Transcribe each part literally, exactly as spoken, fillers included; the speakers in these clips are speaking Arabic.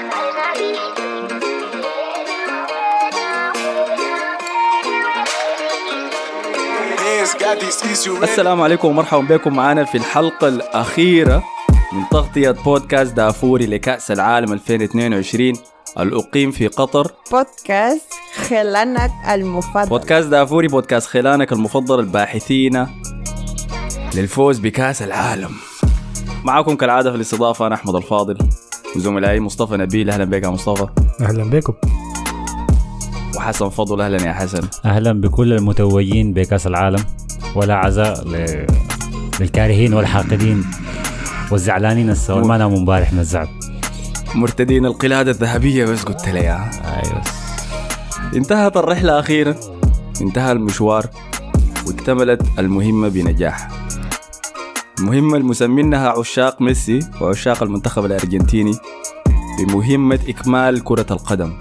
السلام عليكم ومرحبا بكم معنا في الحلقة الأخيرة من تغطية بودكاست دافوري لكأس العالم ألفين واثنين وعشرين الأقيم في قطر. بودكاست خلانك المفضل. بودكاست دافوري بودكاست خلانك المفضل الباحثين للفوز بكأس العالم. معكم كالعادة في الاستضافة أنا أحمد الفاضل وزملائي مصطفى نبيل. أهلا بك يا مصطفى. أهلا بكم. وحسن فضل. أهلا يا حسن. أهلا بكل المتوجين بكأس العالم، ولا عزاء ل... للكارهين والحاقدين والزعلانين السوال ما ناموا مبارح من الزعل، مرتدين القلادة الذهبية. بس قلت لي يا أيوة. انتهت الرحلة أخيرا، انتهى المشوار واكتملت المهمة بنجاح. المهمة المسمينها عشاق ميسي وعشاق المنتخب الأرجنتيني بمهمة إكمال كرة القدم،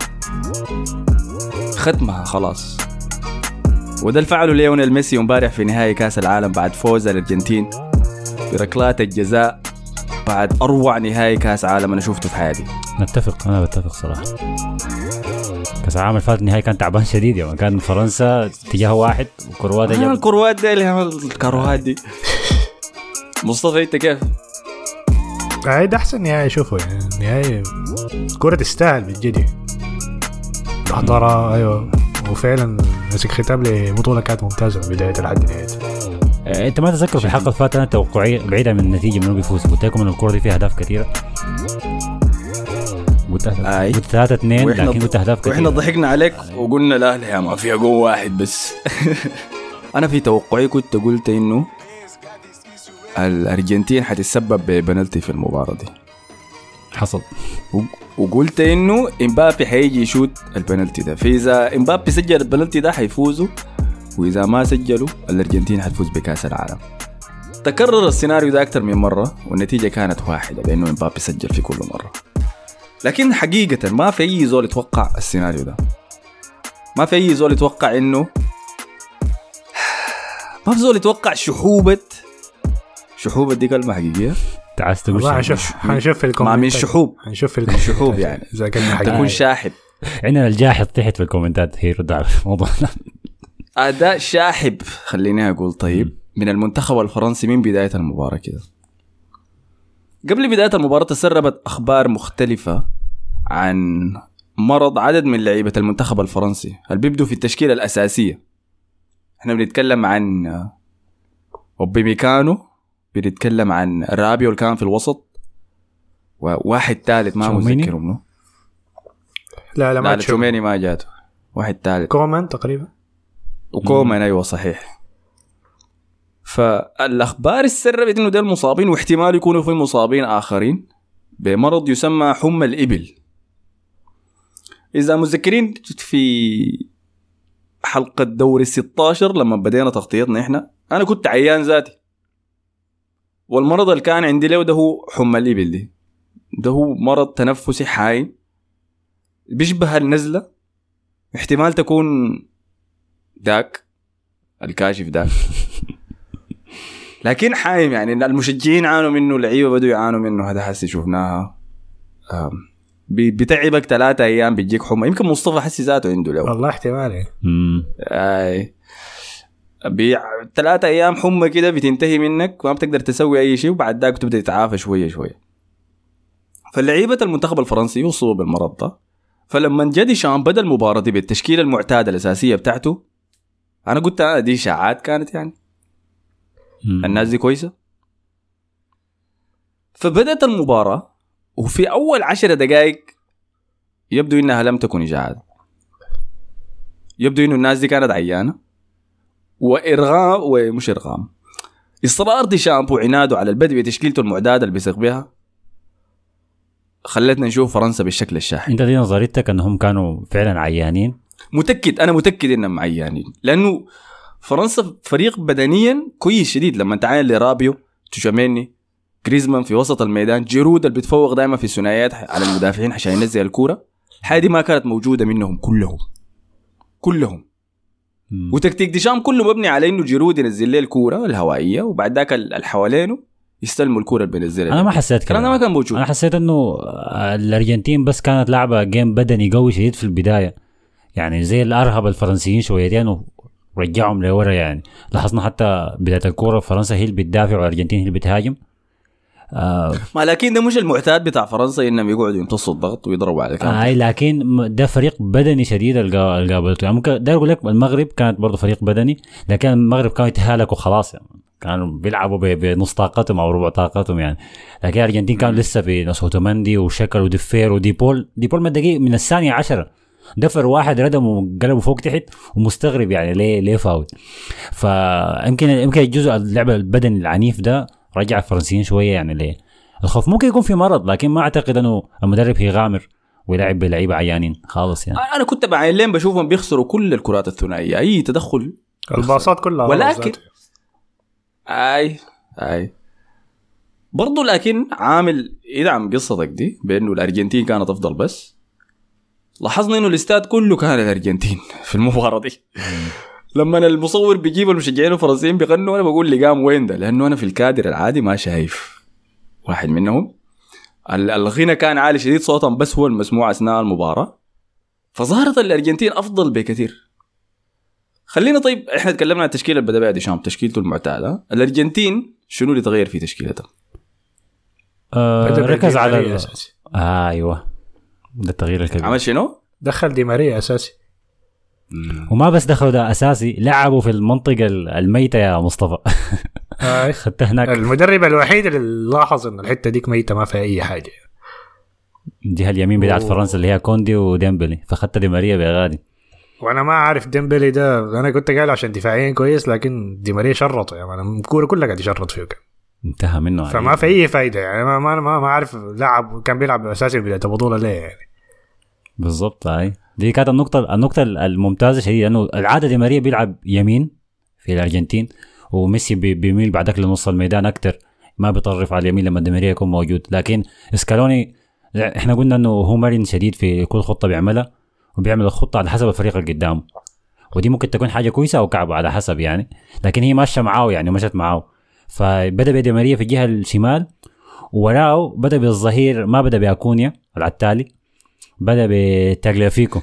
ختمها خلاص. وده الفعل ليونيل ميسي امبارح في نهائي كاس العالم بعد فوز الارجنتين بركلات الجزاء بعد اروع نهائي كاس عالم انا شفته في حياتي. نتفق، انا بتفق صراحه. كاس العالم الفات النهائي كان تعبان شديد، يعني كان فرنسا اتجاه واحد وكرواتيا جاب الكروات دي اللي عمل الكروات دي. مصطفى انت كيف؟ قاعد احسن نهائي اشوفه، يعني نهائي كرة تستاهل بالجدي الحضارة. ايوه وفعلا مسك ختام لبطولة كانت ممتازة من بداية لحد نهاية. انت ما تذكر في الحلقة الفاتت انا توقعي بعيدة من النتيجة منو بيفوز، قلت لكم ان الكرة دي فيها اهداف كثيرة، قلت قلت ثلاثة اثنين لكن قلت اهداف كثيرة واحنا ضحكنا عليك وقلنا لا لا ما فيها جول واحد بس. انا في توقعي كنت قلت انه الارجنتين حتتسبب ببنالتي في المباراة دي، حصل. وقلت انه امبابي حيجي يشوت البنالتي ده، فاذا امبابي سجل البنالتي ده حيفوزوا، واذا ما سجلوا الارجنتين حتفوز بكاس العالم. تكرر السيناريو ده اكثر من مره والنتيجه كانت واحده بانه امبابي سجل في كل مره. لكن حقيقه ما في اي زول يتوقع السيناريو ده، ما في اي زول يتوقع انه ما في زول يتوقع شحوبه شحوبه دي كلمه حقيقيه. تعال تقول هنشوف هنشوف في الكومنتات. ما من شحوب هنشوف في الشحوب يعني اذا كان حيكون شاحب. عندنا الجاحظ تحت في الكومنتات هي رد على الموضوع. اداء شاحب خليني اقول. طيب من المنتخب الفرنسي من بدايه المباراه كده. قبل بدايه المباراه تسربت اخبار مختلفه عن مرض عدد من لعيبه المنتخب الفرنسي اللي بيبدوا في التشكيله الاساسيه. احنا بنتكلم عن اوباميكانو، بنتكلم عن رابيو اللي كان في الوسط، وواحد ثالث ما متذكره منه. لا لا ما تشوميني ما جاته، واحد ثالث كومان تقريبا. وكومان ايوه صحيح. فالاخبار السربت انه ده المصابين، واحتمال يكونوا في مصابين اخرين بمرض يسمى حمى الابل. اذا متذكرين في حلقه دوري ستة عشر لما بدينا تغطيتنا احنا انا كنت عيان ذاتي، والمرض اللي كان عندي له ده هو حمى الإبل دي. ده هو مرض تنفسي حاي بيشبه النزلة، احتمال تكون داك الكاشف داك. لكن حايم يعني المشجعين عانوا منه، اللعيبة بدوا يعانوا منه. هذا حسي شوفناها بتعبك ثلاثة أيام بيجيك حمى. يمكن مصطفى حسي ذاته عنده له والله احتمالي. اي بثلاثة أيام حمى كده بتنتهي منك وما بتقدر تسوي أي شيء، وبعد ذاك تبدأ تتعافى شوية شوية. فاللعيبة المنتخب الفرنسي يوصلوا بالمرض ده. فلما جدي شام بدأ المباراة دي بالتشكيلة المعتادة الأساسية بتاعته، أنا قلت أنا دي شعات كانت يعني مم. الناس دي كويسة. فبدأت المباراة وفي أول عشر دقائق يبدو إنها لم تكن إشاعات، يبدو إنه الناس دي كانت عيانة وإرغام ومش إرغام إصرار دي شامب وعناده على البدء بتشكيلته المعتادة اللي بيثق بها خلتنا نشوف فرنسا بالشكل الشاحن. انت دي نظريتك انهم كانوا فعلا عيانين؟ متأكد، انا متأكد انهم عيانين، لانه فرنسا فريق بدنيا كويس شديد. لما تعاين لرابيو، تشوميني، غريزمان في وسط الميدان، جيرود اللي بتفوق دائما في الثنائيات على المدافعين عشان ينزل الكرة، هذه ما كانت موجودة منهم كلهم كلهم مم. وتكتيك ديشام كله مبني على انه جيرود ينزل له الكرة الهوائية، وبعد ذاك اللي حوالينه يستلموا الكرة اللي بينزلها. انا ما حسيت كده، انا ما كان موجود. انا حسيت انه الارجنتين بس كانت لعبه جيم بدني قوي شديد في البدايه، يعني زي الارهب الفرنسيين شويتين ورجعهم لورا. يعني لاحظنا حتى بدايه الكوره فرنسا هي اللي بتدافع والارجنتين هي اللي بتهاجم. آه ما لكن ده مش المعتاد بتاع فرنسا انهم يقعدوا يمتصوا الضغط ويضربوا على كام. آه لكن ده فريق بدني شديد اللي قابلته. يعني ممكن ده اقول لك المغرب كانت برضه فريق بدني، لكن المغرب كانوا يتهالكوا خلاص، يعني كانوا بيلعبوا بنص طاقتهم او ربع طاقتهم يعني. لكن الارجنتين كانوا لسه بناس اوتوماندي وشكل وديفير وديبول. ديبول من الدقيقه من الثانيه عشرة دفر واحد ردم وقلبه فوق تحت ومستغرب يعني ليه ليه فاول. فيمكن يمكن الجزء اللعبه البدني العنيف ده رجع الفرنسيين شويه يعني ليه الخوف. ممكن يكون في مرض، لكن ما اعتقد انه المدرب هيغامر ويلعب بلعيبه عيانين خالص يعني. انا كنت بعين لين بشوفهم بيخسروا كل الكرات الثنائيه، اي تدخل الباصات كلها، ولكن اي اي برضو لكن عامل يدعم قصتك دي بانه الارجنتين كانت افضل. بس لاحظنا انه الاستاد كله كان الارجنتين في المباراه دي. لما المصور بيجيب المشجعين الفرنسيين بيغنوا انا بقول لي قام وين ده، لانه انا في الكادر العادي ما شايف واحد منهم. الغنى كان عالي شديد صوتهم بس هو المسموع اثناء المباراه، فظهرت الارجنتين افضل بكثير. خلينا طيب احنا تكلمنا عن التشكيله اللي بدا بها ديشام تشكيلته المعتاده. الارجنتين شنو اللي تغير في تشكيلتها؟ آه ركز على الاساسي. آه ايوه ده التغيير الكبير. عمل شنو؟ دخل دي ماريا اساسي. وما بس دخلوا ده اساسي، لعبوا في المنطقه الميته يا مصطفى. آه. خدت هناك المدرب الوحيد اللي لاحظ ان الحته ديك ميته ما فيها اي حاجه. الجهه اليمين بتاعت فرنسا اللي هي كوندي وديمبلي، فخدت دي ماريا بغادي. وانا ما عارف ديمبلي ده، انا كنت قايل عشان دفاعيا كويس، لكن دي ماريا شرطه يعني انا الكوره كلها قاعد يشرط فيه كان انتهى منه فما عليك. في اي فايده يعني ما ما ما, ما عارف لاعب كان بيلعب اساسي بدايه البطوله ليه يعني. بالضبط. هاي دي كانت النقطه النقطه الممتازه شديد، لانه العاده دي ماريا بيلعب يمين في الارجنتين وميسي بيميل بعدك لنص الميدان اكتر، ما بيطرف على اليمين لما دي ماريا يكون موجود. لكن اسكالوني احنا قلنا انه هو مرن شديد في كل خطه بيعملها، وبيعمل الخطه على حسب الفريق اللي قدامه، ودي ممكن تكون حاجه كويسه او كعبه على حسب يعني. لكن هي ماشيه معاه يعني مشت معاه، فبدا بدي ماريا في الجهه الشمال، وراه بدا بالظهير ما بدا باكونيا على التالي، بدا بتاغليافيكو.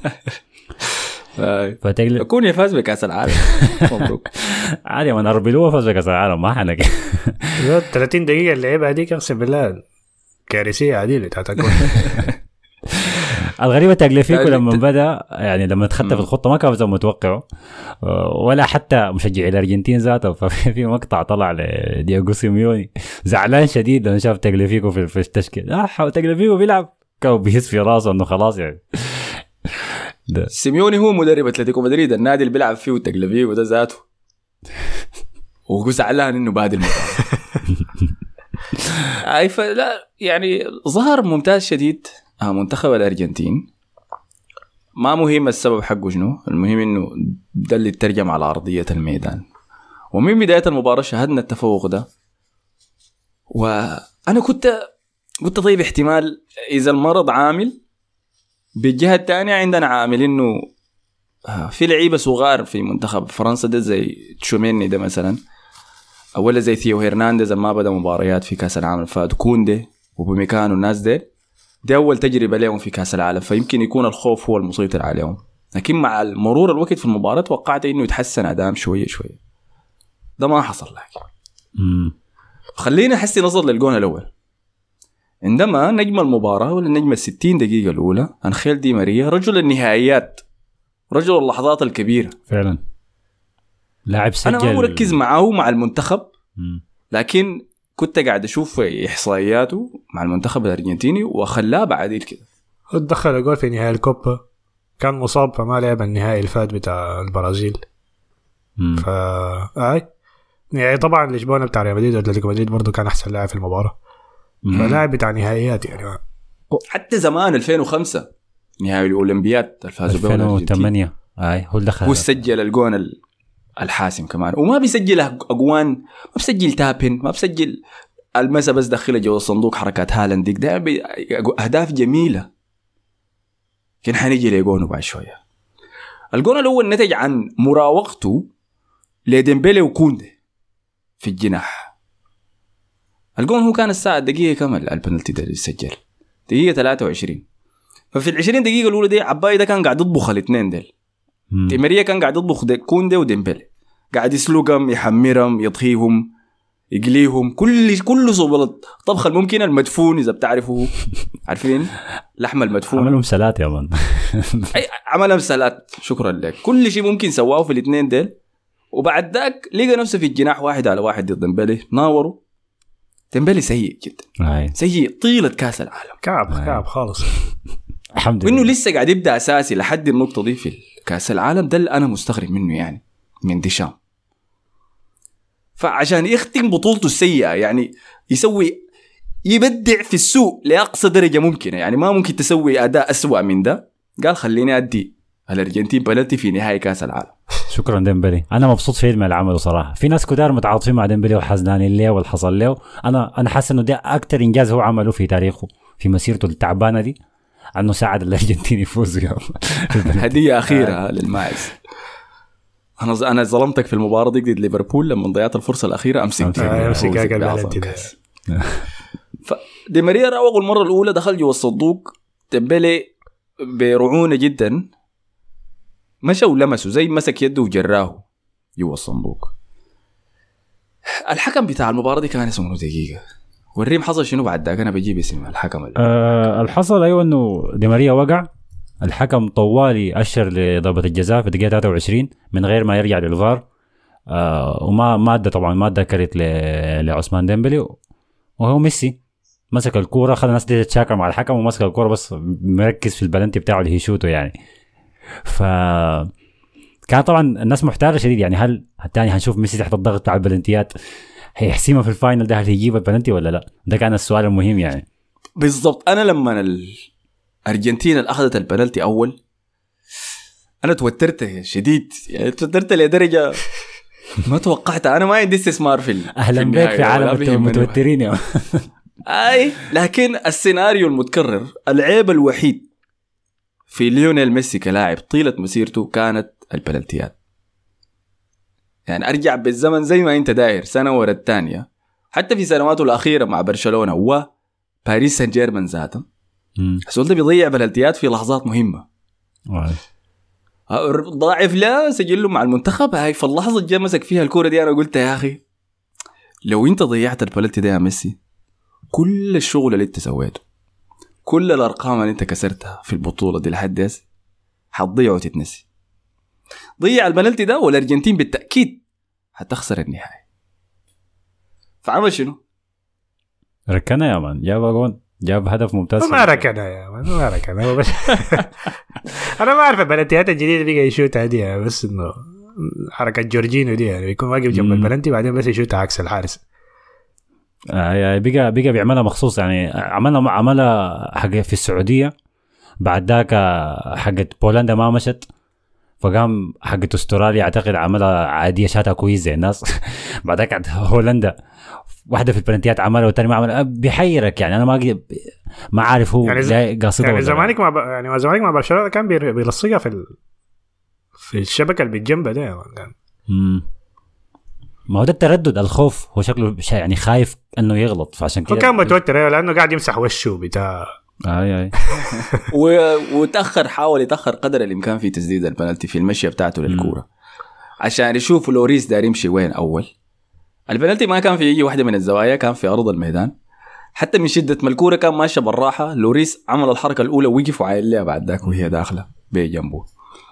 فتاغلي اكونيا فاز بكاس العالم. مبروك. عادي من اربيلو فاز بكاس العالم ما حنك. ثلاثين دقيقه اللعبه هذيك اقسم بالله كارثيه عديله بتاعت اكونيا. الغريبة تاغليفيكو لما بدأ يعني لما تخطى في الخطة ما كان زي متوقعه، ولا حتى مشجعي الأرجنتين ذاته. ففي مقطع طلع لدياغو سيميوني زعلان شديد لما شاف تاغليفيكو في التشكيل. اه تاغليفيكو بيلعب كان بيحس في راسه انه خلاص يعني. سيميوني هو مدرب اتلتيكو مدريد، النادي اللي بيلعب فيه تاغليفيكو ده ذاته، وهو زعلان انه بادي المباراة. اي فلا يعني ظهر ممتاز شديد منتخب الأرجنتين. ما مهم السبب حقه شنو، المهم إنه ده اللي ترجم على أرضية الميدان. ومن بداية المباراة شاهدنا التفوق ده، وأنا كنت قلت طيب احتمال إذا المرض عامل، بالجهة الثانية عندنا عامل إنه في لعيبة صغار في منتخب فرنسا ده زي تشوميني ده مثلا، أولا زي ثيو هيرنانديز ما بدأ مباريات في كأس العالم، فكوندي وبوميكانو والناس ده دي أول تجربة لهم في كأس العالم، فيمكن يكون الخوف هو المسيطر عليهم. لكن مع مرور الوقت في المباراة توقعت إنه يتحسن أدام شوية شوية، ده ما حصل. لك خلينا حسي نظر للجون الأول. عندما نجم المباراة ولا نجم الستين دقيقة الأولى أنخيل دي ماريا، رجل النهائيات، رجل اللحظات الكبيرة فعلا، لاعب سجل. أنا ما مركز معه مع المنتخب، لكن كنت قاعد أشوف إحصائياته مع المنتخب الأرجنتيني وخلاه بعديل كده. دخل جول في نهائي الكوبا، كان مصاب فما لعب النهائي الفات بتاع البرازيل. فا أي يعني طبعا لشبونة بتاع ريال مدريد وأتلتيكو مدريد برضو كان أحسن لاعب في المباراة، فلاعب بتاع نهائيات يعني. حتى زمان ألفين وخمسة نهائي الأولمبياد الفازوا به ألفين وثمانية أي هو دخل، هو سجل الجون الحاسم كمان، وما بيسجل أجوان، ما بيسجل تابين، ما بيسجل المسا، بس دخله جوا الصندوق حركات هالاند ديك ده أهداف جميلة. كان حنيجي ليجونه بعد شوية. الجون الأول نتج عن مراوغته لديمبلي وكوندي في الجناح. الجون هو كان الساعة دقيقة كمل البنالتي ده يسجل دقيقة ثلاثة وعشرين. ففي العشرين دقيقة الأولى دي عباي ده كان قاعد يطبخ الاثنين ديل. دي ماريا كان قاعد يطبخ كوندي وديمبلي قاعد يسلقهم يحمرهم يطهيهم يقليهم كل كل صوب الطبخ الممكن المدفون إذا بتعرفوا عارفين لحم المدفون عملهم سلات يا مان. أي عملهم سلات شكرا لك كل شيء ممكن سواه في الاثنين ديل. وبعد ذاك لقى نفسه في الجناح واحد على واحد ضد ديمبلي ناوروا. ديمبلي سيء جدا هاي. سيء طيلة كاس العالم كعب كعب خالص. الحمد وإنه لله. لسه قاعد يبدأ أساسي لحد النقطة دي في كاس العالم ده اللي أنا مستغرب منه يعني من ديشام. فعشان يختم بطولته السيئة يعني يسوي يبدع في السوق لأقصى درجة ممكنة يعني ما ممكن تسوي أداء أسوأ من ده. قال خليني أدي الأرجنتين بلنتي في نهاية كاس العالم. شكرا ديمبلي انا مبسوط في ما عمله صراحه. في ناس كتار متعاطفين مع ديمبلي وحزنانين ليه واللي حصل له. انا انا حاسس انه ده اكتر انجاز هو عمله في تاريخه في مسيرته التعبانه دي انه ساعد الارجنتين يفوزوا. هدية أخيرة للماعز. أنا أنا ظلمتك في المباراة دي ضد ليفربول لما ضيعت الفرصة الأخيرة أمسك أمسك البلنتي ده. فدي ماريا راوغ المرة الأولى دخل جوا الصندوق ديمبلي برعونة جدا مشى ولمسه زي مسك يده وجراه جوا الصندوق. الحكم بتاع المباراة دي كان اسمه دقيقة والريم حصل شنو بعد ذاك أنا بجيب اسم الحكم. أه الحصل أيوة إنه دي ماريا وقع. الحكم طوالي أشر لضربة الجزاء في الدقيقة ثلاثة وعشرين من غير ما يرجع للفار. أه وما ما أدى طبعا ما أدى كرت لعثمان ديمبلي وهو ميسي مسك الكورة خلى الناس دي تتشاكر مع الحكم ومسك الكورة بس مركز في البلنتي بتاعه اللي هيشوته يعني. ف كان طبعا الناس محتارة شديد يعني هل الثاني هنشوف ميسي تحت الضغط بتاع البلنتيات هيحسمها في الفاينل ده هل هيجيب البلنتي ولا لا. ده كان السؤال المهم يعني. بالضبط. أنا لما الأرجنتين اللي أخذت البلنتي أول أنا توترت شديد يعني توترت لدرجة ما توقعت. أنا ما عندي استثمار في أهلا بك في عالم المتوترين يا أي لكن السيناريو المتكرر العيب الوحيد في ليونيل ميسي كلاعب طيلة مسيرته كانت البلنتيات. يعني أرجع بالزمن زي ما أنت داير سنة ورا الثانية حتى في سنواته الأخيرة مع برشلونة وباريس سان جيرمان ذاته حسول ده بيضيع بلنتيات في لحظات مهمة. ضاعف لا سجل له مع المنتخب هاي في اللحظة اللي جاء مسك فيها الكورة دي أنا قلت يا أخي لو أنت ضيعت البلنتي ده يا ميسي كل الشغل اللي أنت سويته كل الأرقام اللي أنت كسرتها في البطولة دي لحد داس حتضيع وتتنسي. ضيع البلنتي ده والأرجنتين بالتأكيد هتخسر النهائي. فعمل شنو؟ ركنا يا مان جاب جون جاب هدف ممتاز. ما ركنا يا مان ما ركنا بس أنا ما أعرف البلنتيات الجديدة اللي يشوتها دي بس إنه حركة جورجينو دي يعني بيكون واقف جنب البلنتي بعدين بس يشوتها عكس الحارس. آه بيجا بيجا بيعملها مخصوص يعني عملها عملها حق في السعودية بعد ذاك حقت بولندا ما مشت فقام حقت استراليا اعتقد عملها عادية شاتها كويس زي الناس بعد ذاك هولندا واحدة في البلنتيات عملها والتاني ما عملها بيحيرك يعني أنا ما ما عارف هو يعني قاصده يعني زمانك مع ب... يعني زمانك مع برشلونة كان بيلصقها في ال... في الشبكة اللي بالجنب ده يعني. امم ما هو ده التردد الخوف هو شكله يعني خايف انه يغلط فعشان كده هو كان متوتر لانه قاعد يمسح وشه بتاع اي اي و... وتاخر حاول يتاخر قدر الامكان في تسديد البنالتي في المشيه بتاعته للكوره عشان يشوف لوريس داير يمشي وين اول. البنالتي ما كان في يجي واحده من الزوايا كان في ارض الميدان حتى من شده ما الكوره كان ماشيه بالراحه لوريس عمل الحركه الاولى وقف وعايل لها بعد ذاك وهي داخله بجنبه.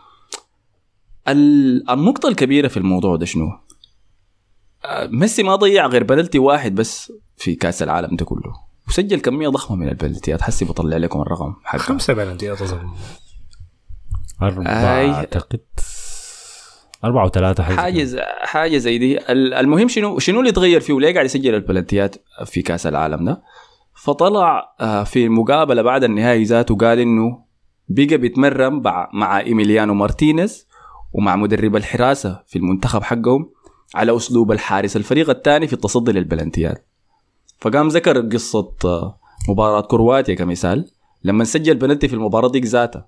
النقطه الكبيره في الموضوع ده شنو؟ ميسي ما ضيع غير بلنتي واحد بس في كاس العالم ده كله وسجل كميه ضخمه من البلنتيات. حسي بطلع لكم الرقم حقه خمسه بلنتيات اظن أربعة أعتقد أربعة وثلاثة حاجة حاجة زي دي. المهم شنو شنو اللي تغير فيه وليه قاعد يسجل البلنتيات في كاس العالم ده. فطلع في مقابلة بعد النهائي ذاته قال إنه بيجا بيتمرن مع إيميليانو مارتينيز ومع مدرب الحراسة في المنتخب حقهم على أسلوب الحارس الفريق الثاني في التصدي للبلنتيات. فقام ذكر قصة مباراة كرواتيا كمثال لما سجل بلنتي في المباراة دي ذاتها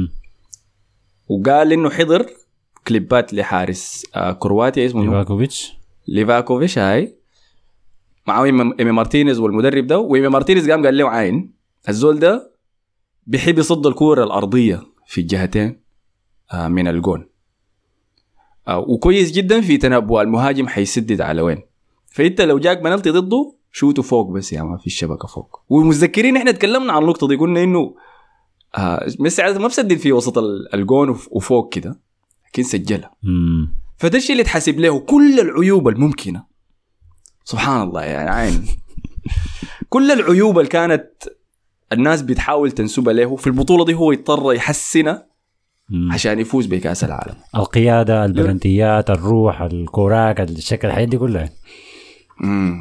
وقال إنه حضر كليبات لحارس كرواتيا اسمه ليفاكوفيتش ليفاكوفيتش هاي مع إيمي مارتينيز والمدرب ده. وإيمي مارتينيز قام قال له عين الزول ده بيحب يصد الكورة الأرضية في الجهتين من الجون، وكويس جدا في تنبؤ المهاجم حيسدد على وين. فانت لو جاك بنالتي ضده شوته فوق بس يا ما في الشبكه فوق. ومتذكرين احنا تكلمنا عن النقطه دي، قلنا انه آه ميسي عاده ما بسدد في وسط الجون وفوق كده، لكن سجلها. فده الشيء اللي تحسب له كل العيوب الممكنه. سبحان الله يعني عين كل العيوب اللي كانت الناس بتحاول تنسبها له في البطوله دي هو يضطر يحسنها عشان يفوز بكأس العالم. القيادة، البلنتيات، الروح، الكوراك، الشكل، الحاجات دي كلها. امم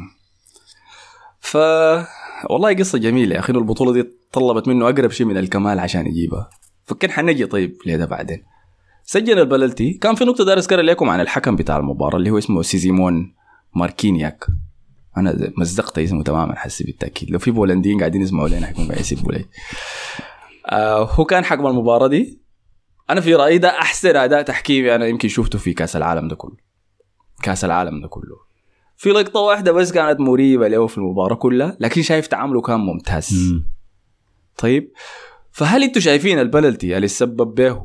ف والله قصة جميلة يا أخي. البطولة دي طلبت منه أقرب شيء من الكمال عشان يجيبها. فكان حنجي طيب ليه بعدين سجل البلنتي. كان في نقطة دار أذكر لكم عن الحكم بتاع المباراة اللي هو اسمه سيزيمون ماركينياك. أنا مزقت اسمه تماما حسي بالتأكيد. لو في بولنديين قاعدين يسمعوا لنا حيكون قاعد يسيبوا لي. آه هو كان حكم المباراة دي. أنا في رأيي ده أحسن أداء تحكيمي أنا يمكن شوفته في كأس العالم ده كله. كأس العالم ده كله في لقطة واحدة بس كانت مريبة له في المباراة كلها، لكن شايف تعامله كان ممتاز. م. طيب فهل أنتوا شايفين البلنتي اللي سبب به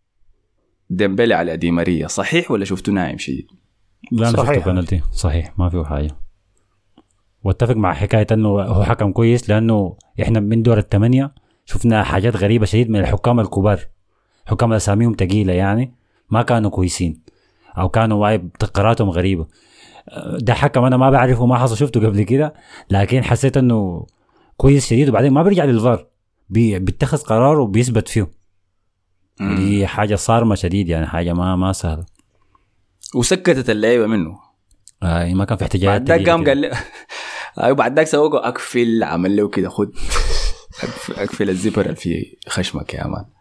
ديمبلي على دي ماريا صحيح ولا شفتوا ناعم شديد؟ لا أنا شفته بلنتي صحيح ما فيه حاجة. واتفق مع حكاية أنه هو حكم كويس، لأنه إحنا من دور الثمانية شفنا حاجات غريبة شديد من الحكام الكبار، حكام أساميهم تقيلة يعني ما كانوا كويسين أو كانوا وايب قراراتهم غريبة. ده حكم أنا ما بعرفه ما حصل شفته قبل كده، لكن حسيت أنه كويس شديد. وبعدين ما بيرجع للفار، بي بيتخذ قرار وبيثبت فيه. دي حاجة صارمة شديد يعني، حاجة ما ما سهلة. وسكتت اللعيبة منه. آه ما كان في احتجاجات. بعد ذاك قام قال لي أيوة بعد ذاك سووه أقفل عمل له كده خد أقفل الزبر في خشمك يا أمان.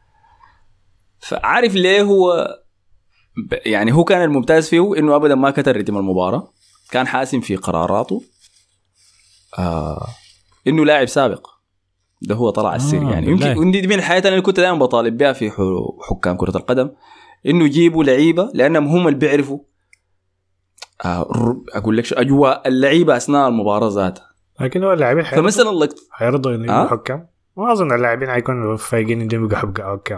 فعارف ليه هو يعني هو كان الممتاز فيه إنه أبدا ما كتر رتم المباراة، كان حاسم في قراراته. آه إنه لاعب سابق ده هو طلع السر. آه يعني يمكن دي من الحياة اللي كنت دائما بطالب بها في حكام كرة القدم، إنه يجيبوا لعيبة لأنهم هم اللي بيعرفوا آه أقول لك شو أجواء اللعيبة أثناء المباراة ذاتها. لكن هو اللاعبين فمثلا اللقطة هيرضوا يجيبوا آه؟ حكام. ما أظن اللاعبين هيكونوا فايقين إنهم يبقوا حكام.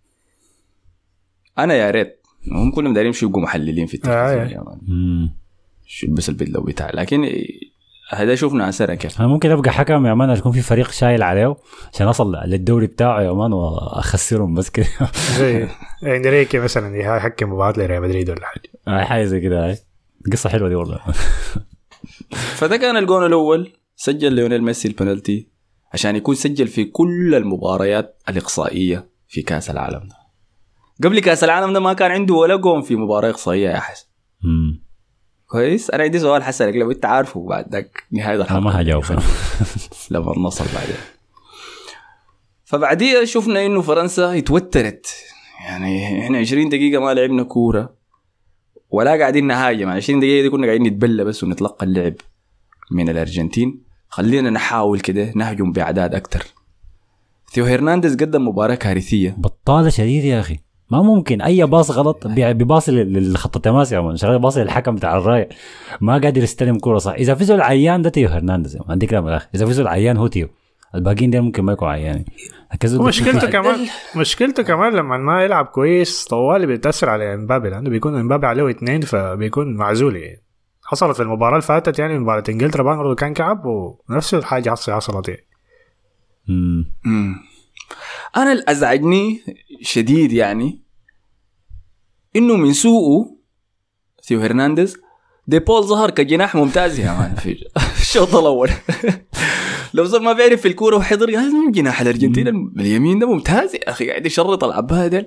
أنا يا ريت هم كلهم دايرين شو يبقوا محللين في التلفزيون آه يعني. شو بس البدلة بتاع، لكن هذا شوفنا أثره كيف. أنا ممكن أبقى حكم يا مان أكون في فريق شايل عليه عشان أصل للدوري بتاعه يا مان وأخسرهم بس كده. زي إنريكي مثلا يحكم مباراة لريال مدريد ولا حاجة. آه حاجة زي كده. هاي قصة حلوة دي والله. فده كان الجون الأول سجل ليونيل ميسي البنالتي عشان يكون سجل في كل المباريات الإقصائية في كأس العالم ده. قبل كأس العالم ده ما كان عنده ولا جون في مباراة إقصائية يا حسن. كويس. أنا عندي سؤال حسنك لو أنت عارفه بعد ذاك نهاية الحلقة. أنا ما هجاوب لما نصل بعدين. فبعديها شفنا إنه فرنسا اتوترت يعني إحنا عشرين دقيقة ما لعبنا كورة ولا قاعدين نهاجم. عشرين دقيقة دي كنا قاعدين نتبلى بس ونتلقى اللعب من الأرجنتين. خلينا نحاول كده نهجم بأعداد أكتر. ثيو هرنانديز قدم مباراة كارثية بطالة شديد يا أخي. ما ممكن أي باص غلط بيباصي للخط التماس يا مان، شغال باصي للحكم بتاع الراية ما قادر يستلم كورة صح. إذا فيزوا العيان ده تيو هرنانديز عندي كلام الأخ. إذا فيزوا العيان هو تيو، الباقيين ده ممكن ما يكونوا عيانين. مشكلته كمان مشكلته كمان لما ما يلعب كويس طوالي بيتأثر على امبابي، لأنه بيكون امبابي عليه اثنين فبيكون معزول يعني. حصلت في المباراة اللي فاتت يعني مباراة إنجلترا برضه كان كعب ونفس الحاجة حصلت يعني. امم أنا الأزعجني شديد يعني إنه من سوءه ثيو هرنانديز دي بول ظهر كجناح ممتاز يا مان في الشوط الأول. لو صار ما بيعرف في الكورة وحضر قال جناح الأرجنتين اليمين ده ممتاز يا أخي قاعد يشرط العبها دل.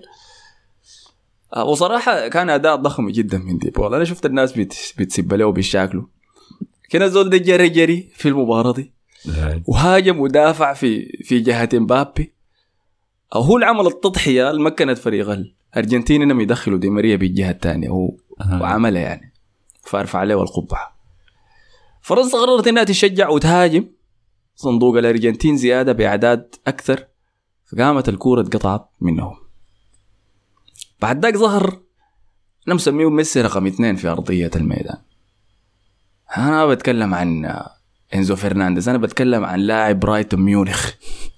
وصراحة كان أداء ضخم جدا من دي بول. أنا شفت الناس بتسب له وبيشاكلوا. كان زول ده جري جري في المباراة دي وهاجم ودافع في في جهة مبابي. أو هو العمل التضحية المكنت فريق الأرجنتين إنهم يدخلوا دي ماريا بالجهة الثانية هو أه. وعملها يعني فارفع عليه والقبعة. فرنسا قررت إنها تشجع وتهاجم صندوق الأرجنتين زيادة بأعداد أكثر، فقامت الكورة اتقطعت منهم. بعد ذاك ظهر أنا مسميه ميسي رقم اثنين في أرضية الميدان. أنا بتكلم عن إنزو فرنانديز، أنا بتكلم عن لاعب برايتون ميونخ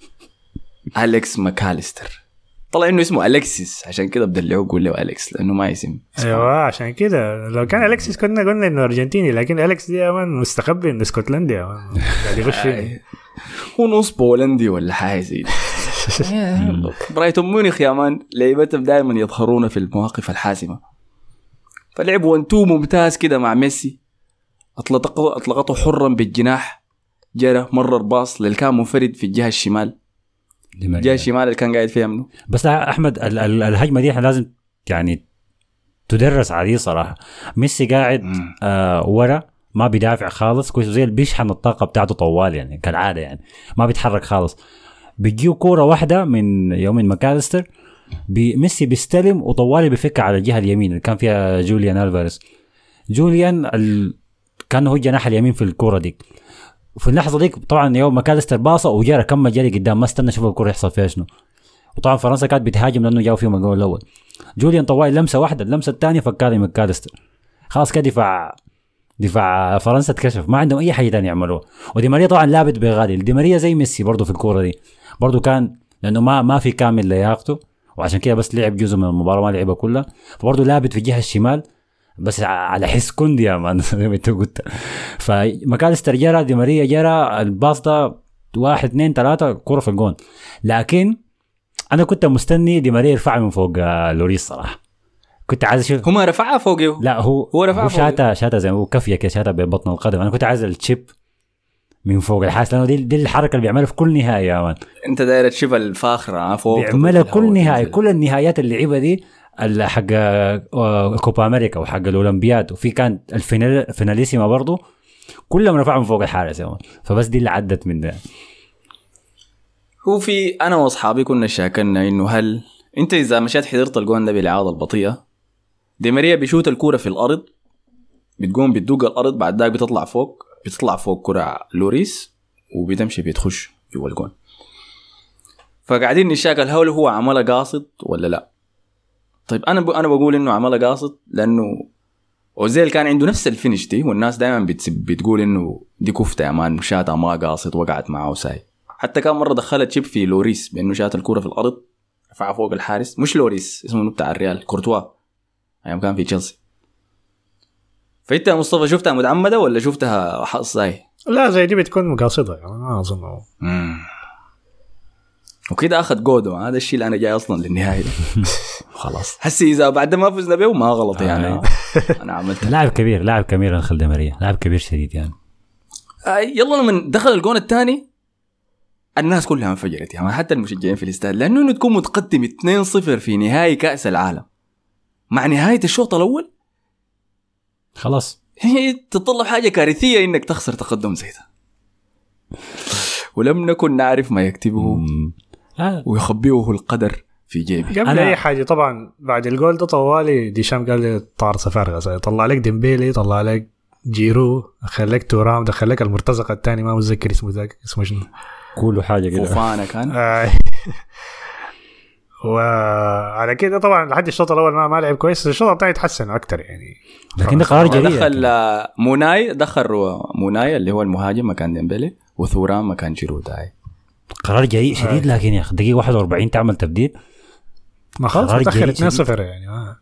أليكس ماكاليستر. طلع إنه اسمه أليكسيس عشان كده بدلعوه قول له أليكس لأنه ما اسم. أيوة عشان كده لو كان أليكسيس كنا قلنا إنه أرجنتيني، لكن أليكس دي أمان مستخبي إنه اسكتلندي قاعد يغش فيه. هو نص بولندي ولا حاجة زي برايتون ميونخ يا مان لعيبتهم دائما يظهرون في المواقف الحاسمة. فلعب وانتو ممتاز كده مع ميسي، أطلقته أطلقته حرا بالجناح، جرى مرر باص للكان منفرد في الجهة الشمال، الجهة الشمال اللي كان قاعد فيها منه. بس أحمد ال- ال- الهجمة دي احنا لازم يعني تدرس عليه صراحة. ميسي قاعد آه ورا ما بيدافع خالص كويس، زي اللي بيشحن الطاقة بتاعته طوال يعني كالعادة، يعني ما بيتحرك خالص. بيجيو كورة واحدة من يوم من ماكاليستر، ميسي بيستلم وطوالي بيفك على الجهة اليمين اللي كان فيها جوليان ألفاريز. جوليان ال... كان هو الجناح اليمين في الكورة دي. في اللحظة دي طبعا يوم ماكاليستر باصة وجرى كم جري قدام، ما استنى شوف الكورة يحصل فيها شنو. وطبعا فرنسا كانت بتهاجم لأنه جاوا فيهم الجول الأول. جوليان طوالي لمسة واحدة، اللمسة الثانية فكالي ماكاليستر، خلاص كده دفاع دفاع فرنسا اتكشف، ما عندهم أي حاجة تانية يعملوها. ودي ماريا طبعا لابد بغادي، دي ماريا زي ميسي برضو في الكورة دي برضو كان لأنه ما ما في كامل لياقته، وعشان كده بس لعب جزء من المباراة ما لعبها كلها، فبرضو لابد في الجهة الشمال بس على حس كوندي يا مان زي ما انت قلت. فماكاليستر جرى، دي ماريا جرى، الباص ده واحد اثنين ثلاثة كرة في الجون. لكن أنا كنت مستني دي ماريا يرفعها من فوق لوريس صراحة، كنت عايز اشوف. هو ما رفعها فوقه، لا هو هو رفعها هو شاتا شاتا زي ما هو كفيه كده، شاتا ببطن القدم. انا كنت عايز التشيب من فوق الحارس، لانه دي, دي الحركه اللي بيعملها في كل نهايه يا مان. انت داير تشوف الفاخره فوق، بيعملها كل نهايه، كل النهايات اللي لعبها دي حق كوبا امريكا وحق الاولمبياد، وفي كانت الفيناليسيما برضو كلهم رفعوا من فوق الحارس يا مان. فبس دي اللي عدت من ده. هو في انا واصحابي كنا شاكلنا انه هل انت اذا مشيت حضرت الجون ده بالاعاده البطيئه، دي ماريا بيشوت الكوره في الارض، بتقوم بتدوق الارض، بعد ذاك بتطلع فوق بتطلع فوق كرة لوريس وبتمشي بتخش جوا الجون. فقاعدين نشاكل هل هو عمله قاصد ولا لا. طيب انا ب... انا بقول انه عمله قاصد، لانه اوزيل كان عنده نفس الفينش دي، والناس دائما بت... بتقول انه دي كفته يا مان، شاتها ما قاصد وقعت معه ساي. حتى كان مره دخلت شيب في لوريس بانه شات الكوره في الارض رفعها فوق الحارس، مش لوريس اسمه بتاع الريال كورتوا ايام كان في تشيلسي. فانت يا مصطفى شفتها متعمده ولا شفتها حظ زي؟ لا زي دي بتكون مقاصده يعني ما اظن. امم وكده اخذ جودو، هذا الشيء اللي انا جاي اصلا للنهايه خلاص. حسي اذا بعد ما فزنا به ما غلط يعني. آه. انا عملت لاعب كبير، لاعب كبير انخل دي ماريا، لاعب كبير شديد يعني. آه يلا لما دخل الجون الثاني الناس كلها انفجرت يعني، حتى المشجعين في الاستاد، لانه انه تكون متقدم اثنين صفر في نهائي كاس العالم مع نهايه الشوط الاول خلاص هي تتطلب حاجة كارثية إنك تخسر تقدم زي ده. ولم نكن نعرف ما يكتبه آه. ويخبئه القدر في جيبه. قبل أي حاجة طبعا بعد الجول ده طوالي ديشام قال لي طارصة فارغة، طلع لك ديمبيلي، طلع لك جيرو، خليك تورام، دخل لك المرتزقة الثاني ما متذكر اسمه ذاك اسمه شنو، كله حاجة كده فوفانا كان آه. وعلى كده طبعا لحد الشوط الاول ما ما لعب كويس، الشوط الثاني تحسن اكثر يعني. لكن ده قرار جديد. دخل موناي، دخل موناي اللي هو المهاجم مكان ديمبلي، وثوران مكان جيرو. داي قرار جريء شديد. لكن يا اخي دقيقه واحد وأربعين تعمل تبديل، ما خلاص تاخر اثنين صفر يعني. آه.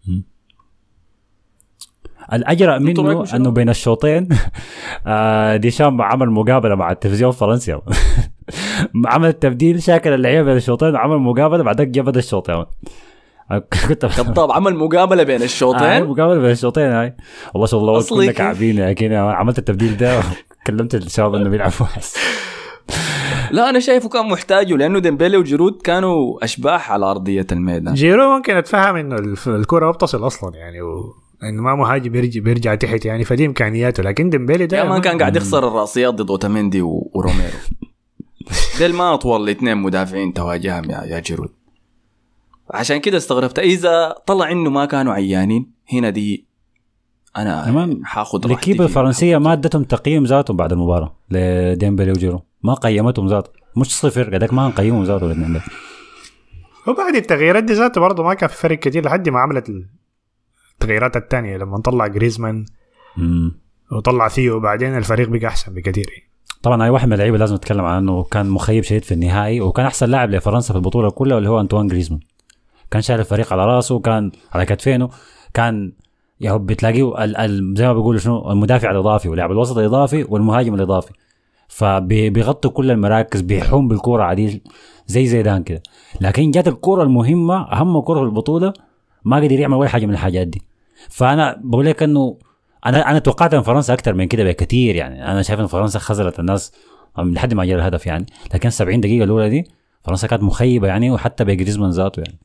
الأجرأ منه أنه بين الشوطين ديشام عمل مقابلة مع التلفزيون الفرنسي عمل التبديل شاكل اللعيبة بين الشوطين، عمل مقابلة بعدك جاب هذا الشوط يعني. كنت طب عمل مقابلة بين الشوطين آه مقابلة بين الشوطين هاي. والله شاء الله كنا كعبين لكن عملت التبديل ده وكلمت الشباب أنه بيلعبوا. لا أنا شايفه كان محتاجه، لأنه ديمبيلي وجيرود كانوا أشباح على أرضية الميدان. جيرو ممكن أتفهم إنه الكرة ما بتصل أصلا يعني، و... إنه ما مهاجم بيرجع بيرجع تحت يعني، فدي إمكانياته. لكن ديمبيلي ده ما كان قاعد يخسر الرأسيات ضد أوتاميندي و... وروميرو. ديل ما أطول الاثنين مدافعين تواجههم يا يا جيرود. عشان كده استغربت إذا طلع إنه ما كانوا عيانين هنا. دي أنا حاخد راحتي. الكيبة الفرنسية ما ادتهم تقييم ذاتهم بعد المباراة لديمبلي وجيرو، ما قيمتهم ذاته، مش صفر قدك ما نقيمهم ذاته الاثنين. وبعد التغييرات دي ذاته برضه ما كان في فرق كتير لحد ما عملت التغييرات الثانية لما نطلع جريزمان. وطلع فيه وبعدين الفريق بقى احسن بكثير. طبعا هاي واحد من اللعيبه لازم نتكلم عنه، كان مخيب شديد في النهائي وكان احسن لاعب لفرنسا في البطوله كلها اللي هو أنطوان غريزمان. كان شايل الفريق على راسه، كان على كتفينه، كان يا هو بتلاقيه ال- ال- زي ما بيقولوا شنو المدافع الاضافي ولاعب الوسط الاضافي والمهاجم الاضافي، فبيغطوا كل المراكز، بيحوم بالكوره عديل زي زيدان كده. لكن جات الكوره المهمه اهم كوره في البطوله ما قدر يعمل ولا حاجه من الحاجات دي. فانا بقول لك انه انا انا توقعت من فرنسا اكثر من كده بكثير. يعني انا شايف ان فرنسا خذلت الناس لحد ما جاء الهدف يعني، لكن سبعين دقيقه الاولى دي فرنسا كانت مخيبه يعني، وحتى بجريزمان ذاته يعني.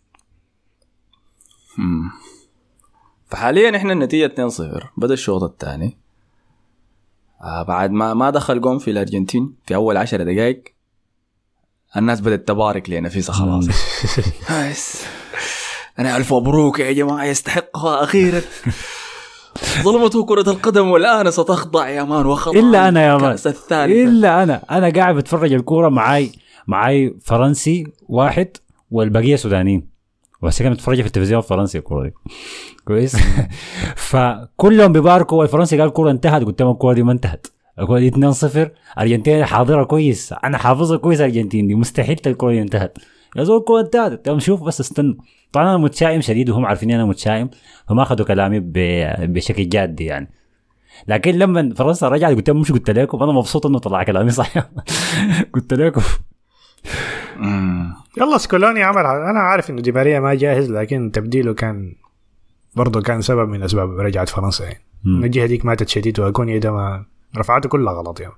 مم. فحاليا احنا النتيجه اثنين صفر. بدا الشوط الثاني آه بعد ما ما دخل جون في الارجنتين في اول عشر دقائق الناس بدات تبارك لنفسها خلاص. بس انا الف مبروك يا جماعه، يستحقها اخيرا، ظلمته كرة القدم والآن ستخضع يا مان وخضع إلا أنا يا مان، الكأس الثالثة. إلا أنا أنا قاعد بتفرج الكورة معاي معاي فرنسي واحد والبقية سودانيين، بس كانت بتفرج في التلفزيون الفرنسي الكورة دي كويس. فكلهم بيباركوا والفرنسي قال الكورة انتهت، قلت لهم الكورة دي ما انتهت، الكورة دي اثنين صفر. أرجنتين حاضرة كويس، أنا حافظها كويس، أرجنتين دي مستحيل الكورة دي انتهت، يا زول الكورة انتهت. قلت شوف بس استنوا. طبعا أنا متشائم شديد وهم عارفين أنا متشائم، فما أخذوا كلامي بشكل جادي يعني. لكن لما فرنسا رجعت قلت لهم مش قلت لكم أنا مبسوط إنه طلع كلامي صحيح. قلت لكم يلا سكولوني عمل. أنا عارف إنه دي ماريا ما جاهز، لكن تبديله كان برضه كان سبب من أسباب رجعت فرنسا يعني. الجهة ديك ماتت شديد وأكوني ده ما رفعته كلها غلط يعني.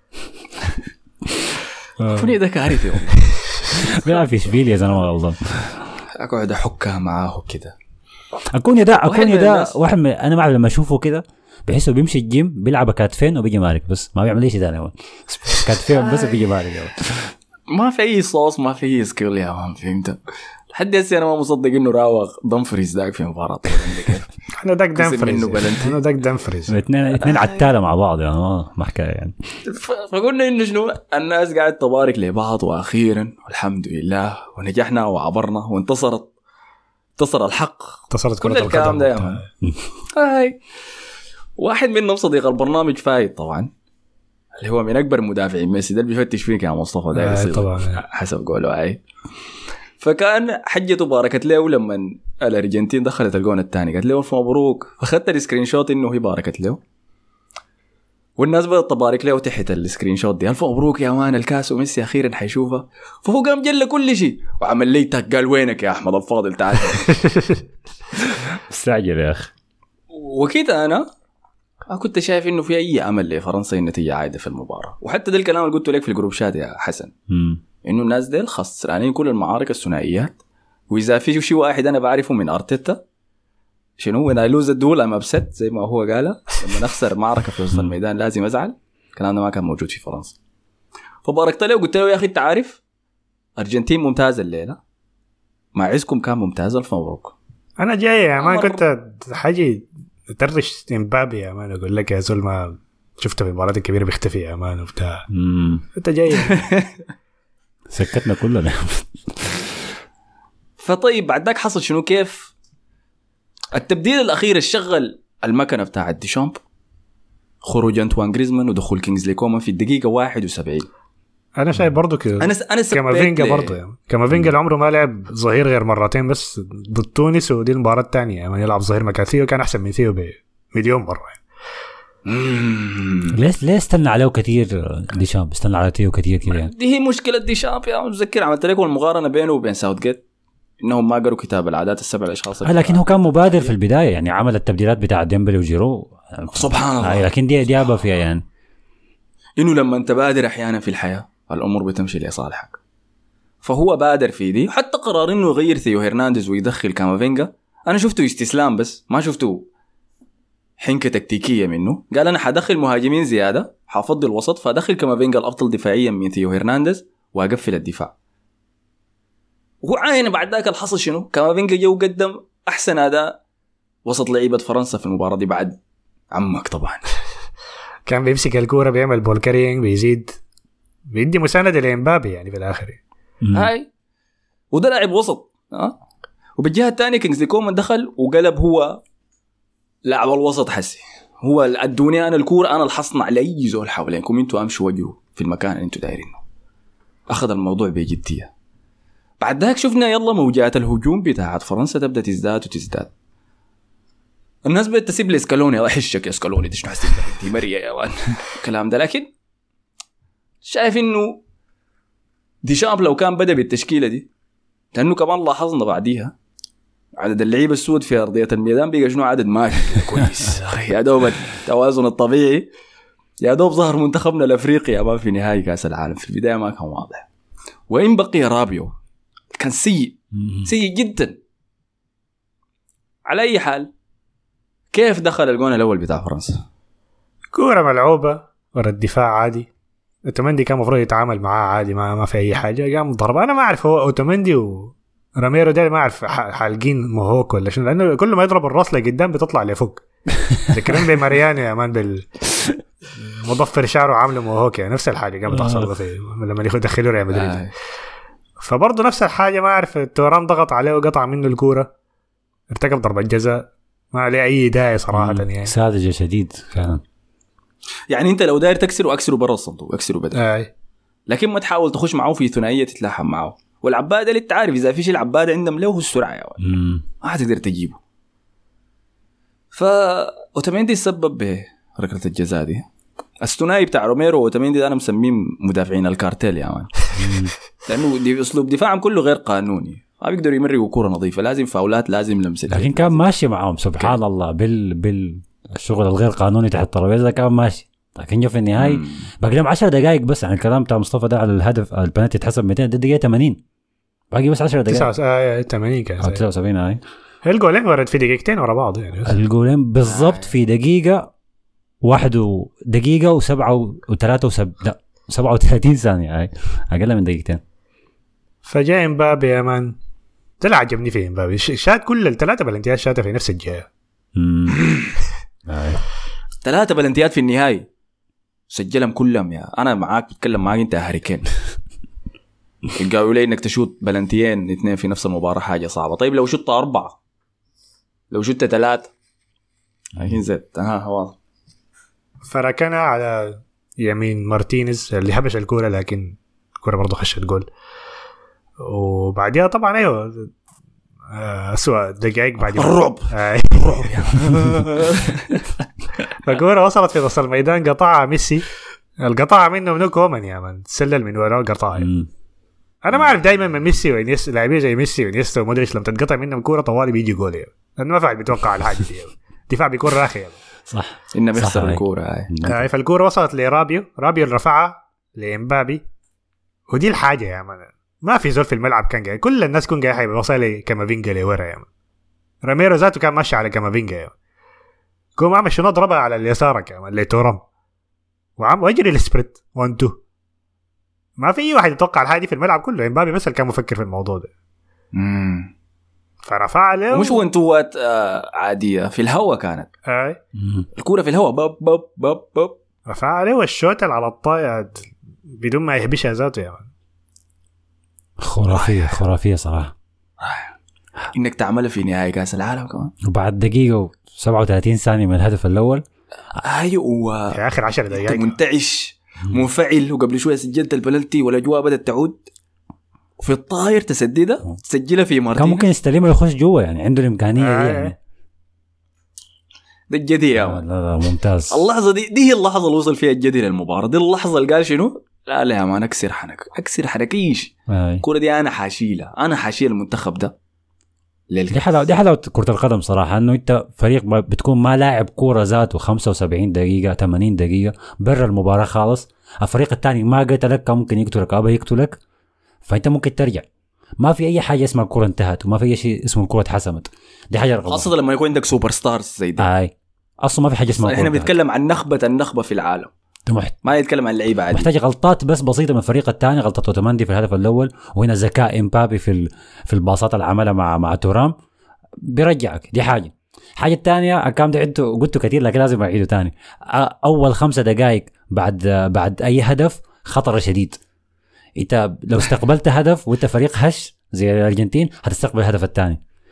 أكوني ده كارثة ما في إشبيلية زي ما أظن أقعد أحكها معاه كده. أكوني ده أكوني ده واحد من أنا معه لما أشوفه كده بحسه بيمشي الجيم بيلعب كاتفين وبيجي مالك، بس ما بيعمل شيء ثاني، كاتفين بس بيجي مالك. ما في أي صوص، ما في أي سكيل يا مان، فهمت؟ لحد هسه أنا ما مصدق إنه راوغ دمفريز داك في مباراة. أنا داك دمفريز أنا داك دمفريز اثنين اثنين عتالة مع بعض يعني، ما ما حكاية يعني. فقلنا إنه شنو الناس قاعد تبارك لبعض، وأخيرا والحمد لله ونجحنا وعبرنا وانتصرت انتصر الحق، انتصرت كل الكلام ده يا مان. هاي واحد منهم صديق البرنامج فايد طبعا، اللي هو من أكبر مدافعين ميسي، ده اللي بيفتش فيك يا مصطفى ده آه طبعا حسب قوله. هاي فكان حجته باركت له لما الارجنتين دخلت الجون الثاني، قالت له الف مبروك، فاخذت السكرين شوت انه هي باركت له، والناس بدات تبارك له تحت السكرين شوت دي، الف مبروك يا مان الكاس وميسي اخيرا حيشوفها. فهو قام جل كل شيء وعمل لي تاك، قال وينك يا احمد الفاضل تعال. استعجل يا اخي. وكده انا كنت شايف انه في اي امل لفرنسا النتيجه عايده في المباراه، وحتى ده الكلام اللي قلته لك في الجروب شات يا حسن، امم انه الناس ديل خسرانين كل المعارك الثنائيات، واذا في شيء واحد انا بعرفه من ارتيتا شنو، when I lose a duel I'm upset زي ما هو قال، لما نخسر معركه في وسط الميدان لازم ازعل. الكلام ده ما كان موجود في فرنسا. فباركت له وقلت له يا اخي انت عارف ارجنتين ممتازه الليله، مع عزكم كان ممتاز، الف مبروك. انا جاي يا مان كنت حاجه ترش امبابي يا مان، اقول لك يا زول ما شفته في المباريات الكبيره بيختفي يا مان وبتاع. انت جاي سكتنا كلنا. فطيب بعد ذاك حصل شنو؟ كيف التبديل الاخير الشغل المكنه بتاعت ديشامب، خروج أنطوان غريزمان ودخول كينغزلي كومان في الدقيقه واحد وسبعين. انا شايف برضو كده انا انا كامافينجا برضو يعني. كامافينجا عمره ما لعب ظهير غير مرتين بس ضد تونس، ودي المباراه الثانيه يعني يلعب ظهير مكان ثيو، كان احسن من ثيو بمليون مره يعني. ليش ليش استنى عليه كثير ديشامب، استنى على ثيو كثير كده يعني. دي هي مشكله ديشامب يا متذكر، عملت لكم المقارنه بينه وبين ساوثجيت انهم ما قروا كتاب العادات السبع الاشخاص. لكن هو كان مبادر في البدايه يعني، عمل التبديلات بتاع ديمبلي وجيرو سبحان الله. لكن دي ديابه فيها يعني، انه لما انت بادر احيانا في الحياه الامور بتمشي لصالحك، فهو بادر في دي. حتى قرار انه يغير ثيو هرنانديز ويدخل كامافينجا انا شفته استسلام، بس ما شفته حنكه تكتيكيه منه. قال انا حدخل مهاجمين زياده، حافضي الوسط، فادخل كامافينجا الافضل دفاعيا من ثيو هرنانديز واقفل الدفاع. وهو عاين بعد ذاك الحصل شنو؟ كامافينجا جو قدم احسن اداء وسط لعيبه فرنسا في المباراه دي بعد عمك طبعا. كان بيمسك الكوره بيعمل بول كارينج، بيزيد بيدي مساندة لإمبابي يعني في الآخر. هاي وده لاعب وسط ها. وبالجهة الثانية كينغزلي كومان دخل وقلب هو لاعب الوسط حسي، هو ادوني انا الكوره انا اللي حصنع لاي زول حوالينكم انتوا امشوا وجهوا في المكان اللي انتوا دايرينه. اخذ الموضوع بجديه. بعد ذاك شفنا يلا موجات الهجوم بتاعت فرنسا تبدا تزداد وتزداد. الناس بدات تسيب لي سكالوني احشك يا سكالوني ده شنو حسيت دي مريا يا وان الكلام ده. لكن شايف انه ديشامب لو كان بدا بالتشكيله دي لانه كمان لاحظنا بعديها عدد اللعيبه السود في ارضيه الميدان بقى شنو عدد ما كويس يا دوب التوازن الطبيعي يا دوب ظهر منتخبنا الافريقي ما في نهائي كاس العالم. في البدايه ما كان واضح. وان بقي رابيو كان سيء سيء جدا. على اي حال كيف دخل الجون الاول بتاع فرنسا؟ كوره ملعوبه ورا الدفاع عادي. اوتومندي كان المفروض يتعامل معاه عادي ما ما في اي حاجه. قام ضرب. انا ما اعرف هو اوتومندي وراميرو ده ما اعرف حالقين موهوك ولا شنو لانه كل ما يضرب الراس لقدام بتطلع لفوق. ذكرني بماريانو يا مان بال مضفر شعره عامله موهوك يعني نفس الحاجه قام تحصل فيه لما يدخلوا ريال مدريد. فبرضه نفس الحاجه ما اعرف تورام ضغط عليه وقطع منه الكوره ارتكب ضربه جزاء ما عليه اي داعي صراحه يعني ساذجه شديد فعلا. يعني انت لو داير تكسره اكسره برا الصندوق اكسره بدل آه. لكن ما تحاول تخش معه في ثنائيه تتلاحم معه. والعباده اللي تعرف اذا فيش العباده عندهم له السرعه يا ولد ما حتقدر تجيبه. فأوتاميندي سبب بركله الجزاء دي. الثنائي بتاع روميرو وأوتاميندي انا مسميه مدافعين الكارتيل يا مان لانه دي اسلوب دفاعهم كله غير قانوني ما بيقدروا يمرقوا كره نظيفه لازم فاولات لازم لمسه. لكن كان ماشي معهم سبحان كي. الله بال بال الشغل الغير قانوني تحت الترابيزه كان ماشي. لكن جو في النهايه باقي لهم عشر دقائق بس عن الكلام بتاع مصطفى ده على الهدف البنالتي يتحسب مئتين دقيقه ثمانين باقي بس عشر دقائق تسعة ثمانين كان تسعة وسبعين هاي الجولين ورد في دقيقتين ورا بعض يعني الجولين بالضبط في دقيقه واحد ودقيقه وسبعة وثلاثة وسب لا سبعة وثلاثين ثانيه هاي اقل من دقيقتين. فجاء امبابي يا مان ده عجبني فيه امبابي شات كل الثلاثه بلنتيات شاتها في نفس الجهه. ثلاثه بلنتيات في النهائي سجلهم كلهم. يا انا معاك بتكلم معاك انت هاريكين قالوا لي انك تشوت بلنتيين اثنين في نفس المباراه حاجه صعبه. طيب لو شوت اربعه لو شوت ثلاثه هينزل ها هو فركنا على يمين مارتينيز اللي حبش الكوره لكن الكوره برضه خشت جول. وبعديها طبعا ايوه أسوأ دقائق بعد الرعب الرعب فالكورة وصلت في نص الميدان قطعها ميسي القطعة منه منو كومان يا من تسلل من وراه قطعها. أنا ما أعرف دايما من ميسي وإنيستا لاعبين زي ميسي وإنيستا ومودريتش لما تتقطع منهم كورة طوالي بيجي جول يعني. لأنه ما فعل بيتوقع الحاجة دي دفاع بيكون راخي يعني. صح إنه بيخسر الكورة هاي. فالكورة وصلت لرابيو رابيو رفعها لإمبابي ودي الحاجة يا من ما في زول في الملعب كان جاي كل الناس كون جاي حيبقى وصل كامافينجا لورا يا من. راميرو ذاته كان ماشي على كامافينجا يا كوم عمل شنو ضربها على اليسار كمان اللي تورم وعم واجري السبريت وان تو ما في اي واحد يتوقع الحاجه دي في الملعب كله. امبابي بس اللي كان مفكر في الموضوع ده امم فرفع له مش وان توات آه عاديه في الهواء كانت اي الكوره في الهواء باب باب باب باب رفع له والشوت على الطاير بدون ما يهبشها ذاته يا من. خرافيه خرافيه صراحه انك تعملها في نهائي كاس العالم كمان وبعد دقيقه وسبعة وثلاثين ثانيه من الهدف الاول. ايوه في اخر عشر دقائق منتعش منفعل وقبل شويه سجلت البلنتي والاجواء بدات تعود وفي الطاير تسددها تسجلها في مارتين كان ممكن يستلمها ويخش جوا يعني عنده الامكانيه آه. دي يعني ده الجدي يا لا لا ممتاز. اللحظه دي دي هي اللحظه اللي وصل فيها الجدي للمباراه. دي اللحظه اللي قال شنو لا لا ما نكسر حنك اكسر حنكيش الكوره دي انا حاشيلها انا حاشيل المنتخب ده. دي حلاوه دي حلاوه كره القدم صراحه انه انت فريق بتكون ما لاعب كوره ذاته خمسة وسبعين دقيقه ثمانين دقيقه برا المباراه خالص. الفريق الثاني ما قتلك كان ممكن يقتلك ابى يقتلك فانت ممكن ترجع. ما في اي حاجه اسمها الكوره انتهت وما في اي شيء اسمه الكوره اتحسمت. دي حاجه غلط خاصه لما يكون عندك سوبر ستارز زي ده. اي اصلا ما في حاجه اسمها احنا بنتكلم عن نخبه النخبه في العالم محت... ما يتكلم عن لعيبه عادي. محتاج غلطات بس بسيطه من الفريق الثاني. غلطه اوتوماندي في الهدف الاول وهنا ذكاء امبابي في ال... في الباصات اللي عملها مع مع تورام بيرجعك. دي حاجه. حاجه الثانيه الكلام ده عدته قلته كثير لكن لازم اعيده ثاني. اول خمسة دقائق بعد بعد اي هدف خطر شديد. انت لو استقبلت هدف وانت فريق هش زي الارجنتين هتستقبل الهدف الثاني.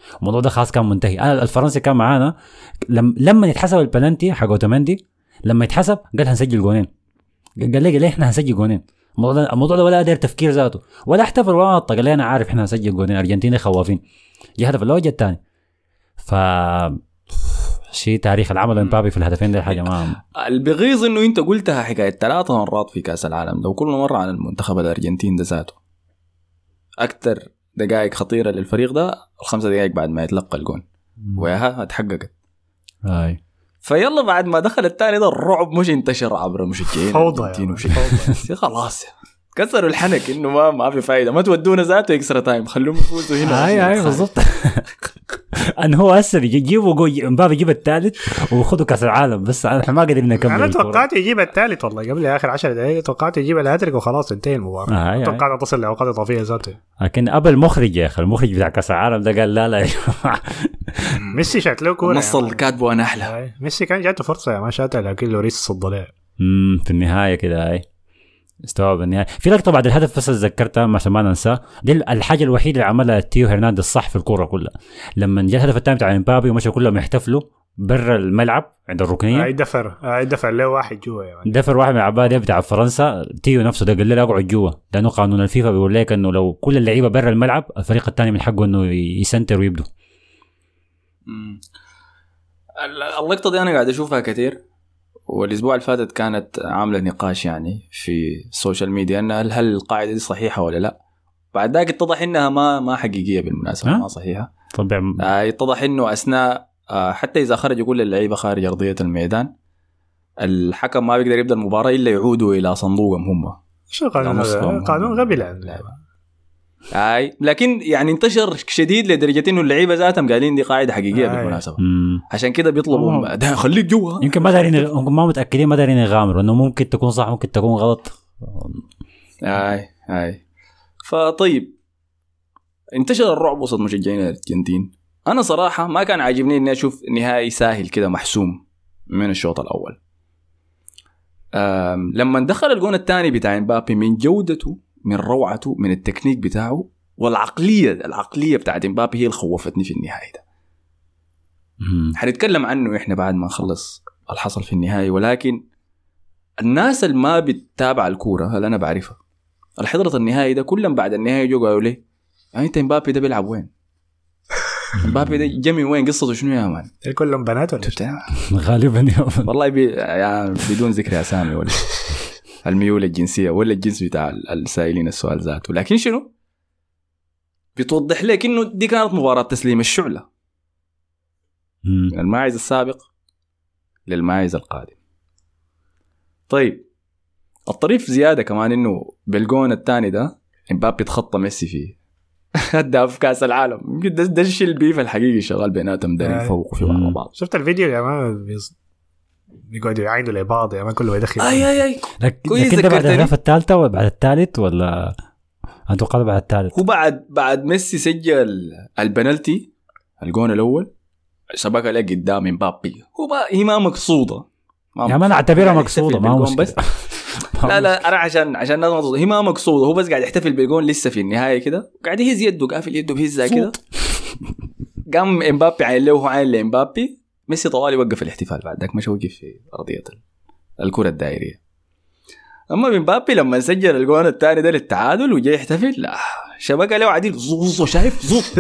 الموضوع ده خلاص كان منتهي. انا الفرنسي كان معانا لما لما يتحسب البلنتي حق اوتوماندي، لما يتحسب قال هنسجل جونين، قال لي ليه احنا هنسجل جونين. الموضوع ده الموضوع ده ولا قادر تفكير ذاته ولا احتفل ولا نطق، قال لي انا عارف احنا هنسجل جونين، ارجنتيني خوافين. جه هدف الاول جه الثاني. ف شيء تاريخ العمل امبابي في الهدفين دي حاجه ما البغيظ انه انت قلتها حكايه ثلاثه مرات في كاس العالم ده، وكل مره عن المنتخب الارجنتين ده ذاته. اكثر دقائق خطيره للفريق ده الخمسه دقائق بعد ما يتلقى الجون وياها اتحققت. اي فيلا بعد ما دخل الثاني ده الرعب مش انتشر عبر مشجعين الارجنتين وشي خلاص كسروا الحنك انه ما ما في فايده، ما تودونا ذاته اكسترا تايم، خلوهم يفوزوا هنا. اي اي بالضبط. ان هو هسه يجيبوا جول امبابي يجيب الثالث وخذوا كاس العالم، بس احنا ما قدرنا نكمل. انا توقعت يجيب الثالث والله قبل اخر عشر دقائق، توقعت يجيب الهاتريك وخلاص انتهى المباراه. آه توقعت تصل لاوقات اضافيه ذاته. لكن قبل المخرج يا اخي، المخرج بتاع كاس العالم ده قال لا لا يا جماعه ميسي شكله كوره نص الكاتبه انا احلى. ميسي كان جاته فرصه ما شاتها لكن لوريس صد عليه امم في النهايه كده. اي استوعب النهايه. في لقطه بعد الهدف بس ذكرتها عشان ما ننسى، دي الحاجه الوحيده اللي عملها تيو هرنانديز صح في الكوره كلها، لما جاء الهدف الثاني بتاع امبابي ومشوا كلهم يحتفلوا برا الملعب عند الركنيه. اي دفر اي دفر له واحد جوا يعني. دفر واحد من العبادة بتاع فرنسا. تيو نفسه ده قال له اقعد جوا، لانه قانون الفيفا بيقول لك انه لو كل اللعيبه برا الملعب الفريق الثاني من حقه انه يسنتر ويبدو. اللقطه دي انا قاعد اشوفها كثير، والاسبوع اللي فاتت كانت عامله نقاش يعني في السوشيال ميديا ان هل هل القاعده دي صحيحه ولا لا. بعد ذاك اتضح انها ما ما حقيقيه بالمناسبه، ما صحيحه طبعا. آه اتضح انه اثناء آه حتى اذا خرج كل اللعيبه خارج ارضيه الميدان، الحكم ما بيقدر يبدا المباراه الا يعودوا الى صندوقهم هم. شو قانون قانون غبي لعب. اي لكن يعني انتشر شديد لدرجه انه اللعيبه ذاتهم قايلين دي قاعده حقيقيه بالمناسبه. عشان كده بيطلبوا ده خليك جوا. يمكن ما دارين هم ما متاكدين، ما دارين يغامروا انه ممكن تكون صح ممكن تكون غلط. اي اي فطيب انتشر الرعب وسط مشجعين الارجنتين. انا صراحه ما كان عاجبني اني اشوف نهائي ساهل كده محسوم من الشوط الاول. لما دخل الجون الثاني بتاع امبابي من جودته من روعته من التكنيك بتاعه والعقلية العقلية بتاعت امبابي هي اللي خوفتني في النهاية ده. حنتكلم عنه إحنا بعد ما نخلص الحصل في النهاية، ولكن الناس اللي ما بتتابع الكورة اللي أنا بعرفها الحضرة النهاية ده كلهم بعد النهاية جو قالوا لي يعني أنت امبابي ده بيلعب وين؟ امبابي ده جمي وين؟ قصته شنو يا مان؟ كلهم بنات ولا غالبا والله بي يعني بدون ذكر أسامي ولا الميول الجنسية ولا الجنس بتاع السائلين السؤال ذاته. لكن شنو بتوضح لك إنه دي كانت مباراة تسليم الشعلة من الماعز السابق للماعز القادم. طيب الطريف زيادة كمان إنه بالجون الثاني ده امبابي تخطى ميسي فيه هداف كاس العالم. يمكن ده ده الشيء البيف الحقيقي شغال بيناتهم دارين يفوقوا في بعض. شفت الفيديو يا مان بيقعدوا يعينوا لبعض يا مان كله يدخل. اي اي اي كويس. بعد الهدف الثالثة ولا بعد الثالث ولا اتوقع بعد الثالث؟ هو بعد بعد ميسي سجل البنالتي الجون الاول شبكه لقى قدام امبابي. هو هي ما مقصوده يا مان اعتبرها مقصوده ما هو بس لا لا انا عشان عشان هي ما مقصوده. هو بس قاعد يحتفل بالجون لسه في النهايه كده قاعد يهز يده قافل يده بهزها كده. قام امبابي عين له وهو عين لامبابي. ميسي طوالي وقف الاحتفال بعد ذاك مش وقف في ارضيه الكره الدائريه. اما امبابي لما سجل الجون الثاني ده للتعادل وجاي يحتفل لا شبكه له عديل زوزو شايف زوط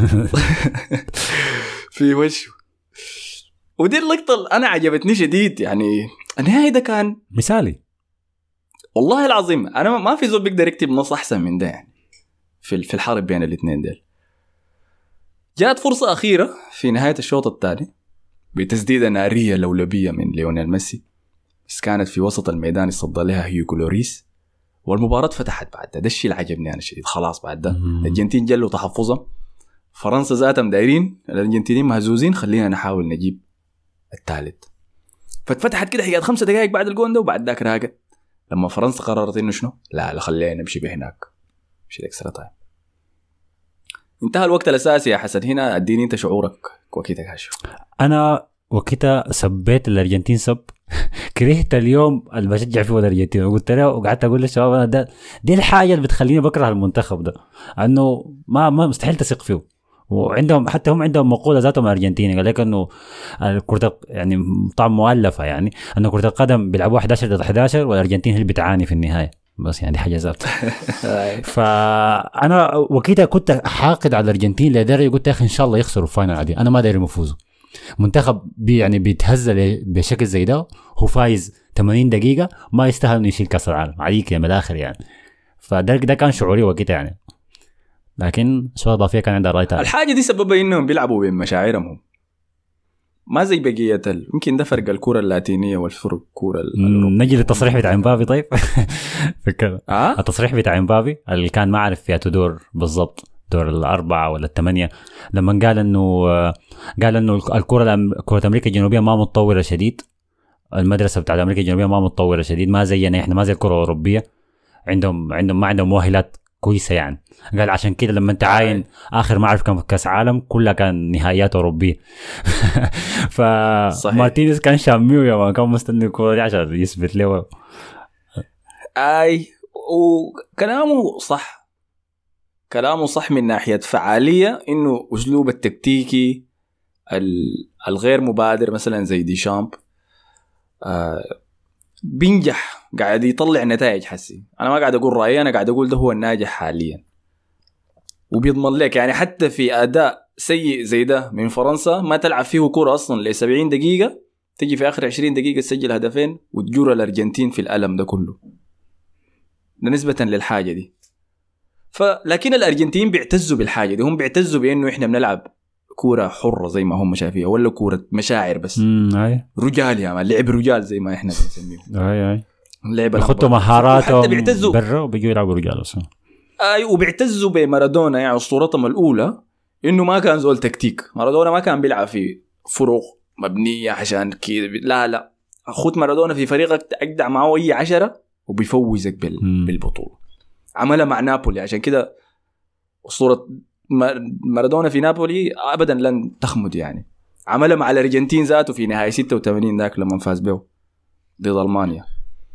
في وشه. ودي اللقطه انا عجبتني شديد يعني. النهايه ده كان مثالي والله العظيم. انا ما في زول بيقدر يكتب نص احسن من ده يعني في في الحرب بين الاثنين دول. جاءت فرصه اخيره في نهايه الشوط الثاني بتسديده ناريه لولبيه من ليونيل ميسي، بس كانت في وسط الميدان يصد لها هيوغو لوريس والمباراه فتحت بعد ده. ده الشيء اللي عجبني انا شديد. خلاص بعد ده الارجنتين جلوا تحفظهم، فرنسا ذاتهم دايرين، الارجنتينيين مهزوزين، خلينا نحاول نجيب الثالث. فتفتحت كده حكايه خمسة دقائق بعد الجون ده وبعد ذاك راقت لما فرنسا قررت انه شنو لا لا خلينا نمشي بهناك مشي الاكسترا تايم. انتهى الوقت الاساسي يا حسن. هنا اديني انت شعورك وكيتك هاشو. انا وكيتا سبيت الارجنتين سب كرهت اليوم اللي بشجع فيه الارجنتين وقلت له وقعدت اقول للشباب انا ده دي الحاجه اللي بتخليني بكره المنتخب ده انه ما ما مستحيل تثق فيه وعندهم حتى هم عندهم مقولة ذاتهم أرجنتيني قال لك إنه الكرة يعني طبعا مؤلفة يعني إنه كرة القدم بيلعبوا إحدى عشر ضد إحدى عشر والأرجنتين هي اللي بتعاني في النهاية بس يعني حاجة ذات. فأنا وكيدا كنت حاقد على الأرجنتين لدرجة قلت يا أخي إن شاء الله يخسروا الفاينل عادي أنا ما داري يفوزوا منتخب بي يعني بيتهزل بشكل زي ده هو فايز ثمانين دقيقة ما يستاهل إنه يشيل كأس العالم عليك يا من الآخر يعني. فده ده كان شعوري وكيدا يعني لكن سؤال إضافية كان عندها رايتها الحاجة دي سببها إنهم بيلعبوا بمشاعرهم ما زي بقية ال... يمكن ده فرق الكرة اللاتينية والفرق الكرة الأوروبية. نجي للتصريح بتاع امبابي طيب فكرة آه؟ التصريح بتاع امبابي اللي كان ما عارف فيها دور بالضبط دور الأربعة ولا الثمانية لما قال إنه قال إنه الكرة كرة أمريكا الجنوبية ما متطورة شديد المدرسة بتاعت أمريكا الجنوبية ما متطورة شديد ما زينا إحنا ما زي الكرة الأوروبية عندهم عندهم ما عندهم مؤهلات كويسة يعني. قال عشان كده لما انت عاين آخر ما أعرف كم كأس عالم كلها كان نهائيات أوروبية. فمارتينيز كان شاميو يا ما كان مستني الكرة دي عشان يثبت له. أي وكلامه صح كلامه صح من ناحية فعالية إنه أسلوب التكتيكي الغير مبادر مثلا زي دي شامب آه بينجح قاعد يطلع نتائج حسي. أنا ما قاعد أقول رأيي أنا قاعد أقول ده هو الناجح حاليا وبيضمن لك يعني حتى في أداء سيء زي ده من فرنسا ما تلعب فيه كرة أصلا لسبعين دقيقة تجي في آخر عشرين دقيقة تسجل هدفين وتجور الأرجنتين في الألم ده كله ده نسبة للحاجة دي. فلكن الأرجنتين بيعتزوا بالحاجة دي هم بيعتزوا بأنه إحنا بنلعب كورة حرة زي ما هم شايفيها ولا كورة مشاعر بس رجال يا ما لعب رجال زي ما إحنا بنسميه أي أي لعب بيخطوا مهاراتهم برا وبيجوا يلعبوا رجال أصلا. أي وبيعتزوا بمارادونا يعني أسطورتهم الأولى إنه ما كان زول تكتيك مارادونا ما كان بيلعب في فروق مبنية عشان كده لا لا أخوت مارادونا في فريقك أجدع معه أي عشرة وبيفوزك بال... بالبطولة. عملها مع نابولي عشان كده أسطورة مارادونا في نابولي أبدا لن تخمد يعني. عملها مع الأرجنتين ذاته في نهاية ستة وثمانين ذاك لما فاز به ضد ألمانيا.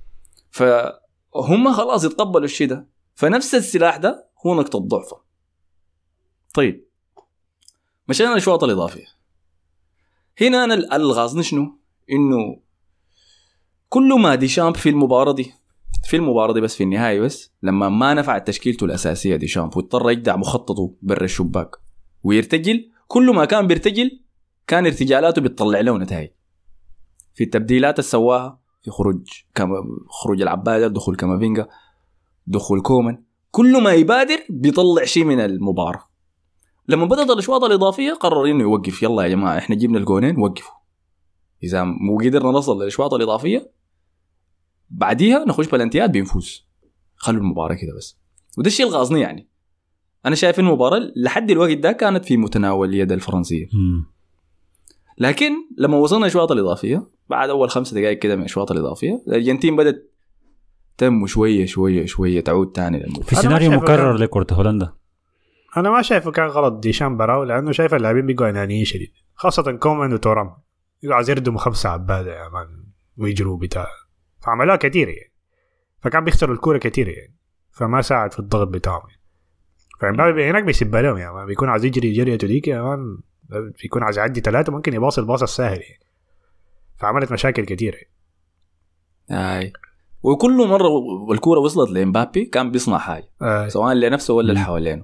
فهم خلاص يتقبلوا الشيء ده فنفس السلاح ده هو نقطة ضعفه. طيب مشينا الأشواط الإضافية هنا أنا الغاز شنو إنه كل ما ديشامب في المباراة دي في المباراة دي بس في النهاية بس لما ما نفعت تشكيلته الأساسية ديشامب واضطر يجدع مخططه برا الشباك ويرتجل كل ما كان بيرتجل كان ارتجالاته بتطلع له نتائج في التبديلات السواها في خروج كما خروج العبادة دخول كامافينجا دخول كومان كل ما يبادر بيطلع شيء من المباراة. لما بدأت الأشواط الإضافية قرر إنه يوقف يلا يا جماعة إحنا جبنا الجونين وقفوا إذا مو قدرنا نصل للأشواط الإضافية بعديها نخش بلانتيات بينفوز خلوا المباراة كده بس. وده الشيء الغاظني يعني أنا شايف المباراة لحد الوقت ده كانت في متناول يد الفرنسية م. لكن لما وصلنا الأشواط الإضافية بعد أول خمس دقائق كده من الأشواط الإضافية الأرجنتين بدأت تم شوية شوية شوية تعود تاني للمباراة في سيناريو مكرر لكرة هولندا. أنا ما شايفه كان غلط ديشان براو لأنه شايف اللاعبين بيقوا أنانيين شديد خاصة كومان وتورام يقعد يردموا خمسة عبادة يا مان ويجروا بتاع فعملها كتير يعني فكان بيخسروا الكورة كتير يعني فما ساعد في الضغط بتاعهم يعني. فعمبابي هناك بيسب لهم يعني ما بيكون عايز يجري جريه تديك يا مان بيكون عايز يعدي ثلاثة ممكن يباص الباص السهل يعني. فعملت مشاكل كتير يعني. آي وكل مرة والكورة وصلت لإمبابي كان بيصنع حاجة آي. سواء لنفسه ولا اللي حوالينه.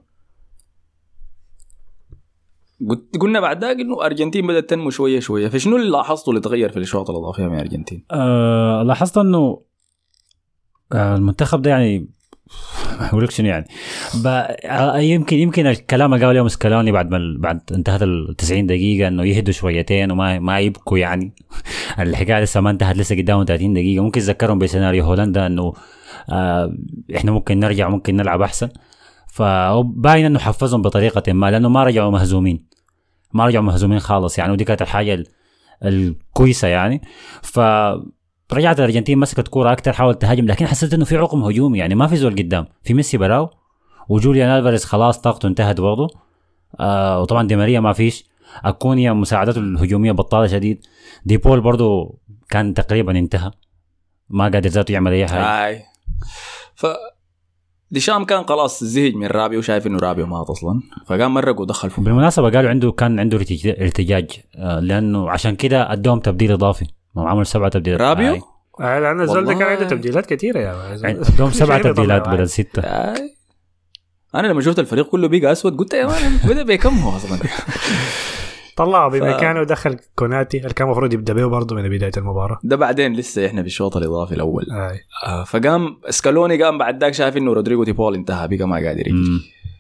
قلنا بعد ذلك إنه أرجنتين بدأت تنمو شوية شوية فشنو اللي لاحظته اللي تغير في الأشواط الإضافية من أرجنتين؟ أه لاحظت إنه المنتخب ده يعني أقولك شنو يعني يمكن يمكن الكلام اللي قاله اليوم سكالوني بعد ما بعد انتهت التسعين دقيقة إنه يهدوا شويتين وما ما يبكوا يعني الحكاية لسه ما انتهت لسه قدامهم ثلاثين دقيقة ممكن يذكرهم بسيناريو هولندا إنه آه إحنا ممكن نرجع ممكن نلعب أحسن. فباين إنه حفزهم بطريقة ما لأنه ما رجعوا مهزومين ما رجعوا مهزومين خالص يعني ودي كانت الحاجة الكويسة يعني. فرجعت الأرجنتين مسكت كورة أكتر حاولت تهاجم لكن حسيت إنه في عقم هجومي يعني ما في زول قدام في ميسي براو وجوليان ألفاريز خلاص طاقته انتهت برضه آه وطبعا دي ماريا ما فيش أكونيا مساعدته الهجومية بطالة شديد دي بول برضه كان تقريبا انتهى ما قادر ذاته يعمل أي حاجة. ف ديشام كان خلاص زهج من رابيو وشايف انه رابيو مات اصلا فقام مرق ودخل فيه. بالمناسبه قالوا عنده كان عنده ارتجاج لانه عشان كده ادوهم تبديل اضافي عملوا سبعه تبديلات رابيو آه لان الزول ده كان عنده تبديلات كثيره يا ادوهم سبعه تبديلات بدل سته. انا لما شفت الفريق كله بيقى اسود قلت يا مان بدا بكم هو اصلا طلعوا بمكانه ودخل كوناتي اللي كان المفروض يبدا به برضه من بدايه المباراه. ده بعدين لسه احنا في الشوط الاضافي الاول. آه. فقام سكالوني قام بعد ذاك شاف انه رودريغو دي بول انتهى بقى ما قادر يجي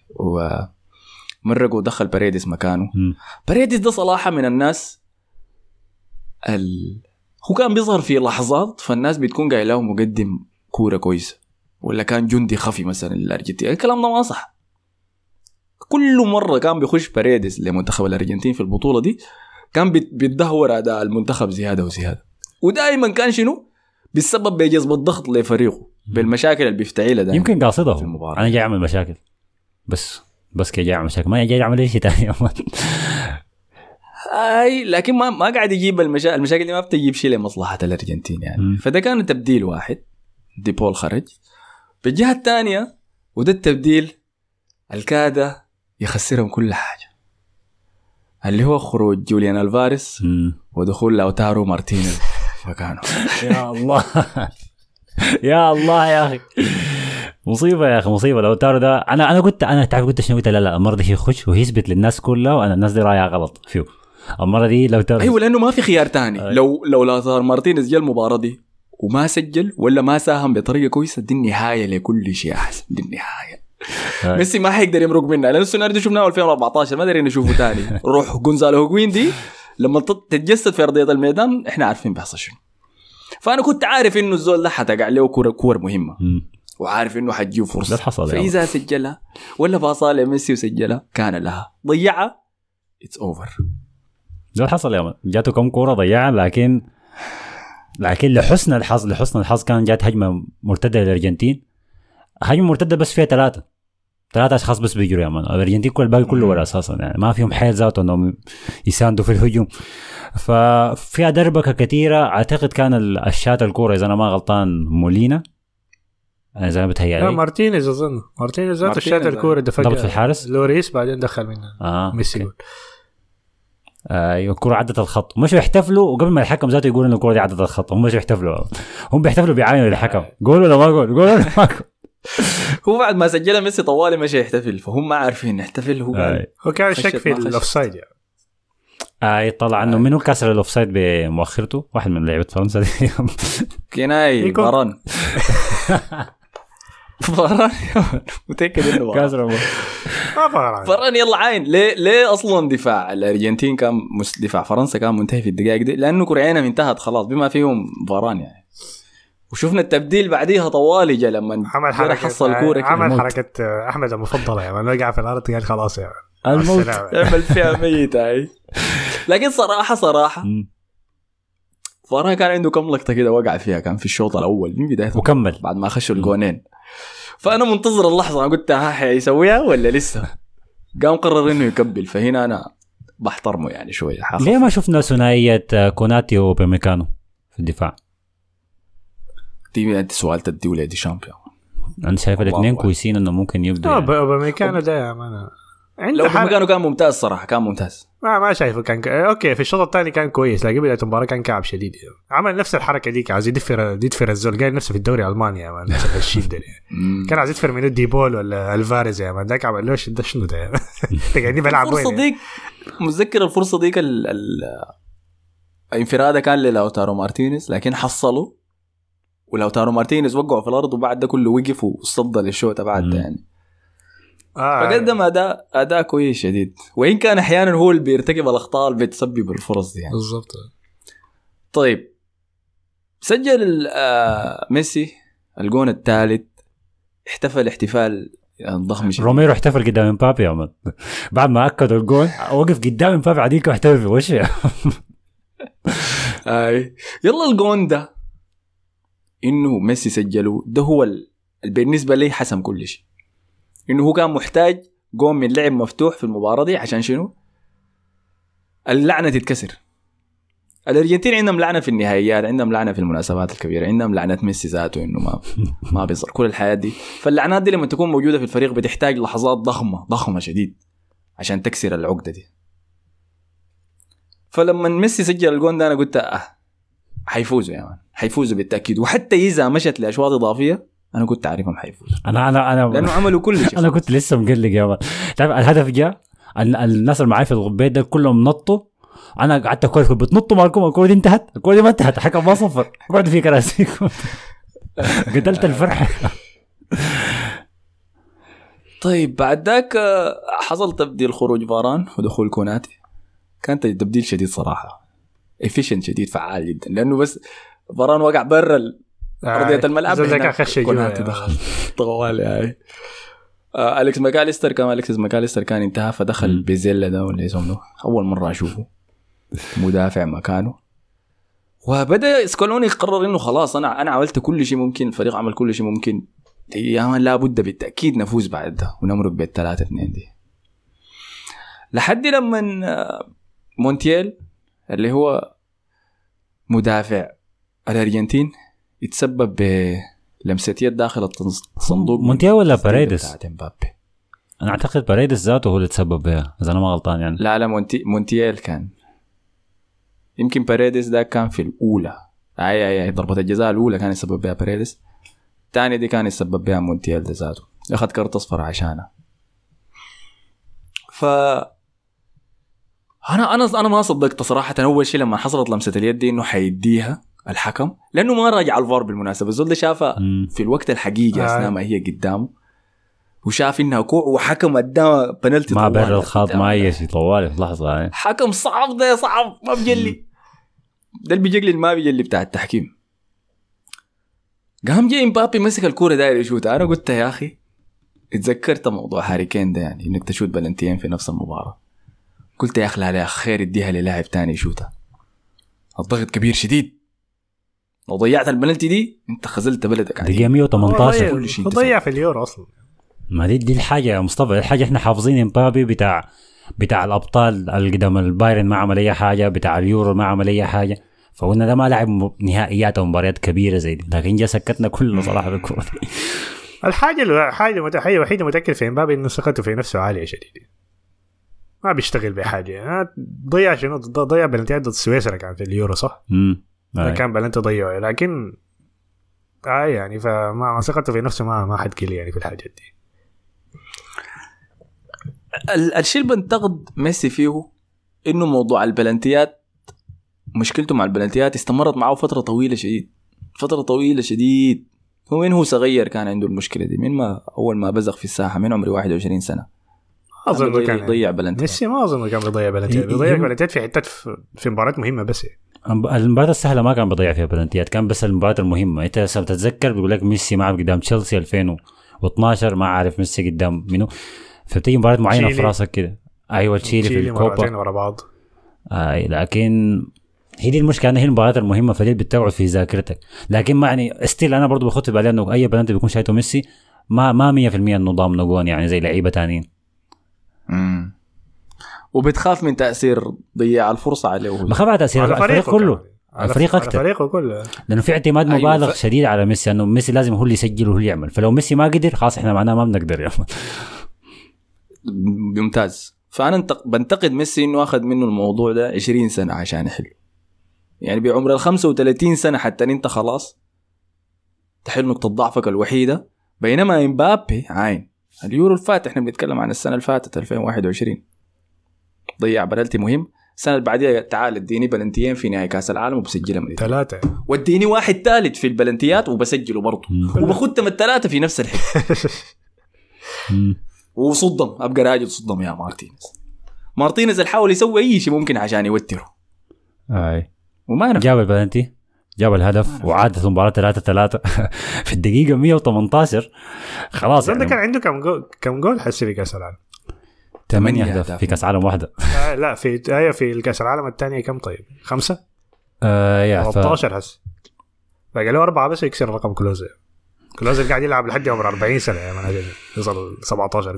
ومرق ودخل باريديس مكانه. م. باريديس ده صراحه من الناس ال... هو كان بيظهر في لحظات فالناس بتكون قايل له مقدم كوره كويسه ولا كان جندي خفي مثلا للارجنتين. الكلام ده ما صح. كل مرة كان بيخش باريديس لمنتخب الأرجنتين في البطولة دي كان بيتدهور أداء المنتخب زيادة وزيادة ودائما كان شنو بيسبب بجذب الضغط لفريقه بالمشاكل اللي بيفتعيلها ده. يمكن قاصده أنا جاي أعمل مشاكل بس بس كي جاي أعمل مشاكل ما جاي أعمل أي شيء تاني. أي لكن ما ما قاعد يجيب المشاكل المشاكل دي ما بتجيب شيء لمصلحة الأرجنتين يعني. م. فده كان تبديل واحد دي بول خرج بالجهة الثانية وده التبديل الكادة يخسرهم كل حاجة اللي هو خروج جوليان ألفاريس ودخول لاوتارو مارتينيز مكانه. يا الله يا الله يا أخي مصيبة يا أخي مصيبة. لاوتارو ده أنا أنا قلت أنا تعرف قلت شنو قلت لا لا المرة دي يخش ويثبت للناس كلها وأنا الناس دي رايها غلط فيه المرة دي لاوتارو. أيوة لأنه ما في خيار تاني. أيوة. لو لو لاوتارو مارتينيز جاء المباراة دي وما سجل ولا ما ساهم بطريقة كويسة دي النهاية لكل شيء أحسن. دي النهاية ميسي ما حيقدر يمرق منها لأن السيناريو شفناه ألفين وأربعتاشر ما دارين نشوفه تاني. روح جونزالو هوغوين دي لما تتجسد في أرضية الميدان إحنا عارفين بيحصل شنو. فأنا كنت عارف إنه الزول ده حتقع له كورة كور مهمة وعارف إنه حتجيب فرصة فإذا سجلها ولا باصال لميسي وسجلها كان لها ضيعها it's over. ده حصل يا مان جاته كم كورة ضيعها لكن لكن لحسن الحظ لحسن الحظ كان جات هجمة مرتدة للأرجنتين هجمة مرتدة بس فيها ثلاثة ثلاثة أشخاص بس بيجروا يا مان. الأرجنتين كل الباقي كله ولا أساسا يعني ما فيهم حيل ذاته إنهم يساندوا في الهجوم. ففيها دربكة كثيرة أعتقد كان الشات الكورة إذا أنا ما غلطان مولينا أنا زي ما بتهيأ لا مارتينيز أظن مارتينيز ذات الشات الكورة دفق ضبط في الحارس لوريس بعدين دخل منها آه. ميسي يقول ايوه الكرة عدت الخط ومش يحتفلوا وقبل ما الحكم ذاته يقول انه الكرة دي عدت الخط هم مش يحتفلوا هم بيحتفلوا بيعاينوا الحكم قولوا ولا ما قول قولوا ولا ما قول. هو بعد ما سجل ميسي طوالي مش يحتفل فهم ما عارفين يحتفل. هو قال هو كان شك في الاوفسايد يعني اي طلع انه منو كسر الاوفسايد بمؤخرته واحد من لعيبه فرنسا دي كيناي فران فران متاكد انه كسر ما فران فران يلا عين ليه ليه اصلا دفاع الارجنتين كان دفاع فرنسا كان منتهي في الدقائق دي لانه كوريانا انتهت خلاص بما فيهم فران يعني. وشوفنا التبديل بعديها طوالي جا لما عمل حركة حصل كورة عمل حركة أحمد المفضلة يعني ما وقع في الأرض قال خلاص يعني الموت عمل فيها ميتة هاي. لكن صراحة صراحة فران كان عنده كم لقطة كده وقع فيها كان في الشوط الأول من بداية وكمل بعد ما خشوا الجونين. فأنا منتظر اللحظة أنا قلت ها حيسويها ولا لسه قام قرر إنه يكبل. فهنا أنا بحترمه يعني شوية. ليه ما شفنا ثنائية كوناتي وبيميكانو في الدفاع؟ دي أنت سؤال تدي دي شامبيون. أنا شايف الاثنين كويسين إنه ممكن يبدأ. آه يعني. بيميكانو ده يا مان. لو بيميكانو كان ممتاز صراحة كان ممتاز. ما ما شايفه كان ك... أوكي في الشوط الثاني كان كويس لكن بداية المباراة كان كعب شديد. عمل نفس الحركة ديك عايز يدفر يدفر الزول قال نفسه في الدوري الألماني يا مان نفس الشيء ده. كان عايز يدفر من ديبول ولا الفاريز يا مان ذاك عمل لوش ده شنو ده. تقعدني بلعب وين. الفرصة ديك متذكر الفرصة ديك ال ال انفرادة كان للاوتارو مارتينيز لكن حصلوا ولوتارو مارتينيز وقعوا في الأرض وبعد ده كله وقف وصد للشوطة بعد ده يعني. آه فقدم أداء أداء كويس شديد وإن كان أحيانا هو اللي بيرتكب الأخطاء اللي بتسبب الفرص دي يعني. بالضبط. طيب سجل آه ميسي الجون الثالث احتفل احتفال ضخم شديد. روميرو احتفل قدام امبابي يا عمد بعد ما أكدوا الجون وقف قدام امبابي عديك واحتفل في وشه. أي يلا الجون ده إنه ميسي سجله ده هو ال... بالنسبة لي حسم كل شيء. إنه هو كان محتاج جون من لعب مفتوح في المباراة دي عشان شنو اللعنة تتكسر. الارجنتين عندهم لعنه في النهائيات، عندهم لعنه في المناسبات الكبيره، عندهم لعنه ميسي ذاته انه ما ما بيظهر كل الحياه دي. فاللعنات دي لما تكون موجوده في الفريق بتحتاج لحظات ضخمه ضخمه شديد عشان تكسر العقده دي. فلما ميسي سجل الجون ده انا قلت اه حيفوزوا يا مان، حيفوزوا بالتاكيد. وحتى اذا مشت لاشواط اضافيه انا كنت عارفهم حيفوزوا. انا انا انا لانه عملوا كل شيء. انا كنت لسه مقلق يا مان. تعرف الهدف جاء الناس اللي معي في البيت ده كلهم نطوا، انا قعدت كويس بتنطوا معكم، الكوره دي انتهت، الكوره دي ما انتهت، الحكم ما صفر، قعدوا في كراسيكم. قتلت الفرحه. طيب بعد ذاك حصل تبديل خروج فاران ودخول كوناتي. كان تبديل شديد صراحه، افيشنت شديد، فعال جدا، لانه بس فاران وقع برا ارضيه الملعب، كوناتي دخل طوال يعني. آه أليكس ماكاليستر كان أليكس ماكاليستر كان انتهى فدخل بيزيلا ده ولا يسمونه، أول مرة أشوفه مدافع مكانه. وبدأ سكولوني قرر إنه خلاص أنا أنا عملت كل شيء ممكن، الفريق عمل كل شيء ممكن، يا من لا بد بالتأكيد نفوز بعد ده ونمرق بالثلاثة اثنين دي. لحد لما مونتيال اللي هو مدافع الأرجنتين يتسبب ب لمساتيات داخل الصندوق. مونتيال ولا باريدس؟ انا اعتقد باريدس ذاته هو اللي تسبب بها اذا انا ما غلطان يعني. لا لا مونتي... مونتيال كان، يمكن باريدس ده كان في الاولى، اي اي اي ضربه الجزاء الاولى كان يسبب بها باريدس، الثانيه دي كان يسبب بها مونتيال ذاته، اخذ كرت اصفر عشانه. ف انا انا انا ما صدقت صراحه اول شيء لما حصلت لمسه اليد دي انه حيديها الحكم، لانه ما راجع الفار بالمناسبه، الزول ده شافها في الوقت الحقيقي اثناء ما هي قدامه، وشاف انها كوع وحكم قدامه بنالتي ما بر الخط ما اي شيء طوالي في لحظه يعني. حكم صعب ده صعب ما بيجلي، ده اللي بيجلي ما بيجلي بتاع التحكيم. قام جاي امبابي مسك الكوره داير يشوتها، انا قلت يا اخي اتذكرت موضوع هاري كين ده، يعني انك تشوت بلنتيين في نفس المباراه، قلت يا اخي لا لا خير اديها للاعب تاني يشوتها، الضغط كبير شديد، لو ضيعت البلنتي دي انت خزلت بلدك عليه. دقيقة مية وثمانية عشر ضيع في اليورو اصلا. ما دي دي الحاجه يا مصطفى، الحاجه احنا حافظين امبابي بتاع بتاع الابطال القدام، البايرن ما عمل اي حاجه، بتاع اليورو ما عمل اي حاجه، فقلنا ده ما لعب نهائيات او مباريات كبيره زي دي، لكن جا سكتنا كلنا صراحه بالكوره دي. الحاجه الحاجه الحاجه الوحيده متاكد في امبابي انه ثقته في نفسه عاليه شديد، ما بيشتغل بحاجه. ضيع شنو؟ ضيع بلنتيات ضد سويسرا كان في اليورو صح؟ امم كان بلنتي ضيعه، لكن آه يعني فما ثقته في نفسه ما ما حد كلي يعني في الحاجات دي. الشيء اللي بنتقد ميسي فيه انه موضوع البلنتيات، مشكلته مع البلنتيات استمرت معه فتره طويله شديد، فتره طويله شديد. هو من هو صغير كان عنده المشكله دي، من ما اول ما بزغ في الساحه من عمري واحد وعشرين سنه اظن كان يضيع بلنتيات. ميسي ما اظن كان بيضيع بلنتيات، بيضيع بلنتيات في حتات في مباريات مهمه بس. المباراه السهله ما كان بيضيع فيها بلنتيات، كان بس المباراه المهمه. انت تتذكر بيقول لك ميسي ما عارف قدام تشيلسي ألفين واثناشر، ما عارف ميسي قدام منو، فبتيجي مباراه معينه في راسك كده. ايوه تشيلي في الكوبا ورا بعض. اي لكن هي دي المشكله، انه هي المباريات المهمه فدي بتقعد في ذاكرتك. لكن ما يعني استيل انا برضو بخطب عليه انه اي بلنتي بيكون شايته ميسي ما ما مية في المية انه ضامن جون يعني زي لعيبه ثانيين. امم وبتخاف من تاثير ضياع الفرصه عليه، بخاف على تاثير على الفريق كله، على الفريق اكثر، الفريق كله، لانه في اعتماد مبالغ أيوة ف... شديد على ميسي، انه ميسي لازم هو اللي يسجل وهو اللي يعمل، فلو ميسي ما قدر خلاص احنا معناه ما بنقدر يا ممتاز. فانا انتق... بنتقد ميسي انه اخذ منه الموضوع ده عشرين سنه عشان يحل، يعني بعمر الخمسة وثلاثين سنه حتى انت خلاص تحل نقطه ضعفك الوحيده. بينما امبابي عين اليورو الفات، احنا بنتكلم عن السنه اللي فاتت ألفين وواحد وعشرين، ضيع بلنتي مهم. السنه اللي بعديها تعال اديني بلنتيين في نهائي كاس العالم وبسجلها من ثلاثه، واديني واحد ثالث في البلنتيات وبسجله برضه، وبخدهم الثلاثه في نفس الحته وصدم ابقى راجل صدم يا مارتينيز. مارتينيز الحاول يسوي اي شيء ممكن عشان يوتره، اي وما نفع. جاب البلنتي، جاب الهدف، وعادت المباراه ثلاثة ثلاثة في الدقيقه مية وثمانية عشر خلاص. يعني كان عنده كم جول كم جول حسي في كاس العالم؟ ثمانية أهداف في كاس عالم واحده. آه لا في هي في الكاس العالم الثانيه كم؟ طيب خمسة آه يا ثلاثة عشر هس بقى له أربعة بس يكسر رقم كلوزر. كلوزر قاعد يلعب لحد عمر أربعين سنه يا مان، يوصل سبعة عشر.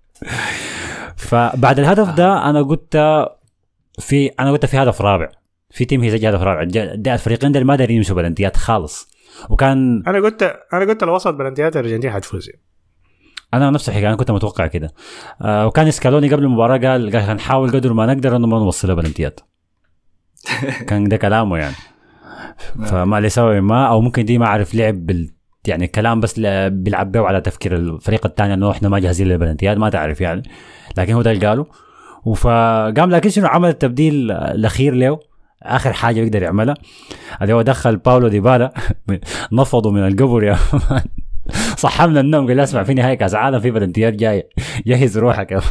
فبعد الهدف ده انا قلت في انا قلت في هدف رابع في تيم هي زي هذا فرع ده الفريقين ده ما دارين يمشوا بلنتيات خالص. وكان انا قلت انا قلت لو وصلت بلنتيات الارجنتين حتفوز. انا نفس الحكايه انا كنت متوقع كده. آه وكان سكالوني قبل المباراه قال قال هنحاول قدر ما نقدر انه ما نوصلها بلنتيات. كان ده كلامه يعني. فما اللي سوى ما او ممكن دي ما اعرف لعب بال يعني كلام بس بيلعب بيه على تفكير الفريق الثاني انه احنا ما جاهزين للبلنتيات ما تعرف يعني. لكن هو ده اللي قاله. وفقام لكن شنو عمل التبديل الاخير له اخر حاجه يقدر يعملها اللي هو دخل باولو ديبالا نفضوا من القبر يا صحمنا النوم قال اسمع في نهايه كاس العالم في بلنتيات جايه جهز روحك.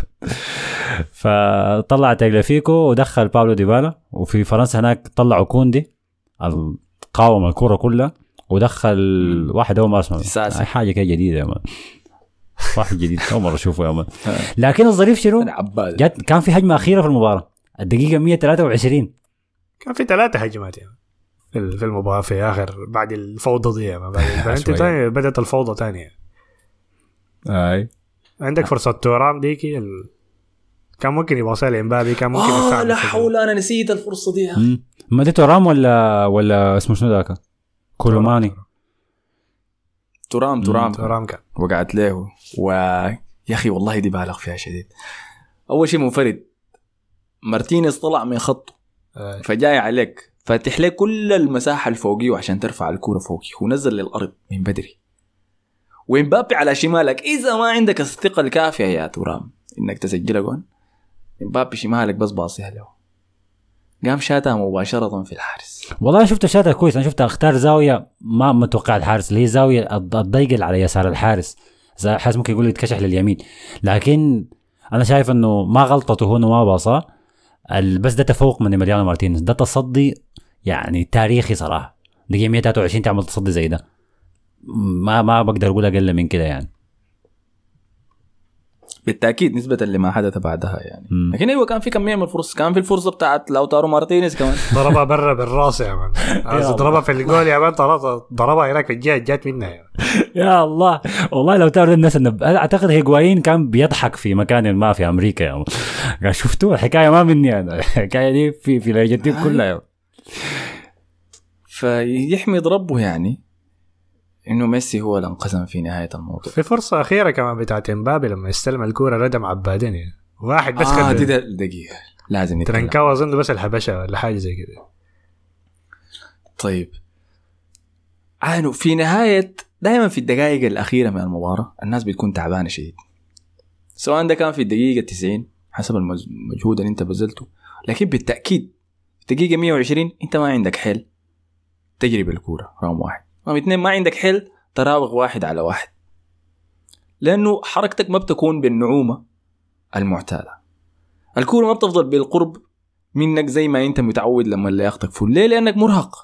فطلع تاجلافيكو ودخل باولو ديبالا. وفي فرنسا هناك طلعوا كوندي قاوم الكره كلها ودخل واحد هو ما اسمه حاجه كده جديده يا مان. واحد جديد اول مره اشوفه يا مان. لكن الظريف شنو جت كان في هجمه اخيره في المباراه الدقيقه مية وثلاثة وعشرين كان في ثلاثه هجمات يعني في المباراه في اخر بعد الفوضى دي يعني بعد البلنتي ثاني بدات الفوضى ثانيه. اي عندك فرصه تورام ديكي ال... كان ممكن يواصل امبابي كان ممكن آه لا حول انا نسيت الفرصه دي. ما دي تورام ولا ولا اسمه شنو ذاك كولوماني تورام تورام تورام كان وقعت له. ويا اخي والله دي بالغ فيها شديد. اول شيء منفرد مارتينيز طلع من خطه آه. فجاي عليك فاتح لك كل المساحه الفوقيه عشان ترفع الكره فوقي ونزل للارض من بدري. وإمبابي على شمالك اذا ما عندك الثقه الكافيه يا تورام انك تسجل جون إمبابي شمالك بس باصيها له قام شاتها مباشره في الحارس. والله شفت شاتها كويس. انا شفت اختار زاويه ما متوقع الحارس اللي هي زاويه الضيق على يسار الحارس. الحارس ممكن يقول يتكشح لليمين لكن انا شايف انه ما غلطته هو ما باصه بس ده تفوق من ماريانو مارتينيز. ده تصدي يعني تاريخي صراحه. دقيقه مية وثلاثة وعشرين تعمل تصدي زي ده ما ما بقدر اقول اقل من كده يعني. بالتاكيد نسبه لما حدث بعدها يعني. م. لكن ايوه كان في كميه من الفرص. كان في الفرصه بتاعت لوتارو مارتينيز كمان ضربها برا بالراس يا مان. ضربها في الجول يا مان. ضربها هناك في الجهه جات منها يا, يا الله. والله لو تعرف الناس انه اعتقد هيغوايين كان بيضحك في مكان ما في امريكا يا مان. شفتوا الحكايه ما مني انا الحكايه دي في في الارجنتين كلها يا. فيحمد ربه يعني انه ميسي هو اللي انقسم في نهايه الموضوع. في فرصه اخيره كمان بتاعت امبابي لما يستلم الكوره ردم عبادين يعني. واحد بس آه دي دقيقه لازم نتكلم ترنكاو اظن بس الحبشه ولا حاجه زي كده. طيب عانوا في نهايه دائما في الدقائق الاخيره من المباراه الناس بتكون تعبانه شديد سواء ده كان في الدقيقه تسعين حسب المجهود اللي انت بذلته. لكن بالتاكيد في الدقيقه مية وعشرين انت ما عندك حل تجري بالكوره رقم واحد. رقم اثنين ما عندك حل تراوغ واحد على واحد لأنه حركتك ما بتكون بالنعومة المعتادة. الكورة ما بتفضل بالقرب منك زي ما أنت متعود لما اللي ياخدك فول. ليه؟ لأنك مرهق.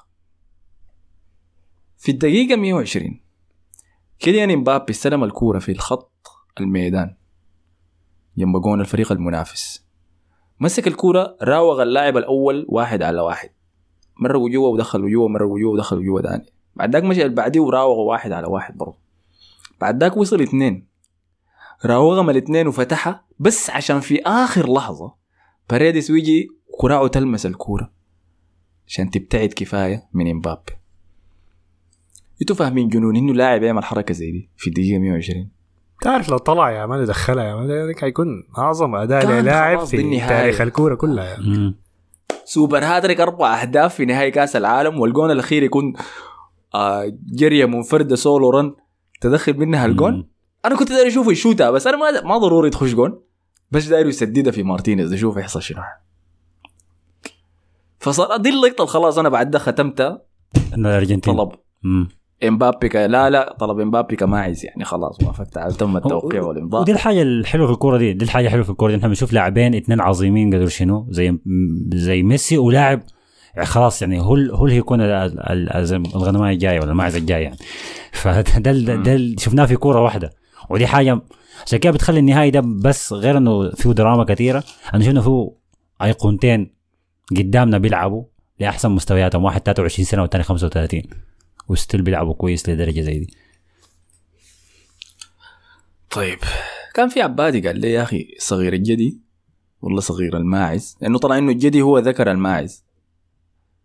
في الدقيقة مية وعشرين كيليان امبابي استلم الكورة في الخط الميدان جنب جون الفريق المنافس. مسك الكورة راوغ اللاعب الأول واحد على واحد مرة جوا ودخل جوا مرة جوا ودخل جوا تاني. بعد ذاك مشي البعديه وراوغ واحد على واحد برضه. بعد ذاك وصل اثنين راوغهم الاثنين وفتحها بس عشان في آخر لحظة باريديس ويجي كراعه تلمس الكورة عشان تبتعد كفاية من امبابي. انتوا فاهمين جنون انه لاعب يعمل حركة زي دي في الدقيقة مية وعشرين؟ تعرف لو طلع يا مان دخلها يا مان ذلك هيكون أعظم أداء للاعب في تاريخ الكورة كلها يعني. سوبر هاتريك أربع أهداف في نهاية كأس العالم والجون الأخير يكون آه جرية منفردة سولو رن تدخل منها الجون. أنا كنت داير أشوفه يشوتها بس أنا ما ما ضروري تخش جون بس داير يسددها في مارتينيز أشوف يحصل شنو. فصار دي اللقطة خلاص أنا بعد ده ختمتها إن الأرجنتين طلب مم. إمبابي لا لا طلب إمبابي كماعز يعني خلاص وافقت على تم التوقيع والإمضاء. ودي الحاجة الحلوة في الكورة دي دي الحاجة حلوة في الكورة دي. نحن بنشوف لاعبين اثنين عظيمين قدروا شنو زي زي ميسي ولاعب يعني خلاص يعني هو هو اللي يكون الغنماء الجاية ولا الماعز الجاي يعني. فده ده شفناه في كورة واحدة ودي حاجة عشان كده بتخلي النهائي ده بس غير إنه فيه دراما كثيرة. أنا شفنا فيه أيقونتين قدامنا بيلعبوا لأحسن مستوياتهم واحد ثلاثة وعشرين سنة والثاني خمسة وثلاثين وستيل بيلعبوا كويس لدرجة زي دي. طيب كان في عبادي قال لي يا أخي صغير الجدي والله صغير الماعز لأنه طلع إنه الجدي هو ذكر الماعز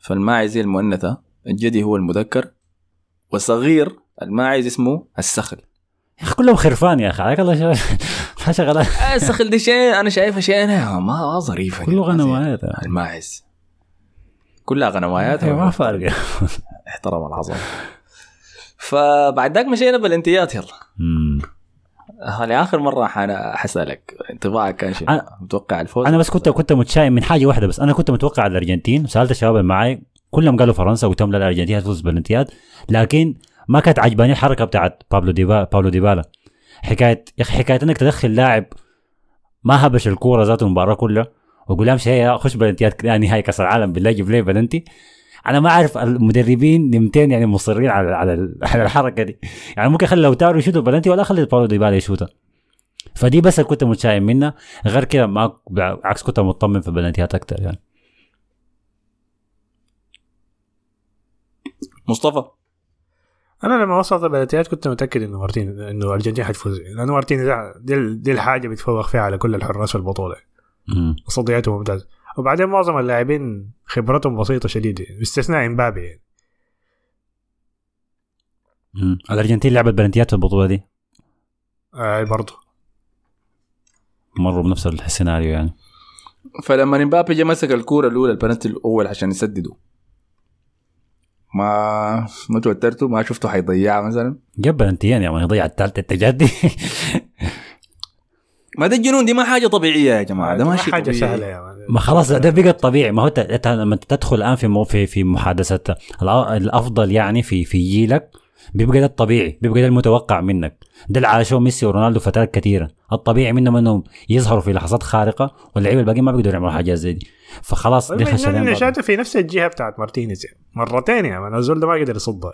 فالماعز هي المؤنثة، الجدي هو المذكر، وصغير الماعز اسمه السخل. يا اخي كلهم خرفان يا اخي عليك الله شغال ما شغال. السخل دي شيء انا شايفه شيء انا ما ظريفه، كله غنمايات الماعز كلها غنمايات ما فارقه. احترم العظمه. فبعد ذاك مشينا بالانتيات. يلا هذه اخر مره انا حسالك انطباعك كان شنو؟ متوقع الفوز؟ انا بس كنت كنت متشائم من حاجه واحده بس. انا كنت متوقع الارجنتين وسالت الشباب اللي معي كلهم قالوا فرنسا وقلت لهم لا الارجنتين هتفوز بالانتيات، لكن ما كانت عجباني الحركه بتاعت بابلو ديبالا باولو ديبالا. حكايه يا اخي حكايه انك تدخل لاعب ما هبش الكوره ذات المباراه كلها وقول لهم شيء خش بالانتيات يعني نهائي كاس العالم بالله جيب لي بلنتي. انا ما اعرف المدربين نمتين يعني مصرين على على على الحركه دي. يعني ممكن خلي لوتارو يشوت بلنتي ولا خلي باولو ديبالا يشوتها. فدي بس كنت متشائم منها، غير كده ما عكس كنت مطمن في بلنتيات اكتر يعني. مصطفى انا لما وصلت البلنتيات كنت متاكد انه مارتين انه الارجنتين حتفوز، لانه مارتين ده دي, دي الحاجه بيتفوق فيها على كل الحراس في البطوله، وصدياته ممتاز. وبعدين معظم اللاعبين خبرتهم بسيطه شديده باستثناء امبابي يعني. امم الارجنتين لعبت بلنتيات في البطوله دي آه برضو مروا بنفس السيناريو يعني. فلما امبابي جا مسك الكوره الاولى البنالتي الاول عشان يسددوا ما ما توترتوا؟ ما شفتوا حيضيعها مثلا؟ جاب بلنتيين يعني يضيع الثالثه التجدي. ما ده الجنون، دي ما حاجه طبيعيه يا جماعه، ده ما حاجه طبيعي. سهله يعني. ما خلاص ده بقى طبيعي. ما هو انت لما تدخل الان في في في محادثه الافضل يعني في في جيلك بيبقى ده الطبيعي، بيبقى ده المتوقع منك. ده اللي على شو ميسي ورونالدو فترات كثيره الطبيعي منهم انهم يظهروا في لحظات خارقه واللعيبه الباقيين ما بيقدروا يعملوا حاجات زي دي. فخلاص دي خشلان. انا شاته في نفس الجهه بتاعت مارتينيز يعني. مرتين يعني انا الزول ده ما قدر يصدها.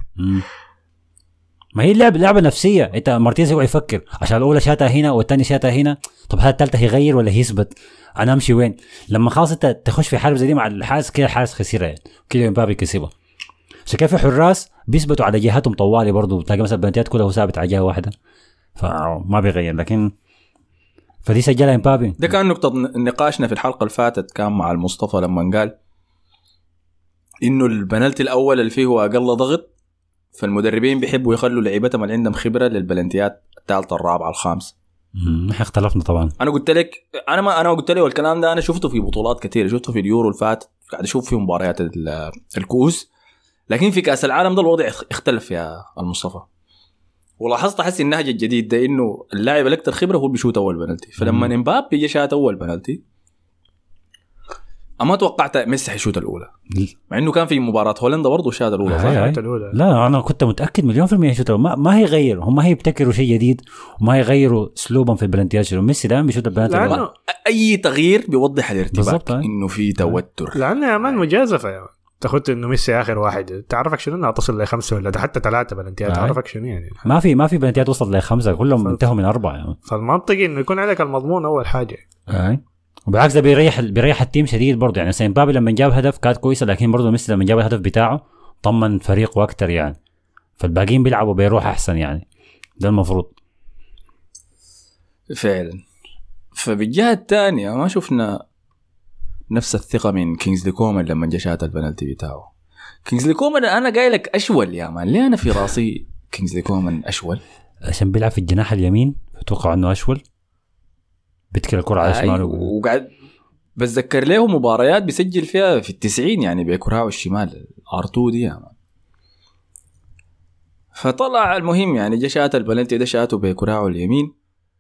ما هي اللعبه لعبه نفسيه. انت مارتينيز يقعد يفكر عشان الاولى شاتها هنا والثانيه شاتها هنا، طب هذا الثالثه هيغير ولا هيثبت؟ انا امشي وين؟ لما خلاص انت تخش في حرب زي دي مع الحارس كده الحارس خسرها يعني. كده امبابي كسبها. عشان كيف حراس بيثبتوا على جهاتهم طوالي برضو، تلاقي مثلا بنتيات كلها ثابت على جهه واحده فما بيغير. لكن فدي سجلها امبابي. ده كان نقطه نقاشنا في الحلقه اللي فاتت كان مع المصطفى لما قال انه البنالتي الاول اللي فيه هو اقل ضغط، فالمدربين بيحبوا يخلوا لعيبتهم اللي عندهم خبره للبلنتيات الثالثه الرابعه الخامسه. امم احنا اختلفنا طبعا. انا قلت لك انا ما انا قلت له والكلام ده انا شفته في بطولات كثيره، شفته في اليورو الفات، قاعد اشوف في مباريات الكؤوس، لكن في كاس العالم ده الوضع اختلف يا المصطفى. ولاحظت حسي النهج الجديد ده انه اللاعب الاكثر خبره هو اللي بيشوت اول بنالتي. فلما امبابي جا شات اول بنالتي اما توقعت ميسي حيشوت الاولى، مع انه كان في مباراه هولندا برضه شات الاولى. آه صح الأولى. لا انا كنت متاكد مليون في المية يشوت ما, ما هيغير. هم هيبتكروا شيء جديد وما هيغيروا اسلوبهم في البلنتيات. ميسي دائما بيشوت البلنتي. اي تغيير بيوضح الارتباك انه في توتر، لانه يا مان مجازفه يا مان. تاخذ انه ميسي اخر واحد، تعرفك شنو انها تصل لخمسه ولا حتى ثلاثه بلنتيات. تعرفك شنو يعني ما في ما في بلنتيات وصلت لخمسه، كلهم ف... انتهوا من اربعه يعني. فالمنطقي انه يكون عندك المضمون اول حاجه. اي وبالعكس ده بيريح بيريح التيم شديد برضه يعني. سين بابي لما جاب هدف كانت كويسه، لكن برضه ميسي لما جاب الهدف بتاعه طمن فريقه اكثر يعني. فالباقيين بيلعبوا بيروح احسن يعني. ده المفروض فعلا. فبالجهه الثانيه ما شفنا نفس الثقه من كينغزلي كومان لما جا شات البنالتي بتاعه. كينغزلي كومان انا قايلك اشول يا مان، ليه انا في راسي كينغزلي كومان اشول؟ عشان بيلعب في الجناح اليمين اتوقع انه اشول، بتكل الكره على شماله وقاعد بتذكر له مباريات بيسجل فيها في التسعين يعني بكراعه الشمال ارتو دي يا مان. فطلع المهم يعني جا شات البنالتي ده شاته بكراعه اليمين.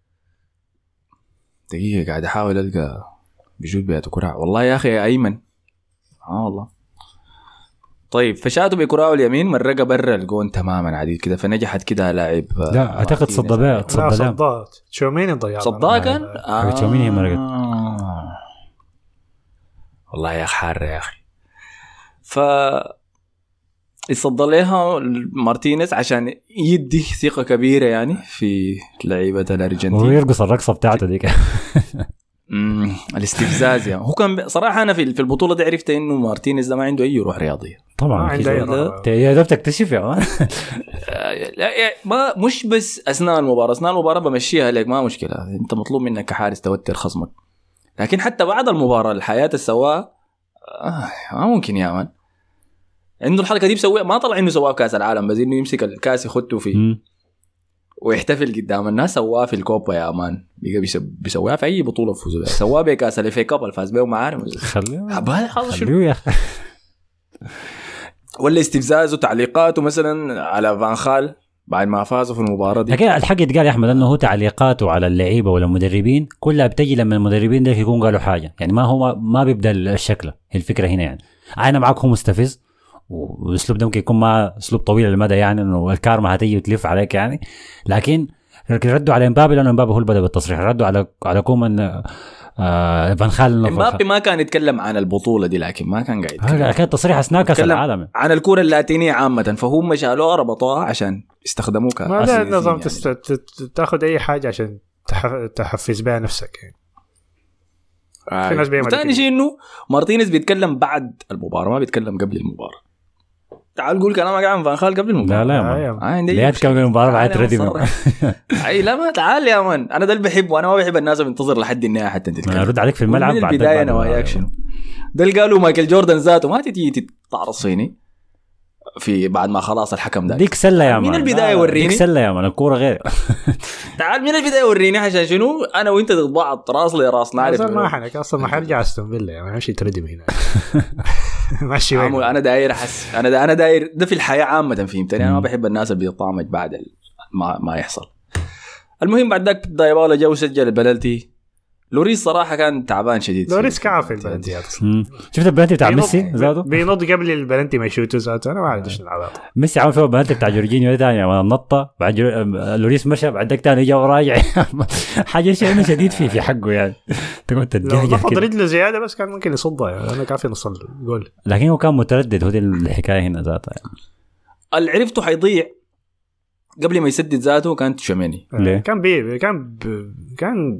دقيقه قاعد احاول القى بيجود بياته كراع والله يا اخي يا ايمن. اه والله. طيب فشاته بكراعه اليمين مرقه برا الجون تماما عادي كده، فنجحت كده لاعب. لا اعتقد صدبات صدبات صدات تشوميني ضيع صدها كان آه. تشوميني مرقت آه. والله يا حار يا اخي. ف يصدى لها مارتينيز عشان يدي ثقه كبيره يعني في لعيبه الارجنتين ويرقص الرقصه بتاعته ديك. امم الاستفزاز يعني. هو كان صراحه انا في في البطوله دي عرفت انه مارتينيز ده ما عنده اي روح رياضيه طبعا. ما عنده يا ده بتكتشف يا مان. لا ما مش بس اثناء المباراه اثناء المباراه بمشيها لك ما مشكله، انت مطلوب منك كحارس توتر خصمك، لكن حتى بعد المباراه الحياه السواء آه ما ممكن يا مان. عنده الحركه دي بسويها، ما طلع انه سواها كاس العالم بس انه يمسك الكاس يخطه فيه مم. ويحتفل قدام الناس. سواها في الكوبا يا مان، بيجي بيسويها في اي بطوله فوزوا بها، سواها بكاس الافي كاب الفاز به وما عارف خليه هذا خلاص شنو. خليه يا أخي. ولا استفزازه وتعليقاته مثلا على فان خال بعد ما فازوا في المباراه دي. لكن الحق يتقال يا احمد انه هو تعليقاته على اللعيبه ولا المدربين كلها بتجي لما المدربين ده يكون قالوا حاجه، يعني ما هو ما بيبدا الشكل. هي الفكره هنا يعني انا معك هو مستفز والاسلوب ده ممكن يكون ما اسلوب طويل المدى، يعني انه الكارما هتيجي وتلف عليك يعني، لكن ردوا على امبابي لانه امبابي هو اللي بدا بالتصريح، ردوا على على كومان آه فان خال. امبابي ما كان يتكلم عن البطوله دي، لكن ما كان قاعد يتكلم، كان التصريح اثناء كاس العالم عن الكره اللاتينيه عامه، فهم شالوها ربطوها عشان يستخدموه ك ما ده النظام يعني. تست... تاخذ اي حاجه عشان تحف... تحفز بها نفسك يعني. آه. في ناس بيعملوا ثاني شيء انه مارتينيز بيتكلم بعد المباراه ما بيتكلم قبل المباراه. تعال قول كلامك عن فان خال قبل المباراه. لا لا ما ليه تكمل المباراه بعد تردي اي لا ما تعال يا مان، انا ده اللي بحبه، انا ما بحب الناس بتنتظر لحد النهايه حتى تتكلم. ارد عليك في الملعب بعد البدايه نواياك شنو. ده اللي قالوا مايكل جوردن ذاته ما تجي تتعرض صيني في بعد ما خلاص الحكم ده ديك سله يا مان، من البدايه وريني ديك سله يا مان، الكوره غير. تعال من البدايه وريني عشان شنو انا وانت ضد بعض راس لراس نعرف. ما حنك اصلا ما حرجع استون فيلا يعني ماشي تردم هنا. ماشي وين انا داير احس انا دا انا داير ده في الحياه عامه فهمتني. انا ما بحب الناس اللي بيطعمج بعد ما ما يحصل. المهم بعد ذاك دايبالا جو سجل البلنتي. لوريس صراحه كان تعبان شديد. لوريس كعب في البلنتي اصلا. شفت البلنتي بتاع ميسي زادو بينط قبل البلنتي ما يشوتوا زادو. انا ما اعرف ايش العلاقه. ميسي عمل فيه البلنتي بتاع جورجينيو ثاني يعني النطه بعد جر... لوريس مشى بعد ذاك ثاني جا وراجع. حاجه شيء شديد فيه في حقه يعني. تقول تتجهجه كده لو رجله زياده بس كان ممكن يصدها يعني. انا كان في نص الجول لكن هو كان متردد. هو دي الحكايه هنا ذاتها يعني. اللي عرفته حيضيع قبل ما يسدد ذاته كان تشاميني. ليه؟ كان بي كان ب... كان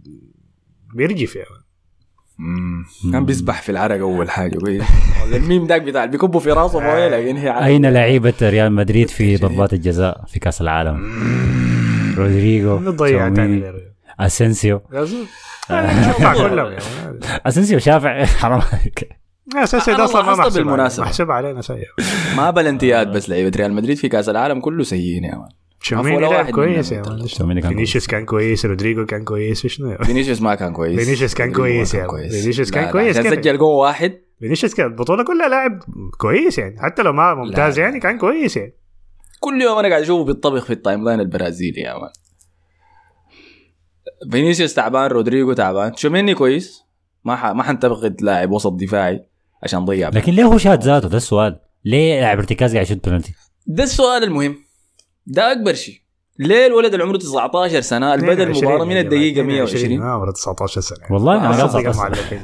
بيرجف يعني. امم كان بيسبح في العرق اول حاجه ولا الميم داك بتاع بيكبوا في راسه مويه. لكن هي اين لعيبه ريال مدريد في ضربات الجزاء في كاس العالم؟ رودريغو ضيع ثاني اسينسيو شافع كلهم اسينسيو شافع حرام عليك. اسينسيو ده اصلا ما محسوب محسوب علينا سيء. ما بلنتيات بس لعيبه ريال مدريد في كاس العالم كله سيئين يا مان. تشاميني لعب كويس يا مان. فينيسيوس كان كويس. رودريغو كان كويس. شنو فينيسيوس ما كان كويس. فينيسيوس كان كويس يا فينيسيوس كان كويس. سجل جول واحد. فينيسيوس كان البطوله كلها لاعب كويس يعني. حتى لو ما ممتاز يعني كان كويس يعني. كل يوم انا قاعد اشوفه بيطبخ في التايم لاين البرازيلي يا مان. فينيسيوس تعبان. رودريغو تعبان. تشاميني كويس. ما ح... ما حنتبغد لاعب وسط دفاعي عشان ضيع. لكن ليه هو شاد ذاته؟ ده السؤال. ليه لاعب ارتكاز قاعد يشوت بلنتي؟ ده السؤال المهم. ده اكبر شيء. ليه الولد اللي عمره تسعة عشر سنه البدل المباراه من الدقيقه مية وعشرين اه عمره تسعة عشر سنه والله انا قصدي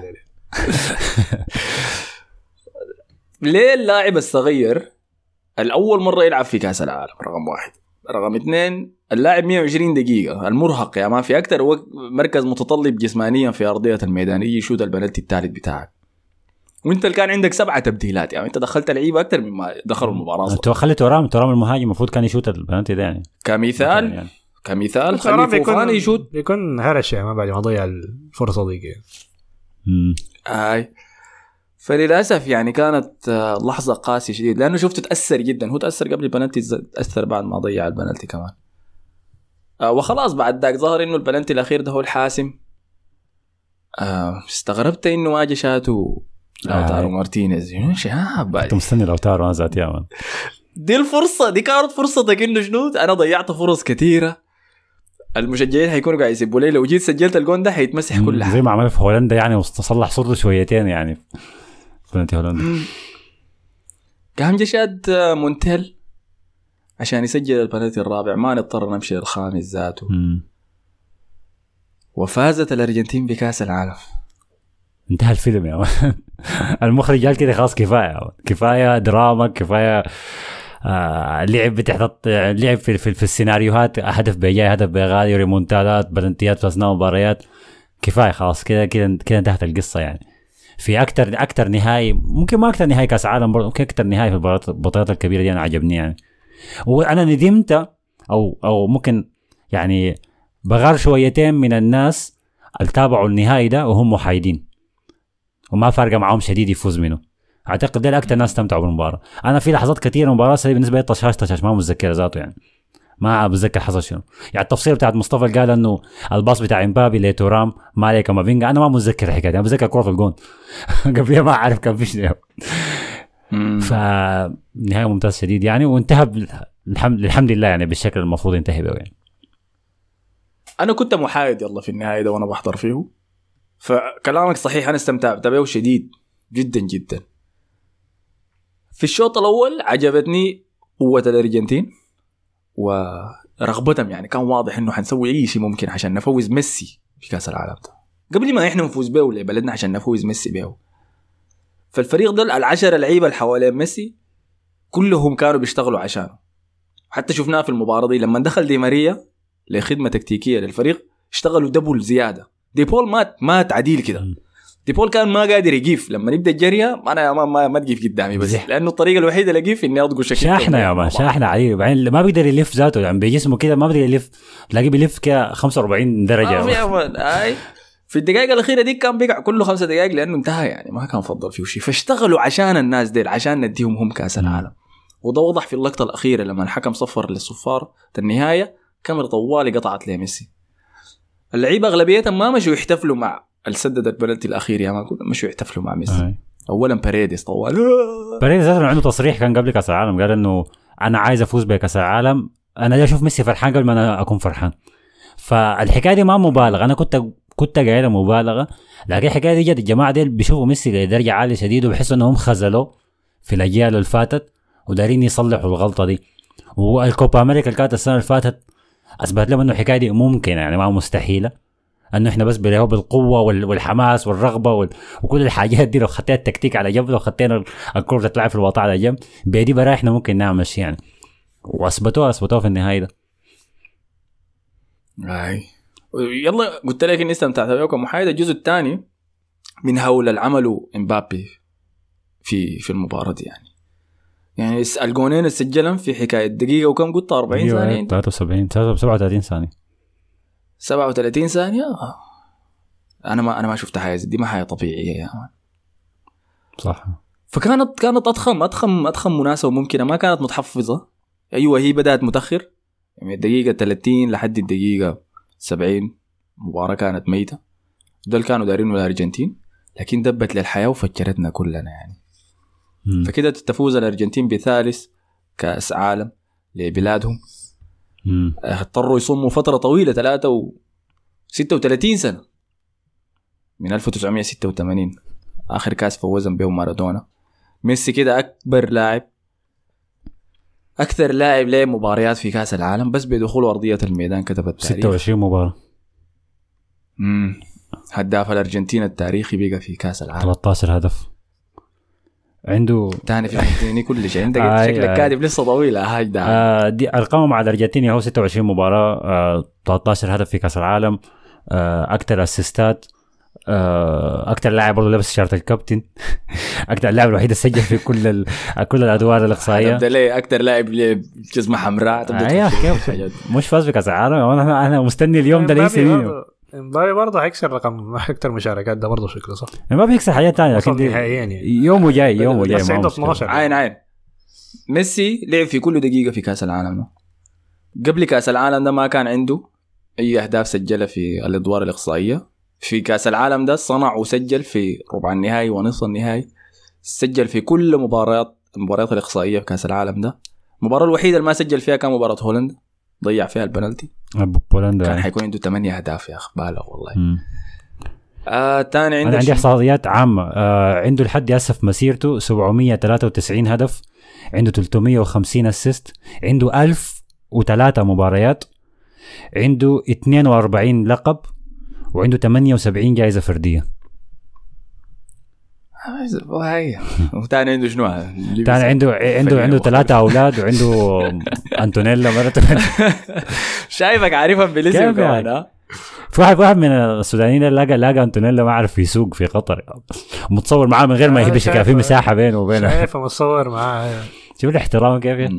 ليه اللاعب الصغير الاول مره يلعب في كاس العالم رقم واحد. رقم اثنين اللاعب مية وعشرين دقيقه المرهق يا ما في اكثر وقت مركز متطلب جسمانيا في ارضيه الميدان يجي يشوت البنالتي الثالث بتاعك وانت اللي كان عندك سبعه تبديلات يعني انت دخلت لعيبه اكثر مما دخلوا المباراه. انت خليت تورام تورام المهاجم المفروض كان يشوت البنالتي ده يعني كمثال يعني. كمثال خلي فوفانا يشوت بيكون هرش يعني ما بعد ما ضيع الفرصه دي امم اي فللاسف يعني كانت لحظه قاسيه شديد لانه شفته تاثر جدا. هو تاثر قبل البنالتي تاثر بعد ما ضيع البنالتي كمان آه وخلاص بعد ذاك ظهر انه البنالتي الاخير ده هو الحاسم. آه استغربت انه ما جشاته لوتارو مارتينيز شهاب. كنت مستني لوتارو انا ذاتي يا مان. دي الفرصه دي كانت فرصتك انه شنو. انا ضيعت فرص كثيره. المشجعين هيكونوا قاعد يسبوا لي لو جيت سجلت الجون ده هيتمسح كل حاجه زي ما عمل في هولندا يعني وصلح صوته شويتين يعني في هولندا. قام جشاد مونتيل عشان يسجل البنالتي الرابع ما نضطر نمشي للخامس ذاته. وفازت الارجنتين بكاس العالم. انتهى الفيلم يا مان. المخرج قال كده خلاص كفايه كفايه دراما كفايه آه لعب بتحط لعب في, في, في السيناريوهات هدف بيجاي هدف بيغادي ريمونتادات بلنتيات في اثناء مباريات. كفايه خلاص كده كده كده انتهت القصه يعني. في اكتر اكتر نهائي ممكن ما اكتر نهائي كاس عالم ممكن اكتر نهائي في البطولات الكبيره دي انا عجبني يعني. وانا ندمت او او ممكن يعني بغار شويتين من الناس اللي تابعوا النهائي ده وهم محايدين وما فارقه معهم شديد يفوز منه. اعتقد ده اكثر ناس استمتعوا بالمباراه. انا في لحظات كثيره المباراه سي بالنسبه لي طشاش طشاش ما متذكر ذاته يعني ما بتذكر حصل شنو يعني. التفصيل بتاعت مصطفى اللي قال انه الباص بتاع امبابي لتورام ما عليه كامافينجا انا ما متذكر الحكايه انا بتذكر كره في الجون قبلها ما اعرف كان في شنو. فنهايه ممتاز شديد يعني وانتهى الحمد الحمد لله يعني بالشكل المفروض ينتهي به يعني. انا كنت محايد يلا في النهايه ده وانا بحضر فيه فكلامك صحيح انا استمتعت به شديد جدا جدا. في الشوط الاول عجبتني قوه الارجنتين ورغبتهم يعني كان واضح انه حنسوي اي شيء ممكن عشان نفوز ميسي في كاس العالم ده قبل ما احنا نفوز به ولا بلدنا عشان نفوز ميسي به. فالفريق ده العشرة لعيبه اللي حوالين ميسي كلهم كانوا بيشتغلوا عشانه. حتى شفناه في المباراه دي لما دخل دي ماريا لخدمه تكتيكيه للفريق اشتغلوا دبل زياده. دي بول مات مات عديل كده. دي بول كان ما قادر يقيف لما يبدا الجريه انا ما ما, ما تقيف قدامي بس لانه الطريقه الوحيده اللي اقيف اني اضغط شكل شاحنه يا مان شاحنه عليه بعدين ما بيقدر يلف ذاته يعني بجسمه كده ما بيقدر يلف تلاقيه بيلف ك خمسة وأربعين درجه. آه اي في الدقائق الاخيره دي كان بيقع كله خمسة دقائق لانه انتهى يعني ما كان فضل فيه شيء. فاشتغلوا عشان الناس دي عشان نديهم هم كاس العالم. وده وضح في اللقطه الاخيره لما الحكم صفر للصفار النهايه كاميرا طوالي قطعت لميسي. اللعيبه اغلبيتهم ما مشوا يحتفلوا مع السدد البلنتي الاخير يا ما كنا مشوا يحتفلوا مع ميسي. آه. اولا باريديس طوال باريديس عنده تصريح كان قبل كاس العالم قال انه انا عايز افوز بكاس العالم انا جاي اشوف ميسي فرحان قبل ما انا اكون فرحان. فالحكايه دي ما مبالغه انا كنت كنت قايله مبالغه لكن الحكايه دي جد الجماعه دي بيشوفوا ميسي لدرجه عاليه شديد وبحسوا انهم خذلوا في الاجيال اللي فاتت ودارين يصلحوا الغلطه دي. والكوبا امريكا اللي كانت السنه اللي فاتت اثبت لهم انه الحكايه دي ممكن يعني ما مستحيله انه احنا بس بنلعب بالقوه والحماس والرغبه وال... وكل الحاجات دي لو خدتها التكتيك على جنب لو خدتنا الكره تتلعب في الوطن على جنب بيدي برا احنا ممكن نعمل شيء يعني واثبتوها اثبتوها في النهايه ده. اي يلا قلت لك اني استمتعت بيه كمحايد. الجزء الثاني من هول العمل امبابي في في المباراه دي يعني يعني الجونين اللي سجلهم في حكايه دقيقه وكم قلت أربعين ثانيه ثلاثة وسبعين سبعة وثلاثين ثانيه سبعة وثلاثين ثانيه. انا ما انا ما شفت حاجه دي ما حاجه طبيعيه يا مان صح. فكانت كانت اضخم اضخم اضخم مناسبه ممكنه ما كانت متحفظه. ايوه هي بدات متاخر يعني الدقيقه ثلاثين لحد الدقيقه سبعين مباراه كانت ميته. دول كانوا دارين الارجنتين لكن دبت للحياه وفجرتنا كلنا يعني. م. فكده تفوز الارجنتين بثالث كاس عالم لبلادهم. اضطروا يصوموا فتره طويله ثلاثة وستة وثلاثين سنه من ألف وتسعمية وستة وثمانين اخر كاس فوزهم به مارادونا. ميسي كده اكبر لاعب اكثر لاعب لعب مباريات في كاس العالم بس بدخول ارضيه الميدان كتب التاريخ ستة وعشرين مباراه. امم هداف الارجنتين التاريخي بقى في كاس العالم ثلاثة عشر هدف عنده ثاني في الارجنتين كل شيء عندك آه شكلك آه كاتب لسه طويله هاي ده آه دي ارقامه مع الارجنتين هو ستة وعشرين مباراه آه ثلاثة عشر هدف في كاس العالم آه اكثر اسيستات آه اكثر لاعب برضه لابس شارة الكابتن اكثر لاعب الوحيد سجل في كل ال... كل الادوار الاقصائيه. تبدا ليه اكثر لاعب ليه جزمه حمراء تبدا آه كيف مش فاز بكاس العالم. انا انا مستني اليوم ده ليه سنين امبابي برضه هيكسر رقم اكثر مشاركات ده برضه شكله صح. ما بيكسر حاجات ثانيه لكن يعني يومه جاي يومه جاي بس عنده اثناشر عين عين. ميسي لعب في كل دقيقه في كاس العالم. قبل كاس العالم ده ما كان عنده اي اهداف سجلها في الادوار الاقصائيه. في كاس العالم ده صنع وسجل في ربع النهائي ونصف النهائي. سجل في كل مباريات المباريات الاقصائيه في كاس العالم ده. المباراه الوحيده اللي ما سجل فيها كان مباراه هولندا ضيع فيها البنالتي. بولندا كان حيكون عنده ثمانية أهداف يا أخ بالغ والله. آه تاني عنده أنا عندي إحصائيات عامة. آه عنده لحد ياسف مسيرته سبعمية وثلاثة وتسعين هدف عنده ثلاثمية وخمسين أسيست عنده ألف وثلاثة مباريات عنده اثنين وأربعين لقب وعنده ثمانية وسبعين جائزة فردية. هاي وتاني عنده شنو تاني عنده عنده عنده ثلاثة أولاد وعنده أنتونيلا مرته شايفك عارفها بالاسم كمان. في واحد واحد من السودانيين لقى لقى أنتونيلا ما عرف يسوق في قطر متصور معاه من غير ما يهبش كان في مساحة بينه وبينه شايف متصور معاه شوف الاحترام كيف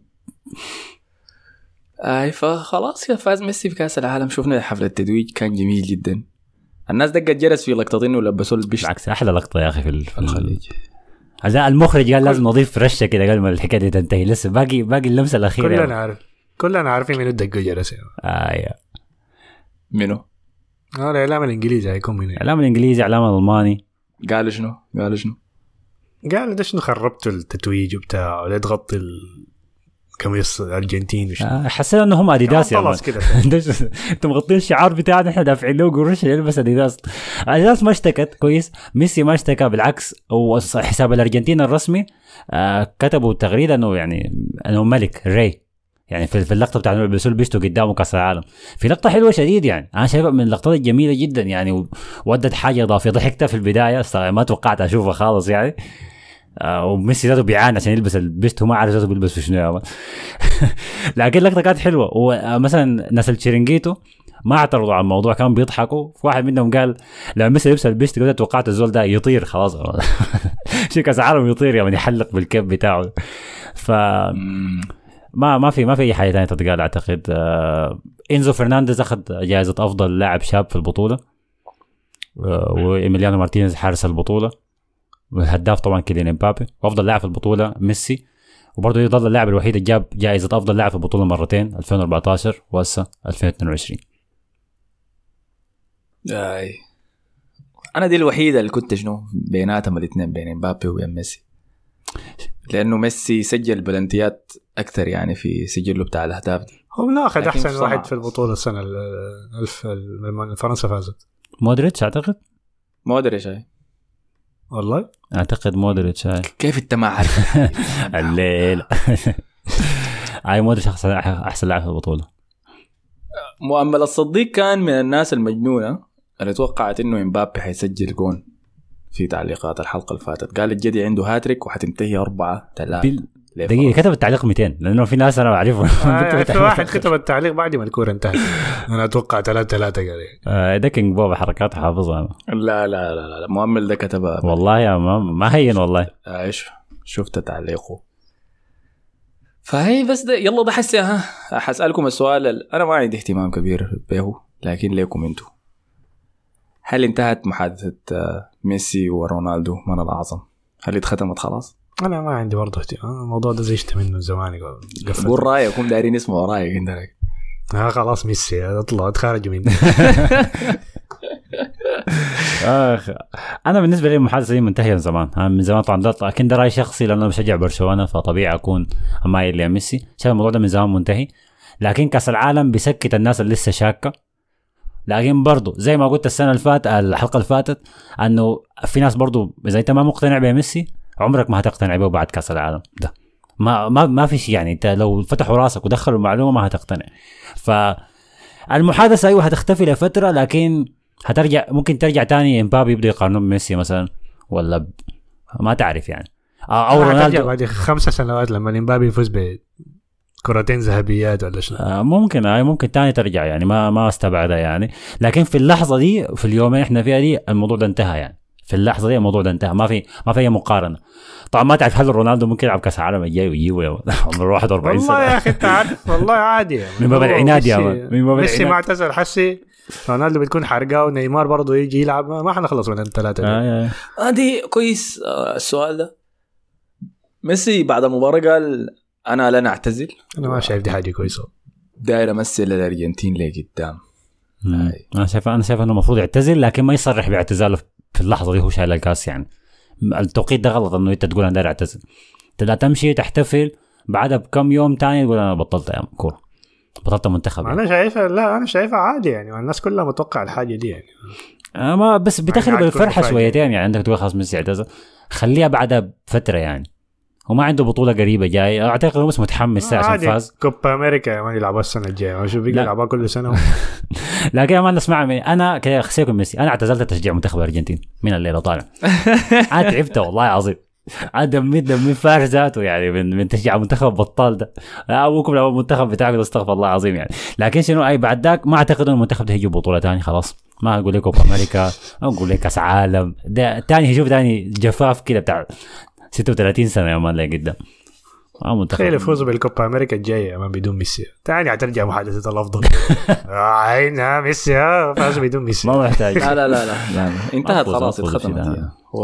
اي فخلاص كده فاز ميسي في كاس العالم. شفنا حفلة التتويج كان جميل جدا. الناس دقت جرس في لقطتين ولبسوا البشت. بالعكس احلى لقطه يا اخي في, في الخليج. هذا المخرج قال لازم نضيف رشه كده قبل ما الحكايه دي تنتهي، لسه باقي باقي اللمسه الاخيره. كلنا يعني. عارف كلنا عارفين منو الدقه جرس. اه يا منو؟ اه الاعلام الانجليزي هيكون منو؟ اعلام الانجليزي، اعلام الالماني. قال شنو؟ قال شنو؟ قال ده شنو خربتوا التتويج بتاعه ولا تغطي القميص الارجنتيني وشنو. آه حسيت انه هم اديداس يا خلاص كده. انتم مغطين الشعار بتاعنا، احنا دافعين له قروش يلبس اديداس. اديداس ما اشتكت كويس، ميسي ما اشتكى، بالعكس هو حساب الارجنتين الرسمي آه كتبوا تغريده انه يعني انه ملك ري يعني في في اللقطه بتاعت بيلبسوا بيشتوا قدامه كاس العالم، في لقطه حلوه شديد يعني انا شايفها من اللقطات الجميله جدا يعني، وودت حاجه اضافيه. ضحكتها في البدايه ما توقعت اشوفها خالص يعني. آه وميسي ذاته بيعاني عشان يلبس البيست وما عارف ذاته بيلبس في شنو لكن اللقطه كانت حلوه. ومثلا ناس الشيرينجيتو ما اعترضوا على الموضوع، كانوا بيضحكوا. في واحد منهم قال لما ميسي لبس البيست قلت توقعت الزول ده يطير خلاص شو كاس العالم يطير يعني يحلق بالكيب بتاعه. ف ما ما في ما في اي حاجه ثانيه تتقال اعتقد. آه انزو فرنانديز اخذ جائزه افضل لاعب شاب في البطوله، آه وايميليانو مارتينيز حارس البطوله، والهداف طبعا كيليان امبابي، وافضل لاعب في البطوله ميسي. وبرضه يضل اللاعب الوحيد اللي جاب جائزه افضل لاعب في البطوله مرتين ألفين وأربعتاشر وهسه ألفين واثنين وعشرين. اي انا دي الوحيده اللي كنت شنو بيناتهم الاثنين بين امبابي وبين ميسي، لانه ميسي سجل بلنتيات اكثر يعني في سجله بتاع الاهداف دي. هو ناخذ احسن واحد في البطوله السنه الف فرنسا فازت. مودريتش اعتقد. مودريتش هاي والله اعتقد مودريتش هاي. كيف انت ما عارف الليل هاي مودريتش احسن احسن لاعب في البطوله. مؤمل الصديق كان من الناس المجنونه اللي توقعت انه امبابي حيسجل جون في تعليقات الحلقه اللي فاتت، قال الجدي عنده هاتريك وحتنتهي أربعة ثلاثة. دقيقه كتب التعليق مئتين لانه في ناس انا بعرفهم. في واحد كتب التعليق بعد ما الكوره انتهت انا اتوقع ثلاثة ثلاثة قال آه ده كينج بوب حركات حافظها. لا لا لا لا مؤمل ده كتبها والله يا ما, ما هين والله. ايش شفت تعليقه. فهي بس ده يلا ده حسي ها حسألكم السؤال. انا ما عندي اهتمام كبير به لكن ليكم انتو، هل انتهت محادثة ميسي ورونالدو من الأعظم؟ هل اتختمت خلاص؟ أنا ما عندي برضه اهتمام الموضوع ده، زيشت منه زمان. قول رأيك، كم دارين اسمه رأيك انت لك. ها خلاص ميسي اطلع اتخارجوا منه. اخ انا بالنسبه لي المحادثه دي منتهيه من زمان، من زمان طبعا. لكن ده راي شخصي لانه بشجع برشلونه فطبيعي اكون مايل لميسي. شايف الموضوع ده من زمان منتهي، لكن كاس العالم بيسكت الناس اللي لسه شاكه. لكن برضو زي ما قلت السنه اللي فاتت الحلقه اللي فاتت انه في ناس برضو اذا انت ما مقتنع بميسي عمرك ما هتقتنع به بعد كاس العالم ده. ما ما ما في شيء يعني، انت لو فتحوا راسك ودخلوا المعلومه ما هتقتنع. فالمحادثه ايوه هتختفي لفتره، لكن هترجع، ممكن ترجع تاني. امبابي يبدا يقارنون بميسي مثلا ولا ب... ما تعرف يعني. او رونالدو بعد خمس سنوات لما امبابي يفوز بكرتين ذهبيات ولا شنو. آه ممكن هاي ممكن تاني ترجع يعني، ما ما استبعدها يعني. لكن في اللحظه دي في اليومين احنا فيها دي الموضوع ده انتهى يعني. في اللحظه دي الموضوع ده انتهى، ما في ما في اي مقارنه. طبعا ما تعرف هل رونالدو ممكن يلعب كاس العالم الجاي ويجيبه عمره واحد وأربعين سنه. والله يا اخي انت عارف والله عادي من باب العناد يا مان، من باب ميسي ما اعتزل حسي رونالدو بتكون حرقه ونيمار برضه يجي يلعب ما حنخلص من الثلاثه. آه هذه كويس. آه السؤال ده ميسي بعد المباراه قال انا لن اعتزل. انا ما شايف دي حاجه كويسه، داير امثل الارجنتين لقدام. انا شايف انا شايف انه المفروض يعتزل، لكن ما يصرح باعتزاله في اللحظه دي هو شايل الكاس يعني. التوقيت ده غلط انه انت تقول انا داير اعتزل. انت لا تمشي تحتفل بعدها بكم يوم تاني تقول انا بطلت يا كوره، بطلت منتخب. انا شايفها لا انا شايفها عادي يعني، الناس كلها متوقع الحاجه دي يعني. آه ما بس بتخرب الفرحه شويتين يعني. عندك تقول خلاص ميسي اعتزل، خليها بعدها بفتره يعني. وما عنده بطوله قريبه جاي، اعتقد انه بس متحمس عشان فاز كوبا امريكا ما يلعبها السنه الجايه، شوف بيجي يلعبها كل سنه. لكن ما نسمع مني انا كده خسيكم ميسي. انا اعتزلت تشجيع منتخب الارجنتين من الليله طالع. انا تعبت والله عظيم، انا دمي دمي فارغ ذاته يعني من من تشجيع منتخب بطال ده. ابوكم لو المنتخب بتاعك استغفر الله العظيم يعني. لكن شنو اي بعد ذاك ما اعتقد انه المنتخب ده هيجيب بطوله ثاني خلاص. ما اقول لكم امريكا، اقول لك كاس عالم ده ثاني هيشوف ثاني جفاف كده بتاع ستة وثلاثين سنه يا مان اللي قدام. تخيل يفوزوا بالكوبا امريكا الجايه ما بدون ميسي، تاني هترجع محادثه الافضل. عينها ميسي فازوا بدون ميسي. ما محتاج. لا لا لا لا, لا. انتهت خلاص اتختمت. هو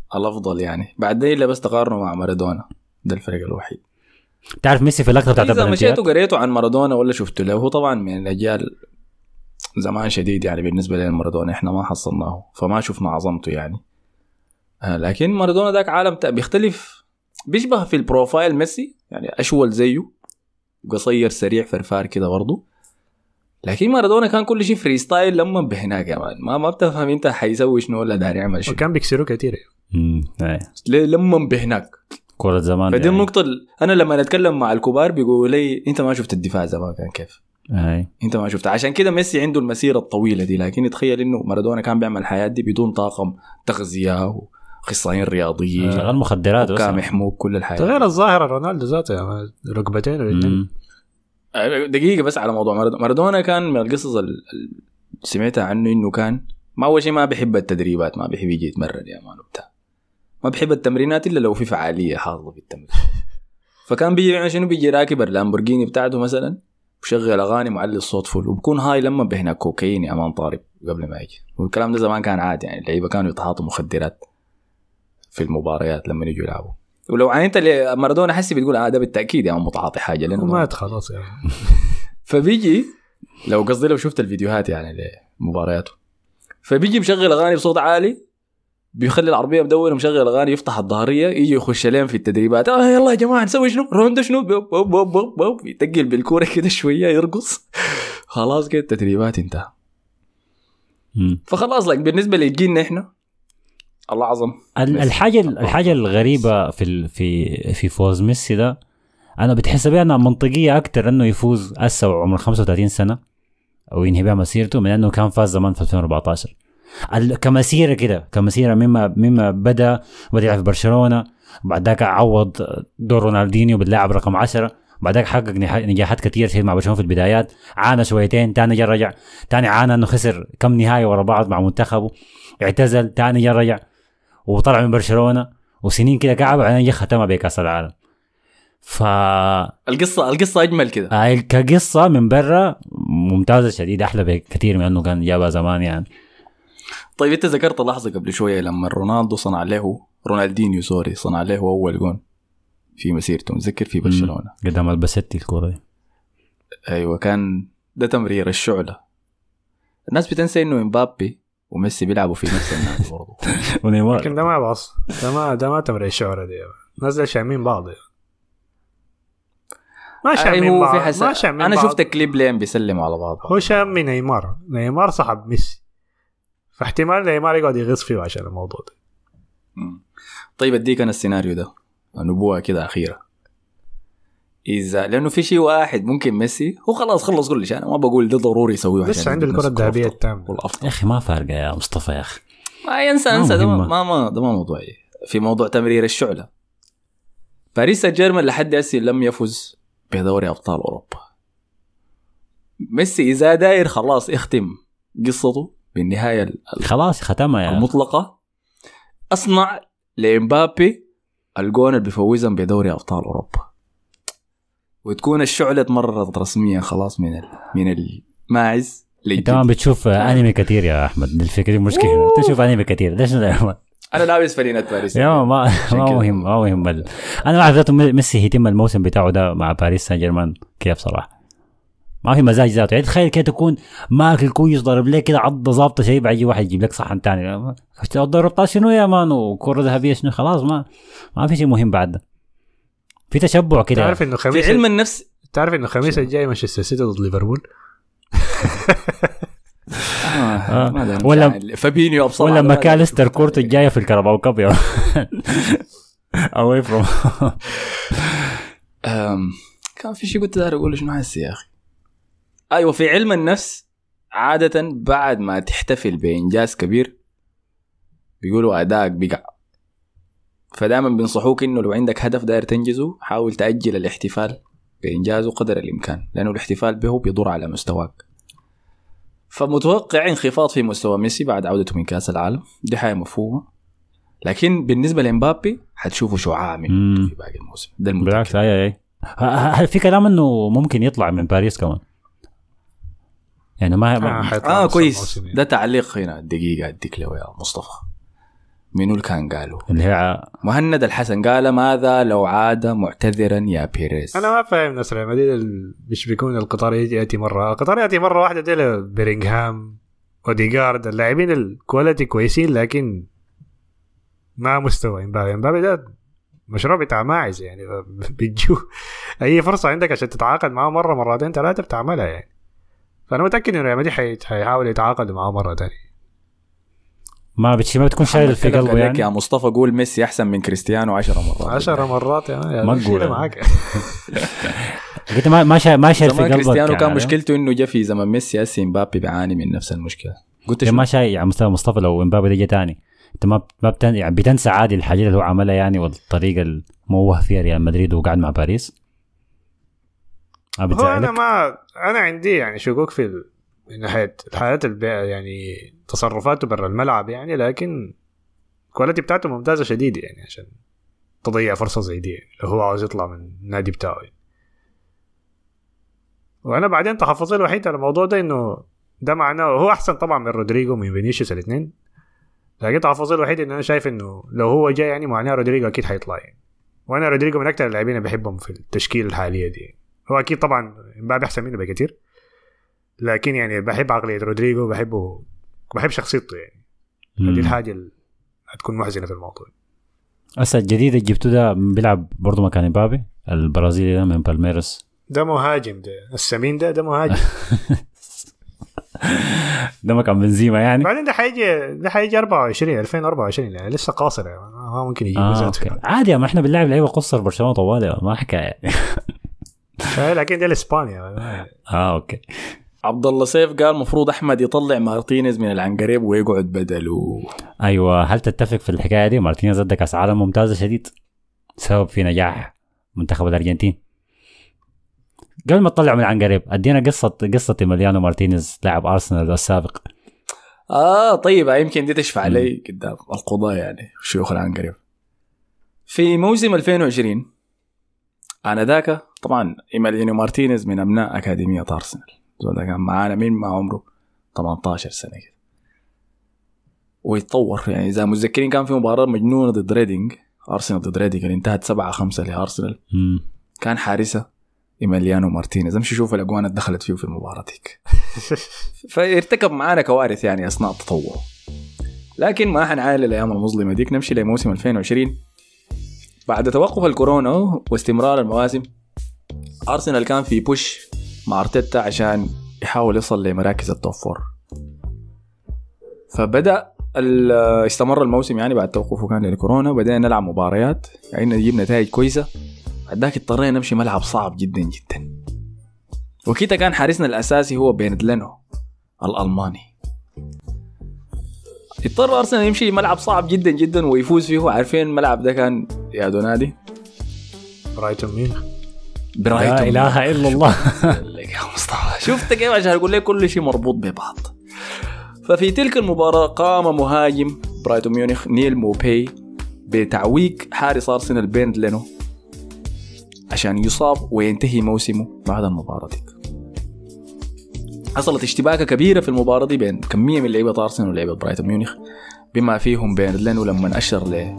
الافضل يعني. بعدين لا بس تقارنه مع مارادونا، ده الفرق الوحيد. تعرف ميسي في اللقطه بتاعت اذا مشيتوا قريتوا عن مارادونا ولا شفتوا له، هو طبعا من الاجيال زمان شديد يعني بالنسبه لنا مارادونا احنا ما حصلناه فما شفنا عظمته يعني. آه لكن مارادونا ذاك عالم بيختلف، بيشبه في البروفايل ميسي يعني، اشول زيه قصير سريع فرفار كده برضه. لكن مارادونا كان كل شيء فري ستايل لما بهناك يا مان، ما ما بتفهم انت حيسوي شنو ولا داري يعمل شنو، وكان بيكسروا كثير امم لما بهناك كرة زمان. فدي يعني النقطة ال... أنا لما نتكلم مع الكبار بيقولوا لي أنت ما شفت الدفاع زمان كان كيف، أي. أنت ما شفت. عشان كده ميسي عنده المسيرة الطويلة دي، لكن تخيل إنه مارادونا كان بيعمل الحياة دي بدون طاقم تغذية وخصائصين رياضيين، شغال مخدرات وكان محموق كل الحياة. غير الظاهرة رونالدو ذاته ركبتين والاثنين. دقيقة بس على موضوع مارادونا. مارادونا كان من القصص اللي سمعتها عنه إنه كان ما أول شيء ما بيحب التدريبات، ما بيحب يجي يتمرن يا مان وبتاع، ما بحب التمرينات إلا لو في فعالية حاضرة في التمرين. فكان بيجي يعني شنو، بيجي راكب اللامبورجيني بتاعته مثلا وشغل أغاني معلي الصوت فل، وبكون هاي لما بهنا كوكايين يا مان طارب قبل ما يجي. والكلام ده زمان كان عادي يعني، اللعيبة كانوا يتعاطوا مخدرات في المباريات لما يجوا يلعبوا. ولو عينت مارادونا حسي بتقول آه ده بالتأكيد يعني متعاطي حاجة لأنه مات خلاص يعني. فبيجي لو قصدي لو شفت الفيديوهات يعني لمبارياته، فبيجي مشغل أغاني بصوت عالي، بيخلي العربية مدورة مشغل أغاني، يفتح الظهرية يجي يخش لين في التدريبات. آه يلا يا جماعة نسوي شنو روندو شنو بوب بوب بوب بوب بوب، يتقل بالكورة كده شوية يرقص، خلاص كده التدريبات انتهى. فخلاص لك بالنسبة لجيلنا إحنا الله عظم. الحاجة الحاجة الغريبة في في في فوز ميسي ده، أنا بتحسب أنها منطقية أكتر إنه يفوز هسه وعمر خمسة وثلاثين سنة أو ينهي بها مسيرته من إنه كان فاز زمان في ألفين وأربعة عشر. كمسيرة كده كمسيرة مما مما بدأ بدأ يلعب في برشلونة، بعد ذاك عوض دور رونالدينيو باللاعب رقم عشرة، بعد ذاك حقق نجاحات كتير شيء مع برشلونة في البدايات، عانى شويتين تاني جا رجع، تاني عانى إنه خسر كم نهاية ورا بعض مع منتخبه، اعتزل تاني جا رجع وطلع من برشلونة وسنين كده كعب، بعدين جا ختمها بكأس العالم. ف القصة القصة أجمل كده آه كقصة من برا ممتازة شديد، أحلى بكثير من إنه كان جابها زمان يعني. طيب أنت ذكرت لحظة قبل شوية لما رونالدو صنع له رونالدينيو سوري صنع له أول جون في مسيرته، مذكر في برشلونة قدام البستي الكورة دي. أيوة كان ده تمرير الشعلة. الناس بتنسى إنه إمبابي وميسي بيلعبوا في نفس النادي برضه ونيمار، لكن ده ما باص، ده ما ده ما تمرير الشعرة دي، نزل شامين بعض يعني. ما شامين بعض حس... ما شامين أنا بعض. شفت كليب لين بيسلموا على بعض. هو شامي نيمار، نيمار صاحب ميسي، فاحتمال نيمار يقعد يغص فيه عشان الموضوع ده. طيب اديك أنا السيناريو ده نبوة كده أخيرة، إذا لأنه في شيء واحد ممكن ميسي هو خلاص خلص كل شيء، أنا ما بقول ده ضروري يسويه بس عنده الكرة الذهبية التامة يا أخي ما فارقة يا مصطفى يا أخي، ما ينسى انسى ده ما ما ده ما موضوعي. في موضوع تمرير الشعلة، باريس سان جيرمان لحد هسه لم يفز بدوري أبطال أوروبا. ميسي إذا داير خلاص اختم قصته بالنهاية خلاص ختمها يعني المطلقة، أصنع لإمبابي الجون اللي بيفوزهم بدوري أبطال أوروبا، وتكون الشعلة مرت رسميا خلاص من ال... من الماعز. انت ما بتشوف انمي كتير يا احمد، الفكره مشكله تشوف انمي كتير ليش ده؟ انا لابس فانيلة باريس يا ما ما مهم ما مهم ال... انا ما عرفت ميسي يتم الموسم بتاعه ده مع باريس سان جيرمان كيف صراحه، ما في مزاج ذاته يعني. تخيل كده تكون ماكل كويس ضرب لك كده عضه ظابطه شيء بعد واحد يجيب لك صحن ثاني ضربت شنو يا مان وكره ذهبيه شنو، خلاص ما ما في شيء مهم بعد ده، في تشبع كده. تعرف انه خميس في علم النفس، تعرف انه خميس الجاي مانشستر سيتي ضد ليفربول آه. آه. ولا فابينيو ابصر ولا ماكاليستر كورته الجايه في الكاراباو كاب يا away from كان في شيء قلت داري اقول شنو هسه يا اخي. ايوه في علم النفس عاده بعد ما تحتفل بانجاز كبير بيقولوا ادائك بقع، فدائما بينصحوك انه لو عندك هدف داير تنجزه حاول تاجل الاحتفال بانجازه قدر الامكان، لانه الاحتفال به بيضر على مستواك. فمتوقع انخفاض في مستوى ميسي بعد عودته من كاس العالم، دي حاجه مفهومه، لكن بالنسبه لامبابي حتشوفوا شعاع منه في باقي الموسم ده المتأكد. بالعكس اي اي هل في كلام انه ممكن يطلع من باريس كمان يعني ما آه, آه كويس. ده تعليق هنا دقيقه اديك له يا مصطفى. منو اللي كان قالوا؟ اللي هي مهند الحسن قال ماذا لو عاد معتذرا يا بيريز. انا ما فاهم ناس ريال مدريد مش بيكون القطار ياتي مره القطار ياتي مره واحده دي بيرينغهام وديغارد اللاعبين الكواليتي كويسين لكن ما مستوى امبابي. امبابي ده مشروع بتاع ماعز يعني بتجو اي فرصه عندك عشان تتعاقد معاه مره مرتين ثلاثه بتعملها يعني. فانا متاكد ان ريال مدريد حيحاول يتعاقد معاه مره ثانيه. ما بتشي ما بتكون شايل في قلبه يعني. يا مصطفى قول ميسي احسن من كريستيانو عشرة مرات. عشرة مرات يعني ما تقول معاك. قلت ما ما شايل ما شايل في قلبك. كريستيانو كان مشكلته انه جا في زمن ميسي. هسه امبابي بيعاني من نفس المشكله. قلت ما شايل يعني مستوى مصطفى لو امبابي ده جه ثاني انت ما ما بتن... يعني بتنسى عادي الحاجات اللي هو عملها يعني والطريقه الموه فيها ريال مدريد وقاعد مع باريس. هو انا ما انا عندي يعني شكوك في ال... من ناحيه الحياه البيئة يعني تصرفاته برا الملعب يعني لكن الكواليتي بتاعته ممتازه شديد يعني عشان تضيع فرصه زي دي لو هو عاوز يطلع من النادي بتاعه يعني. وانا بعدين تحفظي الوحيد على الموضوع ده انه ده معناه هو احسن طبعا من رودريجو من فينيسيوس الاثنين لكن تحفظي الوحيد انه انا شايف انه لو هو جاي يعني معناه رودريجو اكيد حيطلع يعني. وانا رودريجو من اكثر اللاعبين اللي بحبهم في التشكيله الحاليه دي. هو اكيد طبعا مبابي احسن منه بكثير لكن يعني بحب عقليه رودريجو بحبه بحب شخصيته يعني. هذه الحاجه اللي هتكون محزنه في الموضوع. هسه الجديد اللي جبته ده بيلعب برضه مكان مبابي البرازيلي ده من بالميرس. ده مهاجم ده السمين ده ده مهاجم. ده مكان بنزيما يعني. بعدين ده حيجي ده حيجي أربعة وعشرين ألفين وأربعة وعشرين يعني لسه قاصر يعني ما ممكن يجي آه عادي ما احنا بنلعب لعيبه قصر برشلونه طوالي ما حكايه. لكن ده الاسبانيا. اه اوكي. عبد الله سيف قال مفروض احمد يطلع مارتينيز من العنقريب ويقعد بدله. ايوه هل تتفق في الحكايه دي؟ مارتينيز ادى كاس عالم ممتازه شديد سبب في نجاح منتخب الارجنتين. قبل ما تطلع من العنقريب ادينا قصه قصه إيميليانو مارتينيز لاعب ارسنال السابق. اه طيب يمكن دي تشفع علي قدام القضاء يعني شيوخ العنقريب. في موسم ألفين وعشرين انا ذاك طبعا إيميليانو مارتينيز من ابناء اكاديميه ارسنال. زول كان معانا من مع عمره ثمانية عشر سنه كده ويتطور يعني. اذا متذكرين كان في مباراه مجنونه ضد ريدينج ارسنال ضد ريدينج اللي انتهت سبعة خمسة لارسنال. كان حارسه إيميليانو مارتينيز. امشي شوف الاجوان اللي دخلت فيه في المباراه ديك. فارتكب معانا كوارث يعني اثناء التطور. لكن ما حنعاين الايام المظلمه ديك نمشي لموسم ألفين وعشرين. بعد توقف الكورونا واستمرار المواسم ارسنال كان في بوش مع أرتيتا عشان يحاول يصل لمراكز التوب فور. فبدأ استمر الموسم يعني بعد توقفه كان للكورونا وبدأنا نلعب مباريات يعني نجيب نتائج كويسة. بعدك اضطرينا نمشي ملعب صعب جدا جدا وكيتا كان حارسنا الأساسي هو بيرنلينو الألماني. اضطر أرسنال يمشي ملعب صعب جدا جدا ويفوز فيه. عارفين الملعب ده كان يا دونادي برايتون ميونخ. لا إله إلا الله. شفت كيف عشان أقول لك كل شيء مربوط ببعض. ففي تلك المباراة قام مهاجم برايتون ميونخ نيل موبي بتعويق حارس أرسنال بيرنلينو عشان يصاب وينتهي موسمه بعد المباراة دي. حصلت اشتباكة كبيرة في المباراة دي بين كمية من لعيبة أرسنال ولعيبة برايتون ميونخ بما فيهم بيرنلينو لما أشر له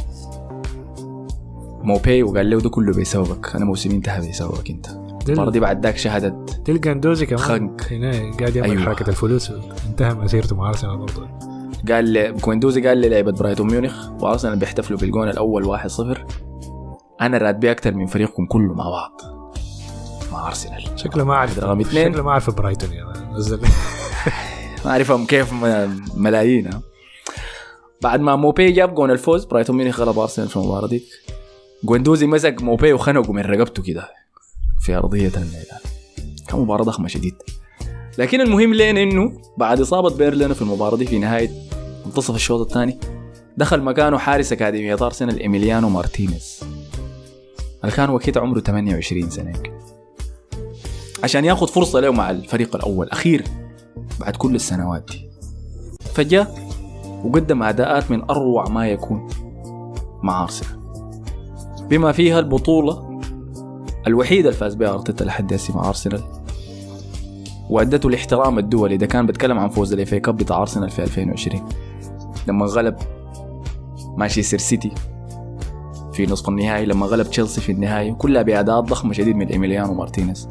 موبي وقال له ده كله بيسببك أنا موسمي انتهى بيسببك أنت. المباراة دي بعد ذاك شهدت تلقى ندوزي كمان خنق هنا قاعد يعمل أيوة. حركة الفلوس انتهى مسيرته مع أرسنال برضه. قال كويندوزي قال لعيبة برايتون ميونخ وأرسنال بيحتفلوا بالجون الأول واحد صفر أنا راتبي أكتر من فريقكم كله مع بعض مع أرسنال. شكله ما أعرف رقم اثنين شكله ما أعرف برايتون يا نزل ما أعرفهم كيف ملايين. بعد ما موبي جاب جون الفوز برايتون ميونخ غلب أرسنال في المباراة دي. كويندوزي مسك موبي وخنقه من رقبته كده في أرضية الميدان. كان مباراة ضخمة شديد. لكن المهم لين إنه بعد إصابة بيرلين في المباراة دي في نهاية منتصف الشوط الثاني دخل مكانه حارس أكاديمية أرسنال إيميليانو مارتينيز اللي كان وقتها عمره ثمانية وعشرين سنة عشان ياخد فرصة له مع الفريق الأول أخير بعد كل السنوات دي. فجأة وقدم أداءات من أروع ما يكون مع أرسنال بما فيها البطولة الوحيدة الفاز بها أرتيتا لحد هسه مع أرسنال وأدته الاحترام الدولي. إذا كان بتكلم عن فوز الإف إيه كاب بتاع أرسنال في ألفين وعشرين لما غلب مانشستر سيتي في نصف النهائي لما غلب تشيلسي في النهائي، كلها بأداءات ضخمة شديد من إيميليانو مارتينيز.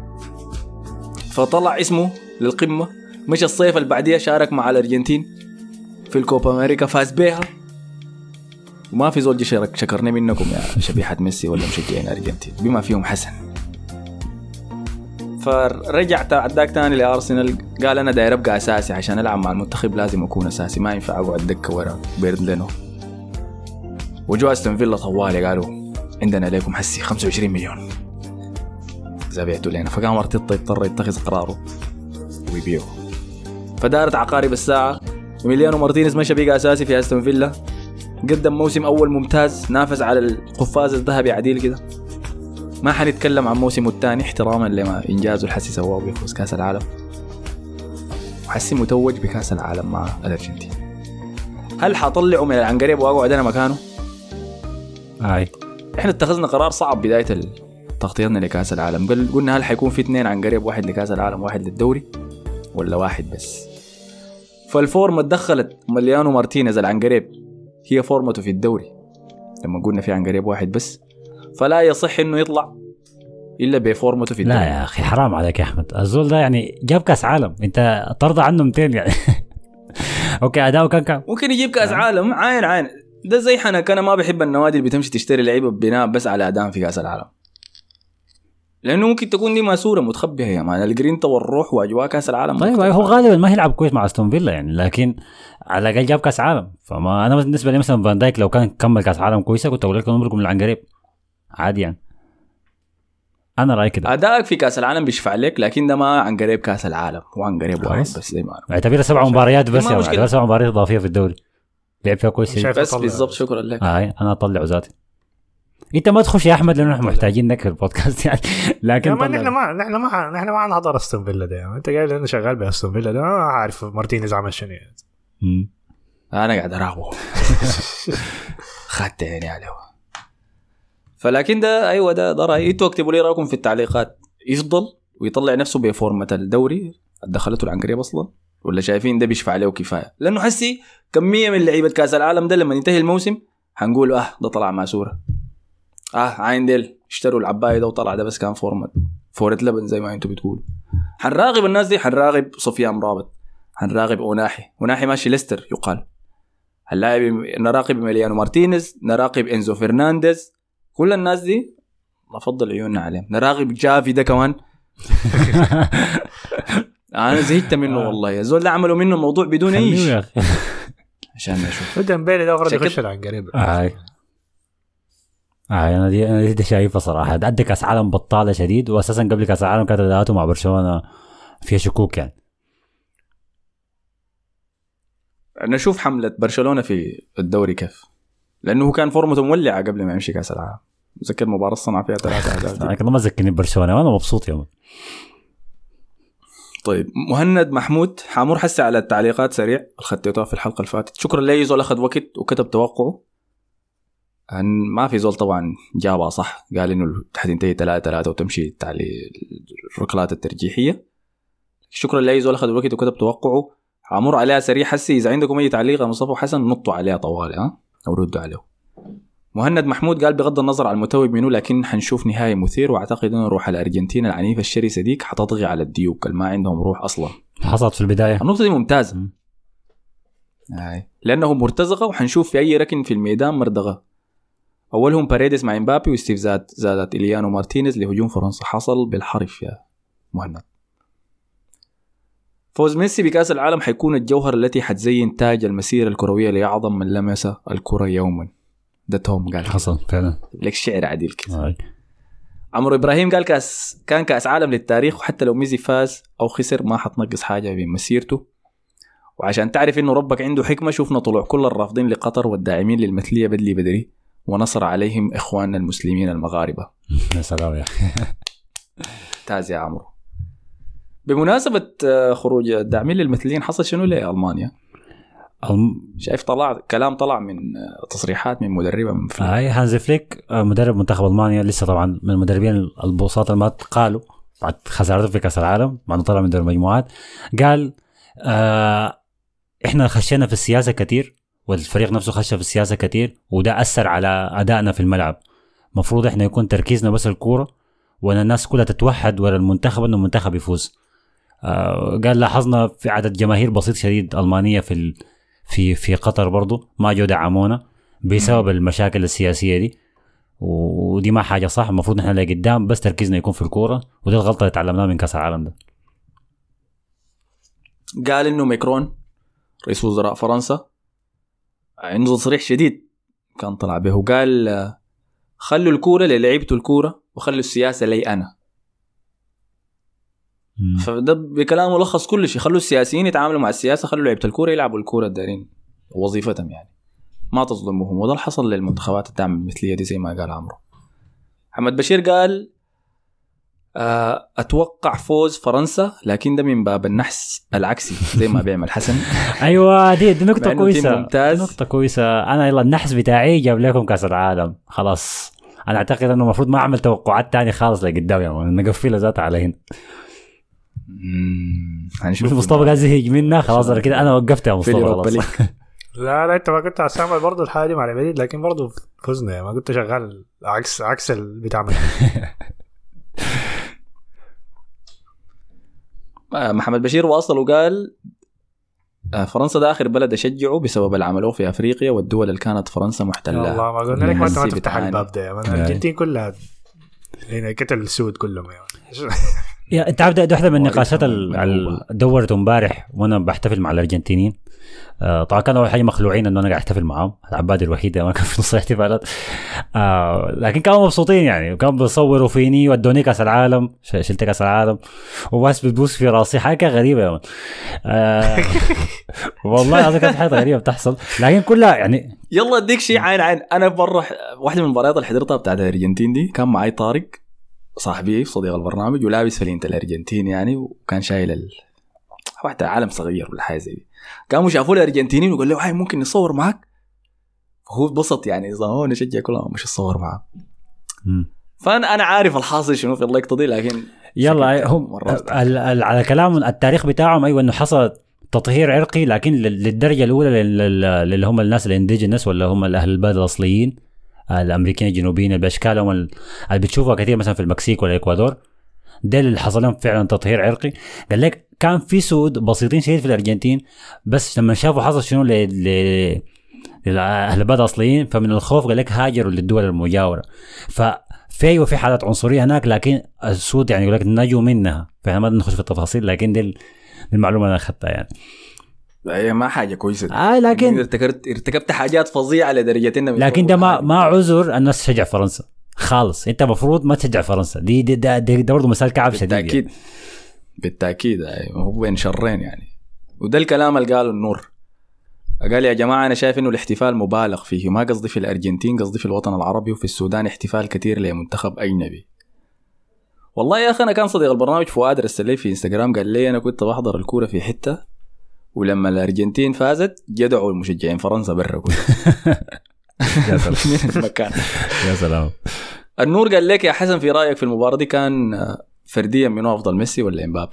فطلع اسمه للقمة. مش الصيف اللي بعديها شارك مع الأرجنتين في الكوبا أمريكا، فاز بيها. وما في زول جي شارك شكرني منكم يا شبيحة ميسي ولا مشجعين الأرجنتين بما فيهم حسن. فرجع تعداك تاني لأرسنال، قال أنا داير أبقى أساسي عشان ألعب مع المنتخب، لازم أكون أساسي، ما ينفع أقعد دكة ورا بيرلينو. وجو أستون فيلا طوالي قالوا عندنا لكم حسي خمسة وعشرين مليون إذا بعتوا لنا، فقام أرتيتا يضطر يتخذ قراره ويبيعه. فدارت عقارب الساعة، إيميليانو مارتينيز مشى بقى أساسي في أستون فيلا، قدم موسم أول ممتاز، نافس على القفاز الذهبي عديل كده. ما حنتكلم عن موسمه الثاني احتراما لما إنجازه الحسي سواه بيفوز كأس العالم، وحسي متوج بكأس العالم مع الأرجنتين. هل حطلعه من العنقريب وأقعد أنا مكانه؟ هاي إحنا اتخذنا قرار صعب بداية تغطيتنا لكأس العالم. قلنا هل حيكون في اثنين عنقريب، واحد لكأس العالم واحد للدوري، ولا واحد بس؟ فالفورمة دخلت مليانو مارتينيز العنقريب هي فورمته في الدوري لما قلنا في عنقريب واحد بس، فلا يصح إنه يطلع إلا بفورمته في الدوري. لا يا أخي حرام عليك يا أحمد، الزول ده يعني جاب كأس عالم، أنت ترضى عنه مئتين يعني. أوكي أداؤه كان كان ممكن يجيب كأس عالم عين عين، ده زي حنك. أنا ما بحب النوادي اللي بتمشي تشتري لعيبة بناء بس على أداء في كأس العالم، لأنه ممكن تكون دي ماسورة متخبية يا مان، الجرينتا والروح وأجواء كأس العالم. طيب هو غالبا ما هيلعب كويس مع أستون فيلا يعني، لكن على الأقل جاب كأس عالم. فما أنا بالنسبة لي مثلا فان دايك لو كان كمل كأس عالم كويسة كنت أقول لكم نمركم من العنقريب عادي يعني. أنا رأيي كده. أداءك في كأس العالم بيشفع لك، لكن ده ما عنقريب كأس العالم، وعنقريب واحد بس زي ما أنا اعتبرها سبع مباريات بس، يعني اعتبرها سبع مباريات إضافية في الدوري لعب فيها كويس بس بالضبط. شكرا لك. آه أنا أطلع ذاتي. انت ما تخش يا احمد لانه نحن محتاجينك في البودكاست يعني، لكن ما نحن ما نحن ما نحن ما نحضر استون فيلا ده. انت قايل انا شغال باستون فيلا ده، ما عارف مارتينيز عمل شنو. امم انا قاعد اراقبه خدت عيني عليه. فلكن ده ايوه ده ده رايي. انتوا اكتبوا لي رايكم في التعليقات، يفضل ويطلع نفسه بفورمه الدوري دخلته العنقريب اصلا، ولا شايفين ده بيشفع عليه كفايه؟ لانه حسي كميه من لعيبه كاس العالم ده لما ينتهي الموسم هنقول اه ده طلع ماسوره، اه عين ديل اشتروا العباية ده وطلع ده بس كان فورمة فورة لبن زي ما انتوا بتقولوا. حنراقب الناس دي، حنراقب صفيان رابط، حنراقب أوناحي أوناحي ماشي ليستر يقال، هنلاعب نراقب مليانو مارتينيز، نراقب إنزو فرنانديز، كل الناس دي نفضل عيوننا عليهم. نراقب جافي ده كمان. أنا زهقت منه والله يا زول، ده عملوا منه موضوع بدون أي شيء عشان نشوف. ديمبلي ده غرض يخش العنقريب. آه آه أنا دي أنا دي شايفة صراحة أدى كأس عالم بطالة شديد، وأساسا قبل كأس العالم كانت أداءاته مع برشلونة فيها شكوك يعني. نشوف حملة برشلونة في الدوري كيف، لأنه هو كان فورمته مولعة قبل ما يمشي كأس العالم. مذكر مباراة صنع فيها ثلاثة أهداف. أنا كده ما ذكرني برشلونة وأنا مبسوط يوم. طيب مهند محمود حامور حسي على التعليقات سريع الخطيتها في الحلقة الفاتت. شكرا لي زول أخذ وقت وكتب توقعه. أن ما في زول طبعا جابها صح، قال إنه حتنتهي ثلاثة ثلاثة وتمشي تعلي الركلات الترجيحية. شكرا لي زول أخذ وقت وكتب توقعه. حامور عليها سريع حسي. إذا عندكم أي تعليق مصطفى حسن نطوا عليها طوالي ها أو ردوا عليه. مهند محمود قال بغض النظر عن المتوج منه لكن حنشوف نهاية مثير، واعتقد أن روح الأرجنتين العنيفة الشرسة ديك حتطغي على الديوك اللي ما عندهم روح أصلا. حصلت في البداية. النقطة دي ممتازة آه. لأنه مرتزقة وحنشوف في أي ركن في الميدان مردغة. أولهم باريدس مع إمبابي واستفزاد زادت إليانو مارتينيز لهجوم فرنسا حصل بالحرف يا مهند. فوز ميسي بكأس العالم حيكون الجوهر التي حتزين تاج المسيرة الكروية لأعظم من لمس الكرة يوما. ده توم قال حصل فعلا لك شعر عديل كده. عمرو إبراهيم قال كأس كان كأس عالم للتاريخ، وحتى لو ميسي فاز أو خسر ما حتنقص حاجة بمسيرته. وعشان تعرف إنه ربك عنده حكمة شوفنا طلوع كل الرافضين لقطر والداعمين للمثلية بدلي بدري ونصر عليهم إخواننا المسلمين المغاربة. يا سلام يا أخي. تاز يا عمرو. بمناسبة خروج الداعمين للمثليين حصل شنو لألمانيا؟ الم... شايف طلع كلام طلع من تصريحات من مدربة من فليك. هاي هانز فليك مدرب منتخب ألمانيا لسه طبعا من المدربين البوساط اللي قالوا بعد خسارته في كأس العالم مع انه طلع من دور المجموعات. قال آه احنا خشينا في السياسة كتير والفريق نفسه خش في السياسه كتير، وده اثر على ادائنا في الملعب. مفروض احنا يكون تركيزنا بس الكوره، وان الناس كلها تتوحد ورا المنتخب انه المنتخب يفوز. آه قال لاحظنا في عدد جماهير بسيط شديد المانيه في ال... في في قطر برضو ما جو دعمونا بسبب المشاكل السياسيه دي، ودي ما حاجه صح. المفروض نحن اللي قدام بس تركيزنا يكون في الكوره، ودي الغلطه اللي تعلمناها من كاس العالم ده. قال انه ماكرون رئيس وزراء فرنسا عنده تصريح شديد كان طلع به، وقال خلوا الكوره للعيبه الكوره وخلوا السياسه لي انا. مم. فده بكلام ملخص كل شيء، خلوا السياسيين يتعاملوا مع السياسه، خلوا لعيبه الكوره يلعبوا الكوره الدارين وظيفتهم يعني، ما تظلموهم. وده اللي حصل للمنتخبات الدعم المثليه دي زي ما قال عمرو. محمد بشير قال اتوقع فوز فرنسا، لكن ده من باب النحس العكسي زي ما بيعمل حسن. ايوه دي, دي نقطه كويسه، نقطه كويسه. انا يلا النحس بتاعي جاب لكم كاس العالم خلاص. انا اعتقد انه المفروض ما اعمل توقعات تاني خالص لقدام، يعني نقفلها ذاتها على هنا. هنشوف مصطفى قاعد يهج منا خلاص. انا كده انا وقفت يا مصطفى خلاص. لا لا انت ما كنت هتعمل برضه الحاجه دي مع المدريد، لكن برضه فزنا يعني، ما كنت شغال عكس عكس اللي بتعمل. محمد بشير واصل وقال فرنسا ده آخر بلد أشجعه بسبب اللي عملوه في أفريقيا والدول اللي كانت فرنسا محتلة. والله ما قلنا لك ما أنت ما تفتح الباب ده، يعني الأرجنتين كلها هنا كتل السود كلهم يعني. يا انت عارف ده واحده من النقاشات اللي دورته امبارح وانا بحتفل مع الارجنتينيين. آه طبعا كانوا اول حاجه مخلوعين انه انا قاعد احتفل معاهم، العبادي الوحيده ما كان في نص الاحتفالات. آه لكن كانوا مبسوطين يعني، كانوا بيصوروا فيني ودوني كاس العالم، شلت كاس العالم وبس بتبوس في راسي، حاجه غريبه يا آه والله هذا كانت حاجه غريبه بتحصل، لكن كلها يعني يلا اديك شيء عين عين. انا مره واحده من المباريات اللي حضرتها بتاعت الارجنتين دي كان معي طارق صاحبي صديق البرنامج ولابس فلينة الارجنتين يعني، وكان شايل ال... واحد عالم صغير ولا حاجه زي دي. كانوا شافوا الارجنتينيين وقال له هاي ممكن نصور معك، فهو اتبسط يعني اذا هو نشجع كلهم مش نصور معه. فانا انا عارف الحاصل شنو في اللقطه دي، لكن يلا هم على كلام التاريخ بتاعهم ايوه انه حصل تطهير عرقي، لكن للدرجه الاولى اللي هم الناس الانديجينس ولا هم الاهل البلد الاصليين الامريكيين الجنوبيين باشكالهم اللي بتشوفها كثير مثلا في المكسيك ولا الاكوادور، ده اللي حصل لهم فعلا تطهير عرقي. قال لك كان في سود بسيطين شديد في الارجنتين، بس لما شافوا حصل شنو ل للاهل البلد الاصليين فمن الخوف قال لك هاجروا للدول المجاوره. ففي وفي حالات عنصريه هناك، لكن السود يعني يقول لك نجوا منها، فاحنا ما نخش في التفاصيل، لكن دي المعلومه انا اخذتها يعني. هي ما حاجه كويسه آه لكن ارتكبت ارتكبت حاجات فظيعه لدرجه انه لكن ده ما ما عذر الناس تشجع فرنسا خالص. انت مفروض ما تشجع فرنسا، دي دي ده, ده, ده برضه مسألة كعب شديد بالتاكيد يعني. بالتاكيد هو بين شرين يعني. وده الكلام اللي قاله النور، قال يا جماعه انا شايف انه الاحتفال مبالغ فيه، ما قصدي في الارجنتين، قصدي في الوطن العربي وفي السودان احتفال كتير لمنتخب اجنبي. والله يا اخي انا كان صديق البرنامج فؤاد رسل لي في انستغرام قال لي انا كنت بحضر الكوره في حته ولما الارجنتين فازت جدعوا المشجعين فرنسا برا يا سلام مكان. يا سلام. النور قال لك يا حسن في رايك في المباراه دي كان فرديا منو افضل، ميسي ولا امبابي؟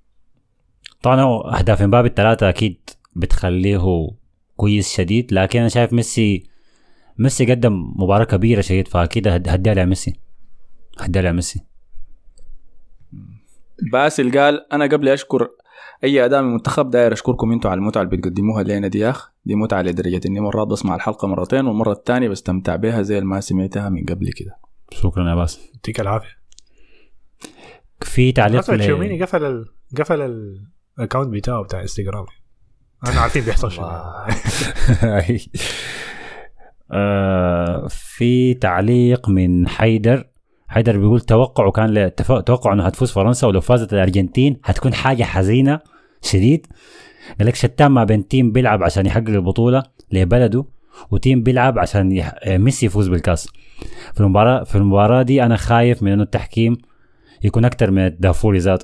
طبعا اهداف امبابي الثلاثه اكيد بتخليه كويس شديد، لكن انا شايف ميسي ميسي قدم مباراه كبيره شديد، فاكيد هدي على ميسي هدي على ميسي. باسل قال انا قبل اشكر اي اداء من المنتخب داير اشكركم انتوا على المتعه اللي بتقدموها لنا دي. يا اخ دي متعه لدرجه اني مرات بسمع الحلقه مرتين والمره الثانيه بستمتع بها زي ما سمعتها من قبل كده. شكرا يا باسل، يعطيك العافيه. في تعليق ل... شوميني قفل ال... قفل الاكونت بتاعه بتاع انستغرام، انا عارفين بيحصل شنو. في تعليق من حيدر حيدر بيقول توقعه كان ل... توقع انه هتفوز فرنسا، ولو فازت الارجنتين هتكون حاجه حزينه شديد. قال لك شتان ما بين تيم بيلعب عشان يحقق البطوله لبلده وتيم بيلعب عشان يح... ميسي يفوز بالكاس. في المباراه في المباراه دي انا خايف من انه التحكيم يكون اكتر من الدافوري ذاته.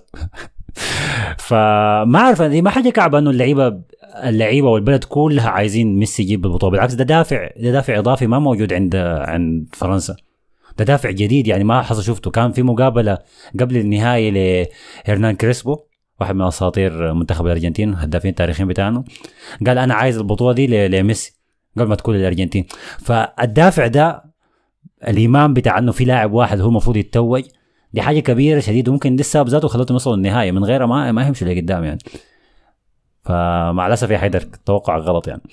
فما اعرف دي ما حاجه كعبه انه اللعيبه اللعيبه والبلد كلها عايزين ميسي يجيب البطوله، بالعكس ده دافع ده دافع اضافي ما موجود عند عند فرنسا، ده دافع جديد يعني ما حصل. شفته كان في مقابله قبل النهائي لهرنان كريسبو واحد من اساطير منتخب الارجنتين هدافين التاريخيين بتاعنا، قال انا عايز البطوله دي لميسي قبل ما تكون الارجنتين. فالدافع ده الايمان بتاع انه في لاعب واحد هو المفروض يتوج، دي حاجه كبيره شديد، وممكن دي السبب ذاته خلته يوصل النهائي، من غيره ما ما يمشي لقدام يعني. فمع الاسف يا حيدر توقع غلط يعني.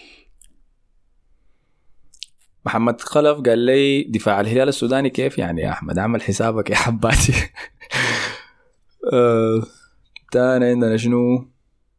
محمد خلف قال لي دفاع الهلال السوداني كيف يعني يا احمد؟ عمل حسابك يا حباتي. آه، تاني عندنا شنو؟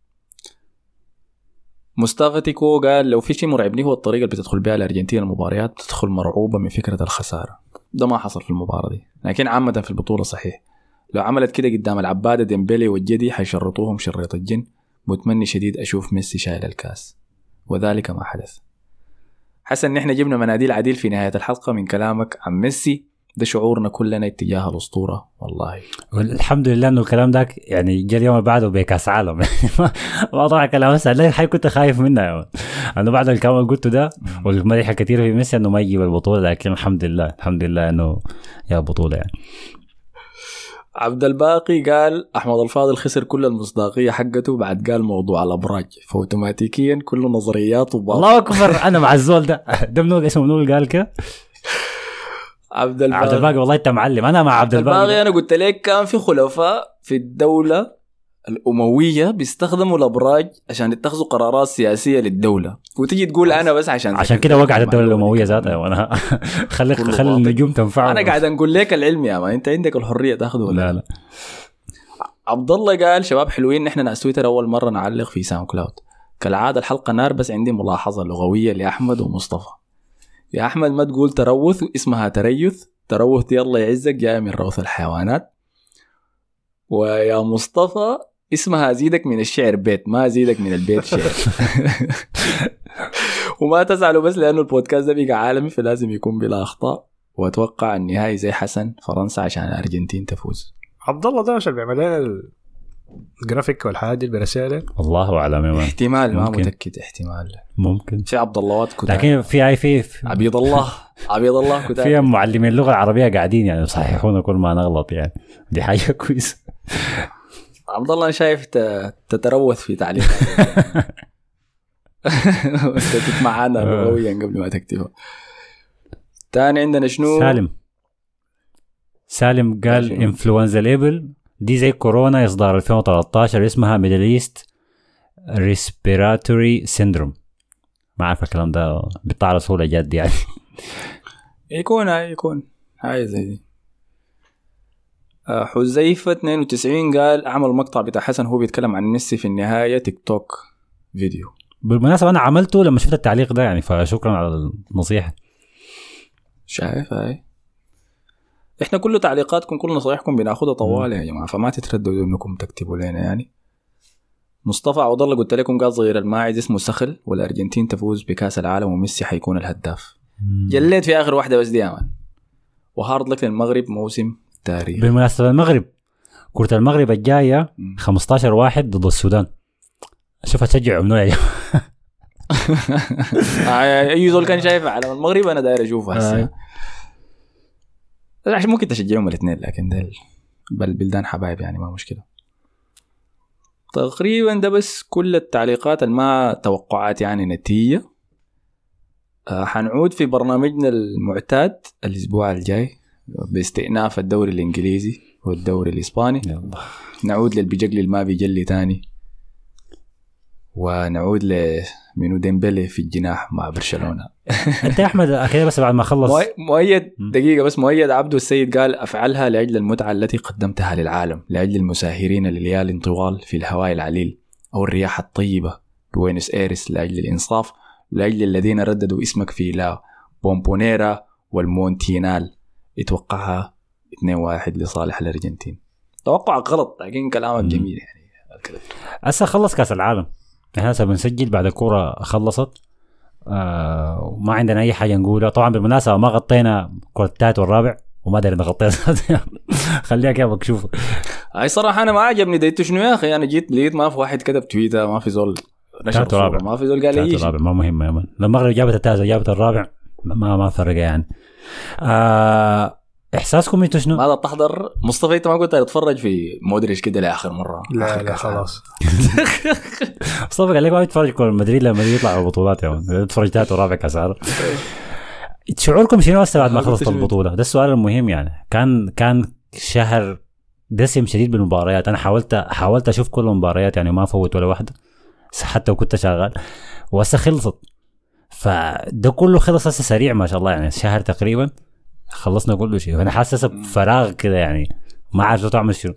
مصطفى تيكو قال لو في شيء مرعبني هو الطريقه اللي بتدخل بها الارجنتين المباريات، بتدخل مرعوبه من فكره الخساره. ده ما حصل في المباراه دي، لكن عامه في البطوله صحيح. لو عملت كده قدام العباده ديمبلي والجدي حيشرطوهم شريط الجن. متمني شديد اشوف ميسي شايل الكاس، وذلك ما حدث. حسن نحن جبنا مناديل عديل في نهايه الحلقه من كلامك عن ميسي، ده شعورنا كلنا اتجاه الاسطوره والله. والحمد لله انه الكلام ده يعني جاء اليوم اللي بعده بكاس عالم. ما طلع كلام بس انا حي كنت خايف منه يعني. انه بعد الكلام اللي قلته ده والمدح كثير في ميسي انه ما يجيب البطوله، لكن الحمد لله الحمد لله انه يا بطوله يعني. عبد الباقي قال احمد الفاضل خسر كل المصداقيه حقته بعد قال موضوع الابراج، فاوتوماتيكيا كل نظرياته باطله. الله اكبر، انا مع الزول ده. ده منو اسمه منو قال كده؟ عبد الباقي. عبد الباقي والله انت معلم، انا مع عبد الباقي. الباقي انا قلت لك كان في خلفاء في الدوله الامويه بيستخدموا الابراج عشان يتخذوا قرارات سياسيه للدوله، وتيجي تقول انا بس عشان عشان كده وقعت الدوله الامويه ذاتها. وانا خلي خلي النجوم تنفع. انا قاعد نقول لك العلم يا ما انت عندك الحريه تاخذه ولا لا لا. عبد الله قال شباب حلوين، نحن ناس تويتر اول مره نعلق في ساوند كلاود كالعاده. الحلقه نار، بس عندي ملاحظه لغويه لاحمد ومصطفى. يا احمد ما تقول تروث، اسمها تريث. تروث يلا يعزك جاي من روث الحيوانات. ويا مصطفى اسمها زيدك من الشعر بيت، ما زيدك من البيت شعر. وما تزعلوا بس لانه البودكاست ده بقى عالمي فلازم يكون بلا اخطاء. واتوقع النهائي زي حسن فرنسا عشان الارجنتين تفوز. عبد الله ده عشان بيعمل لنا الجرافيك والحاجات دي برساله. الله اعلم يا مان. احتمال ما متاكد، احتمال ممكن في عبد اللهات كتاب، لكن في اي في عبيد الله عبيد الله كتاب في معلمين اللغه العربيه قاعدين يعني يصححونا كل ما نغلط يعني. دي حاجه كويسه. عبد الله انا شايف تتروث في تعليقات وستت معانا لغويا قبل ما تكتبها. تاني عندنا شنو؟ سالم سالم قال انفلونزا ليبل دي زي كورونا اصدار ألفين وثلاثة عشر اسمها ميدل ايست ريسبيراتوري سيندروم. ما عارف الكلام ده بيطلع على سهوله جد يعني. يكون هاي يكون هاي زي دي. حزيفة اثنين وتسعين قال عمل مقطع بتاع حسن هو بيتكلم عن ميسي في النهاية تيك توك فيديو. بالمناسبة أنا عملته لما شفت التعليق ده يعني، فشكرا على النصيحة. شايف هاي احنا كل تعليقاتكم كل نصايحكم بناخدها طوال يا جماعة، فما تترددوا انكم تكتبوا لنا يعني. مصطفى عوض الله قلت لكم قال صغير الماعز اسمه سخل والأرجنتين تفوز بكاس العالم وميسي حيكون الهداف. جليت في آخر واحدة بس دي يا مان. وهارد لك للمغرب موسم تاريخي. بالمناسبة المغرب كرة المغرب الجاية خمستاشر واحد ضد السودان. شوف هتشجعوا منو يا جماعة. أي زول كان شايف على المغرب أنا داير أشوفه هسه. عشان ممكن تشجعهم الاثنين، لكن ده بالبلدان حبايب يعني ما مشكلة. تقريبا ده بس كل التعليقات الما توقعات يعني نتيجة. آه حنعود في برنامجنا المعتاد الأسبوع الجاي باستئناف الدوري الإنجليزي والدوري الإسباني. نعود للبيجلي ما بيجلي تاني، ونعود لمنو ديمبلي في الجناح مع برشلونة. انت يا احمد كده بس بعد ما خلص مؤيد دقيقة بس مؤيد عبدو السيد قال أفعلها لأجل المتعة التي قدمتها للعالم، لأجل المساهرين لليال طوال في الهواء العليل أو الرياح الطيبة بوينس إيرس، لأجل الإنصاف، لأجل الذين رددوا اسمك في لا بومبونيرا والمونتينال. يتوقعها اثنين واحد لصالح الأرجنتين. توقعك غلط لكن كلامك جميل يعني. هسه خلص كاس العالم، احنا هسه بنسجل بعد الكرة خلصت آه وما عندنا اي حاجه نقولها. طبعا بالمناسبه ما غطينا كرة الثالث والرابع وما داري نغطيها. خليها كيف بشوف. اي صراحه انا ما عجبني ديت شنو يا اخي. انا جيت لقيت ما في واحد كتب تويتر، ما في زول نشر صورة، ما في زول قال اي شيء. ما مهم يا من. لما المغرب جابت الثالث جابت الرابع ما ما فرق يعني. آه احساسكم انتوا شنو؟ ماذا تحضر مصطفى؟ انت ما قلت تتفرج في مودريتش كده لاخر مره؟ لا لا خلاص. مصطفى قال لك ما بيتفرج كوره مدريد لما يطلع على البطولات يا مان، تتفرج ثالث ورابع كاس العالم. شعوركم شنو هسه بعد ما خلصت البطوله؟ ده السؤال المهم يعني. كان كان شهر دسم شديد بالمباريات، انا حاولت حاولت اشوف كل المباريات يعني ما فوت ولا واحده حتى وكنت شغال، وهسه خلصت. فده كله خلص هسه سريع ما شاء الله يعني، شهر تقريبا خلصنا كل شيء. فانا حاسس بفراغ كده يعني، ما عارف تعمل شنو.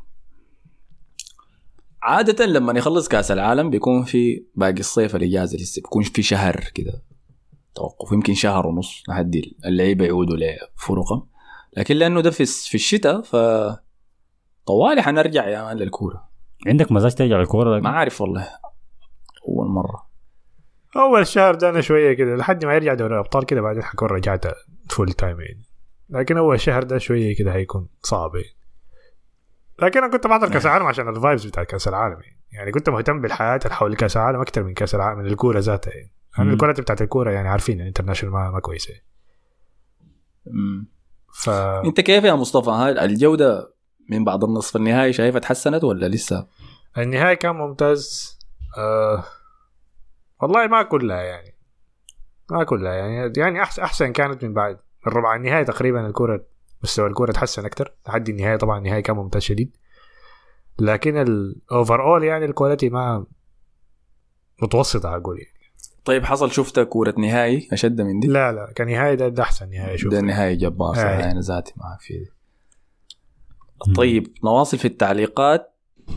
عادة لما يخلص كاس العالم بيكون في باقي الصيف الاجازه لسه بيكون في شهر كده توقف، يمكن شهر ونص لحد اللعيبه يعودوا لفرقهم. لكن لانه ده في في الشتاء ف طوالي حنرجع يا مان للكوره. عندك مزاج ترجع للكوره؟ ما عارف والله، اول مره اول شهر ده انا شويه كده لحد ما يرجع دوري الابطال كده، بعدين حكون رجعت فول تايم يعني. لكن اول شهر ده شويه كده هيكون صعب يعني. لكن انا كنت بحضر كاس العالم عشان الفايبز بتاع كاس العالم يعني. يعني كنت مهتم بالحياه اللي حول كاس العالم اكثر من كاس العالم، من الكوره ذاتها يعني. يعني الكوره بتاعت الكوره يعني عارفين الانترناشونال ما ما كويسه. امم ف انت كيف يا مصطفى؟ هاي الجوده من بعد النصف النهائي شايفها تحسنت ولا لسه؟ النهائي كان ممتاز. أه... والله ما كلها يعني، ما كلها يعني. يعني احسن احسن كانت من بعد الربع النهائي تقريبا. الكوره مستوى الكوره تحسن اكتر لحد النهائي. طبعا النهائي كان ممتاز شديد، لكن الاوفر اول يعني الكواليتي ما متوسطه اقول يعني. طيب حصل شفت كوره نهائي اشد من دي؟ لا لا كان نهائي ده, ده احسن نهائي شوف. ده نهائي جبار صراحه، انا ذاتي معك فيه. طيب نواصل في التعليقات.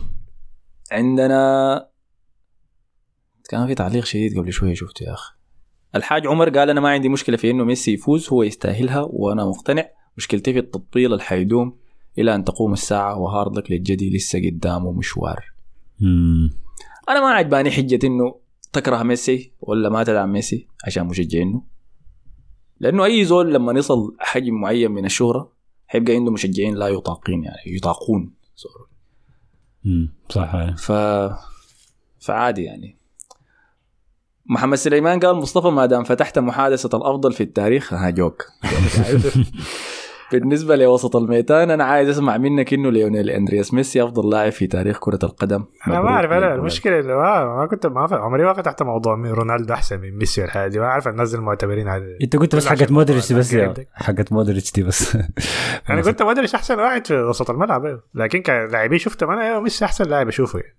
عندنا كان في تعليق شديد قبل شويه شفته يا اخي. الحاج عمر قال انا ما عندي مشكله في انه ميسي يفوز، هو يستاهلها وانا مقتنع. مشكلتي في التطبيل الحيدوم الى ان تقوم الساعه وهاردك للجدي لسه قدامه مشوار. مم. انا ما عجباني حجه انه تكره ميسي ولا ما تدعم ميسي عشان مشجعينه، لانه اي زول لما يصل حجم معين من الشهره حيبقى عنده مشجعين لا يطاقين يعني يطاقون. امم صح. ف فعادي يعني. محمد سليمان قال مصطفى ما دام فتحت محادثه الافضل في التاريخ ها جوك. بالنسبه لوسط الميدان انا عايز اسمع منك انه ليونيل اندرياس ميسي افضل لاعب في تاريخ كره القدم. انا ما اعرف. انا المشكله انه ما كنت ما عمري ما فتحت موضوع رونالدو احسن من ميسي والحاجه دي. ما عارف انزل المعتبرين هذا. انت قلت بس حقت مودريتش بس يا حقت مودريتش دي بس. انا قلت مودريتش احسن واحد في وسط الملعب، لكن كلاعبين شفته انا ميسي احسن لاعب اشوفه يعني.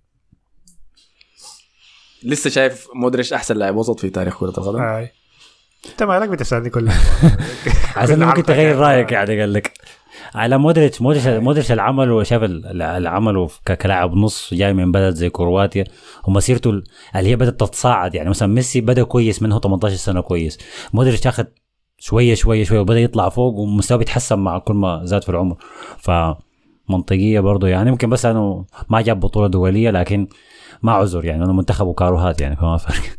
لسه شايف مودريتش احسن لاعب وسط في تاريخ كره القدم. اي انت مالك بتسالني كل عشان ممكن تغير رايك يعني. قال لك على مودريتش مودريتش مودريتش العمل وشاف العمل كلاعب نص جاي من بلد زي كرواتيا ومسيرته اللي هي بدات تتصاعد يعني. مثلا ميسي بدا كويس منه ثمانية عشر سنه كويس، مودريتش اخذ شويه شويه شويه وبدا يطلع فوق ومستواه بيتحسن مع كل ما زاد في العمر. فمنطقيه برضه يعني. ممكن بس انه ما جاب بطوله دوليه لكن ما عذر يعني، انا منتخب وكاروهات يعني فما فرق.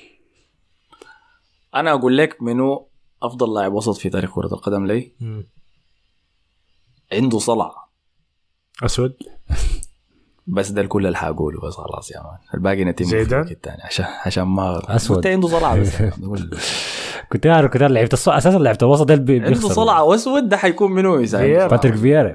انا اقول لك منو افضل لاعب وسط في تاريخ كره القدم لي. م. عنده صلع اسود بس ده الكل اللي حقوله بس خلاص يا مان. الباقي نتيم زيدان الثاني عشان عشان ما اسود عنده صلع بس. كنت عارف كنت لعبت الص... اساسا لعبت الوسط ده بيخسر. عنده صلع واسود ده حيكون منو يساعد؟ باتريك فييرا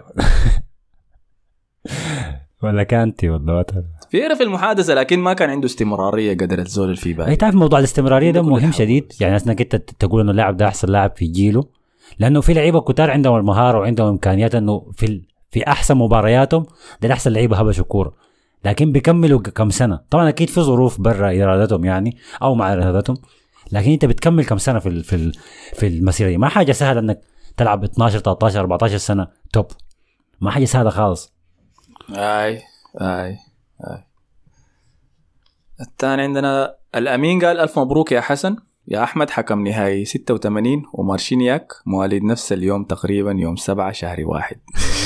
ولا كانتي ولا فييرا في المحادثه لكن ما كان عنده استمراريه قدر الزول في بالي. اي تعرف موضوع الاستمراريه ده مهم شديد يعني. اصلا كنت تقول انه اللاعب ده احسن لاعب في جيله، لانه في لعيبه كتار عندهم المهاره وعندهم امكانيات انه في في احسن مبارياتهم ده احسن لعيبه هبشوا الكوره، لكن بيكملوا كم سنه. طبعا اكيد في ظروف برا ارادتهم يعني او مع ارادتهم، لكن انت بتكمل كم سنه في في في المسيره دي. ما حاجه سهله انك تلعب اثناشر ثلاثة عشر أربعة عشر سنه توب، ما حاجه سهله خالص. اي اي اي الثاني عندنا الامين قال الف مبروك يا حسن. يا احمد حكم نهائي ستة وثمانين ومارشينياك مواليد نفس اليوم تقريبا يوم سبعة شهر واحد.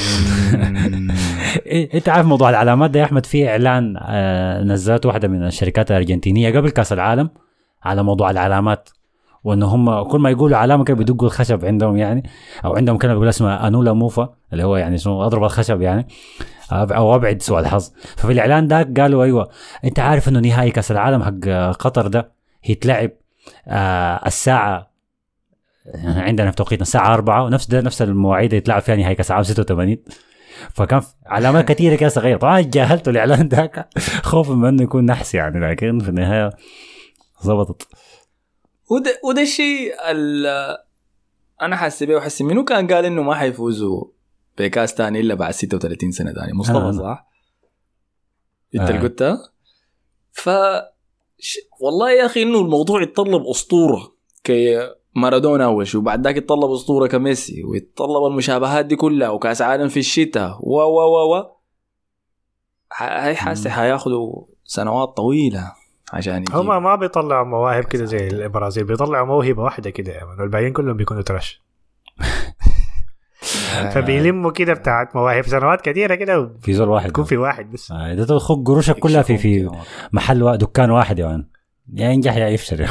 انت عارف موضوع العلامات ده يا احمد؟ في اعلان آه نزلت واحده من الشركات الارجنتينيه قبل كاس العالم على موضوع العلامات، وانه هم كل ما يقولوا علامه كده بيدقوا الخشب عندهم يعني، او عندهم كلمه بيقول اسمها انولا موفا اللي هو يعني شنو اضرب الخشب يعني او ابعد سوء الحظ. ففي الاعلان ده قالوا ايوه انت عارف انه نهائي كاس العالم حق قطر ده هيتلعب آه الساعه عندنا في توقيتنا الساعه أربعة ونفس ده نفس المواعيد اللي تلعب فيها نهائي كاس العالم ستة وثمانين. فكان علامات كثيره كده صغيره. طبعا جاهلت الاعلان ذاك خوفا من انه يكون نحس يعني، لكن في النهايه ضبطت. وده وده الشيء انا حاسس بيه وحاسس منه كان قال انه ما حيفوزوا بكاس تاني الا بعد ستة وثلاثين سنه ثاني. مصطفى آه. صح انت اللي قلتها. ف ش... والله يا اخي انه الموضوع يتطلب اسطوره كمارادونا اول شيء، وبعد ذاك يتطلب اسطوره كميسي، ويتطلب المشابهات دي كلها، وكاس عالم في الشتاء و و و و هاي حاسه حياخذوا سنوات طويله عشان هما ما بيطلعوا مواهب كده زي البرازيل، بيطلعوا موهبه واحده كده يعني، والباقيين كلهم بيكونوا ترش. فبيلموا كده بتاعت مواهب سنوات كثيره كده في زول واحد، يكون في واحد بس. آه ده تخق قروشك كلها في في محل و... دكان واحد يعني، يا ينجح يا يفشل.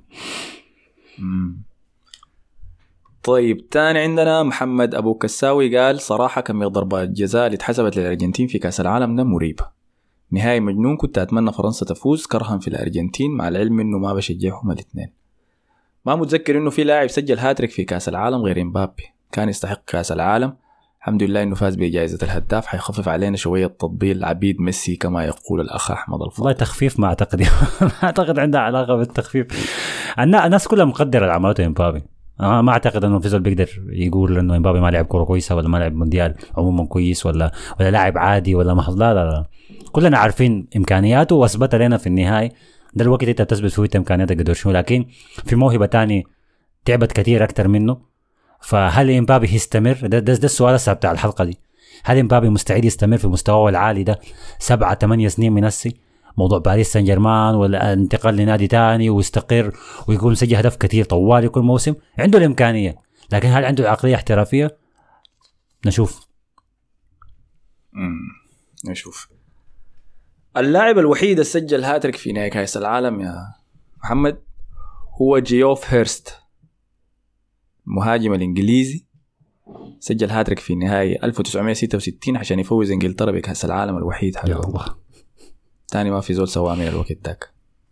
طيب تاني عندنا محمد أبو كساوي قال صراحة كمية ضربات جزاء اللي اتحسبت للأرجنتين في كأس العالم ده مريبة، نهاية مجنون. كنت أتمنى فرنسا تفوز كرها في الأرجنتين، مع العلم إنه ما بشجعهم الاثنين. ما متذكر إنه في لاعب سجل هاتريك في كأس العالم غير إمبابي، كان يستحق كأس العالم. الحمد لله إنه فاز بجائزة الهداف، حيخفف علينا شوية تطبيل عبيد ميسي كما يقول الأخ أحمد الفضل. والله تخفيف ما أعتقد ما أعتقد عندها علاقة بالتخفيف. الناس كلها مقدرة العملية إمبابي. أنا ما أعتقد إنه فيزول بيقدر يقول إنه إمبابي ما لعب كرة كويسة ولا ما لعب مونديال عموما كويس ولا ولا لاعب عادي ولا محظ. لا لا لا، كلنا عارفين إمكانياته وأثبت لنا في النهاية. ده الوقت أنت تثبت فيه إمكانياتك قدر شنو، لكن في موهبة تاني تعبت كتير أكتر منه. فهل إمبابي يستمر؟ ده, ده, ده السؤال السابع بتاع الحلقة دي. هل إمبابي مستعد يستمر في مستواه العالي ده سبعة ثمانية سنين من السي موضوع باريس سان جيرمان، ولا انتقال لنادي تاني ويستقر ويكون مسجل هدف كتير طوالي كل موسم؟ عنده الإمكانية، لكن هل عنده عقلية احترافية؟ نشوف امم نشوف. اللاعب الوحيد اللي سجل هاتريك في نهائي كأس العالم يا محمد هو جيوف هيرست، المهاجم الإنجليزي، سجل هاتريك في نهائي ألف وتسعمائة وستة وستين عشان يفوز إنجلترا بكأس العالم الوحيد. يا الله، تاني ما في زول سواه من الوقت داك.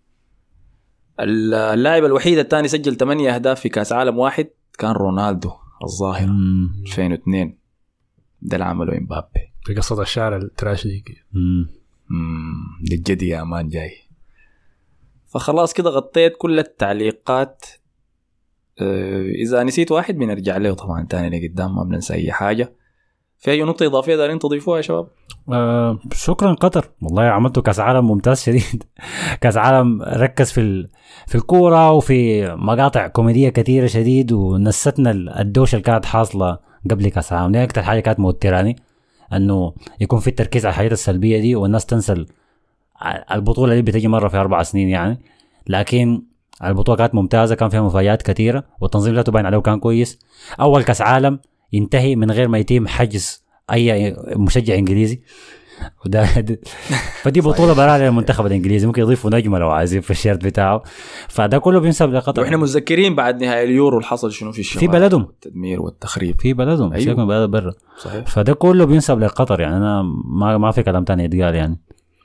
اللاعب الوحيد الثاني سجل ثمانية أهداف في كأس عالم واحد كان رونالدو الظاهر ألفين واثنين. ده اللي عمله إمبابي في قصة الشارع التراش دي. امم للجدي يا أمان جاي. فخلاص كده غطيت كل التعليقات. إذا نسيت واحد بنرجع له طبعا تاني لقدام، ما بننسى أي حاجة. في أي نقطة إضافية دارين تضيفوها يا شباب؟ آه شكرا قطر، والله عملتوا كاس عالم ممتاز شديد. كاس عالم ركز في في الكوره وفي مقاطع كوميديه كثيره شديد، ونستنا الدوشه اللي كانت حاصله قبل كاس العالم. دي اكثر حاجه كانت موتراني، انه يكون في التركيز على الحاجات السلبيه دي والناس تنسى البطوله اللي بتجي مره في اربع سنين يعني. لكن البطوله كانت ممتازه، كان فيها مفاجآت كثيره، والتنظيم ذاته باين عليه كان كويس. اول كاس عالم ينتهي من غير ما يتم حجز اي مشجع انجليزي، وده فدي بطوله برا للمنتخب الانجليزي. ممكن يضيفوا نجمه لو عايزين في الشيرت بتاعه، فده كله بينسب لقطر. واحنا متذكرين بعد نهائي اليورو اللي حصل شنو في الشمال في بلدهم، التدمير والتخريب في بلدهم، أيوه. من بلد برا. صحيح. فده كله بينسب لقطر يعني. انا ما ما في كلام تاني يتقال يعني.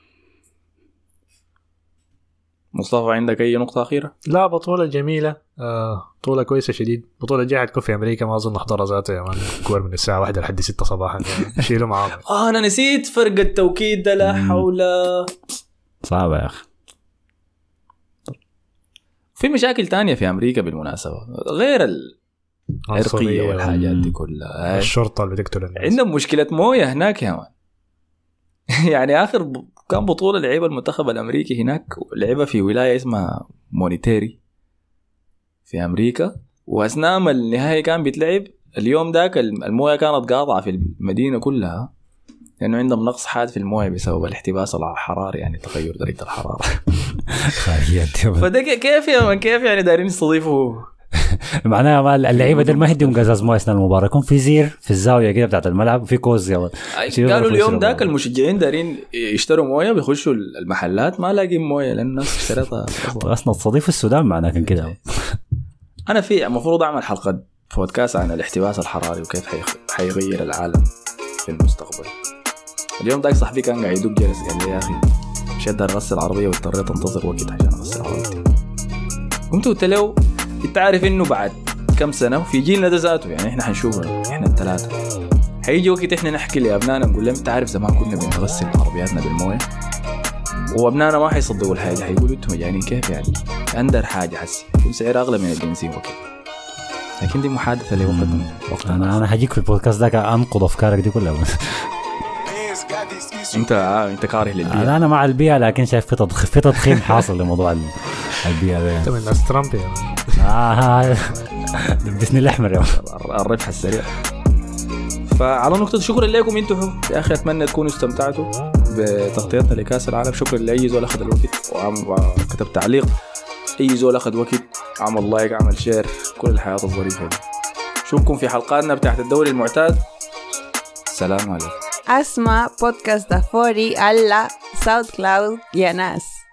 مصطفى عندك أي نقطة أخيرة؟ لا، بطولة جميلة، آه، بطولة كويسة شديد. بطولة جاية تكون في أمريكا، ما أظن أحضرها ذاته يا مان. كور من الساعة واحدة لحد ستة صباحا يعني. شيلوا معاهم. آه أنا نسيت فرق التوقيت ده، لا حول. صعبة يا أخي. في مشاكل تانية في أمريكا بالمناسبة غير العرقية والحاجات دي كلها. الشرطة اللي بتقتل الناس، عندهم مشكلة موية هناك يا مان. يعني آخر ب... كان بطولة لعيبة المنتخب الأمريكي هناك، لعبة في ولاية اسمها مونيتيري في أمريكا، وأثناء ما النهائي كان بيتلعب اليوم داك الموية كانت قاطعة في المدينة كلها، لأنه يعني عندهم نقص حاد في الموية بسبب الاحتباس الحراري، يعني تغير درجة الحرارة. فده كيف يا من كيف يعني دايرين يستضيفوا؟ معناها اللعيبه دول ما هديهم قزاز مويه اثناء المباراه، يكون في زير في الزاويه كده بتاعت الملعب وفي كوز. يلا قالوا اليوم ذاك المشجعين دارين يشتروا مويه، بيخشوا المحلات ما لاقين مويه لان الناس اشترتها اصلا. تستضيف السودان معناها كان كده. انا في المفروض اعمل حلقه بودكاست عن الاحتباس الحراري وكيف حيغير العالم في المستقبل. اليوم ذاك صاحبي كان قاعد يدق جرس قال لي يا اخي شد اغسل العربيه واضطريت انتظر وقت عشان اغسل العربيه. قمت قلت له انت عارف انه بعد كم سنه وفي جيلنا ده ذاته يعني احنا حنشوفه احنا الثلاثه هيجي وقت احنا نحكي لابنائنا نقول لهم انت عارف زمان كنا بنغسل عربياتنا بالمويه وابنائنا ما حيصدقوا الحاجه حيقولوا انتم مجانين كيف يعني اندر حاجه حسي يكون سعر اغلى من البنزين وكده لكن دي محادثه لوقت انا انا حجيك في البودكاست ده انقض افكارك دي كلها انت آه انت كاره للبيئه انا انا مع البيئه لكن شايف في تضخ... في تضخيم حاصل لموضوع البيئه ده انت من ناس ترامب يا اه لبسني الاحمر يا الربح السريع. فعلى نقطه شكرا لكم انتم يا اخي اتمنى تكونوا استمتعتوا بتغطيتنا لكاس العالم. شكرا لاي زول اخذ الوقت وكتب تعليق اي زول اخذ وقت عمل لايك عمل شير كل الحياه الظريفه دي. نشوفكم في حلقاتنا بتاعت الدوري المعتاد. سلام عليكم. اسمع بودكاست دافوري على ساوند كلاود يا ناس.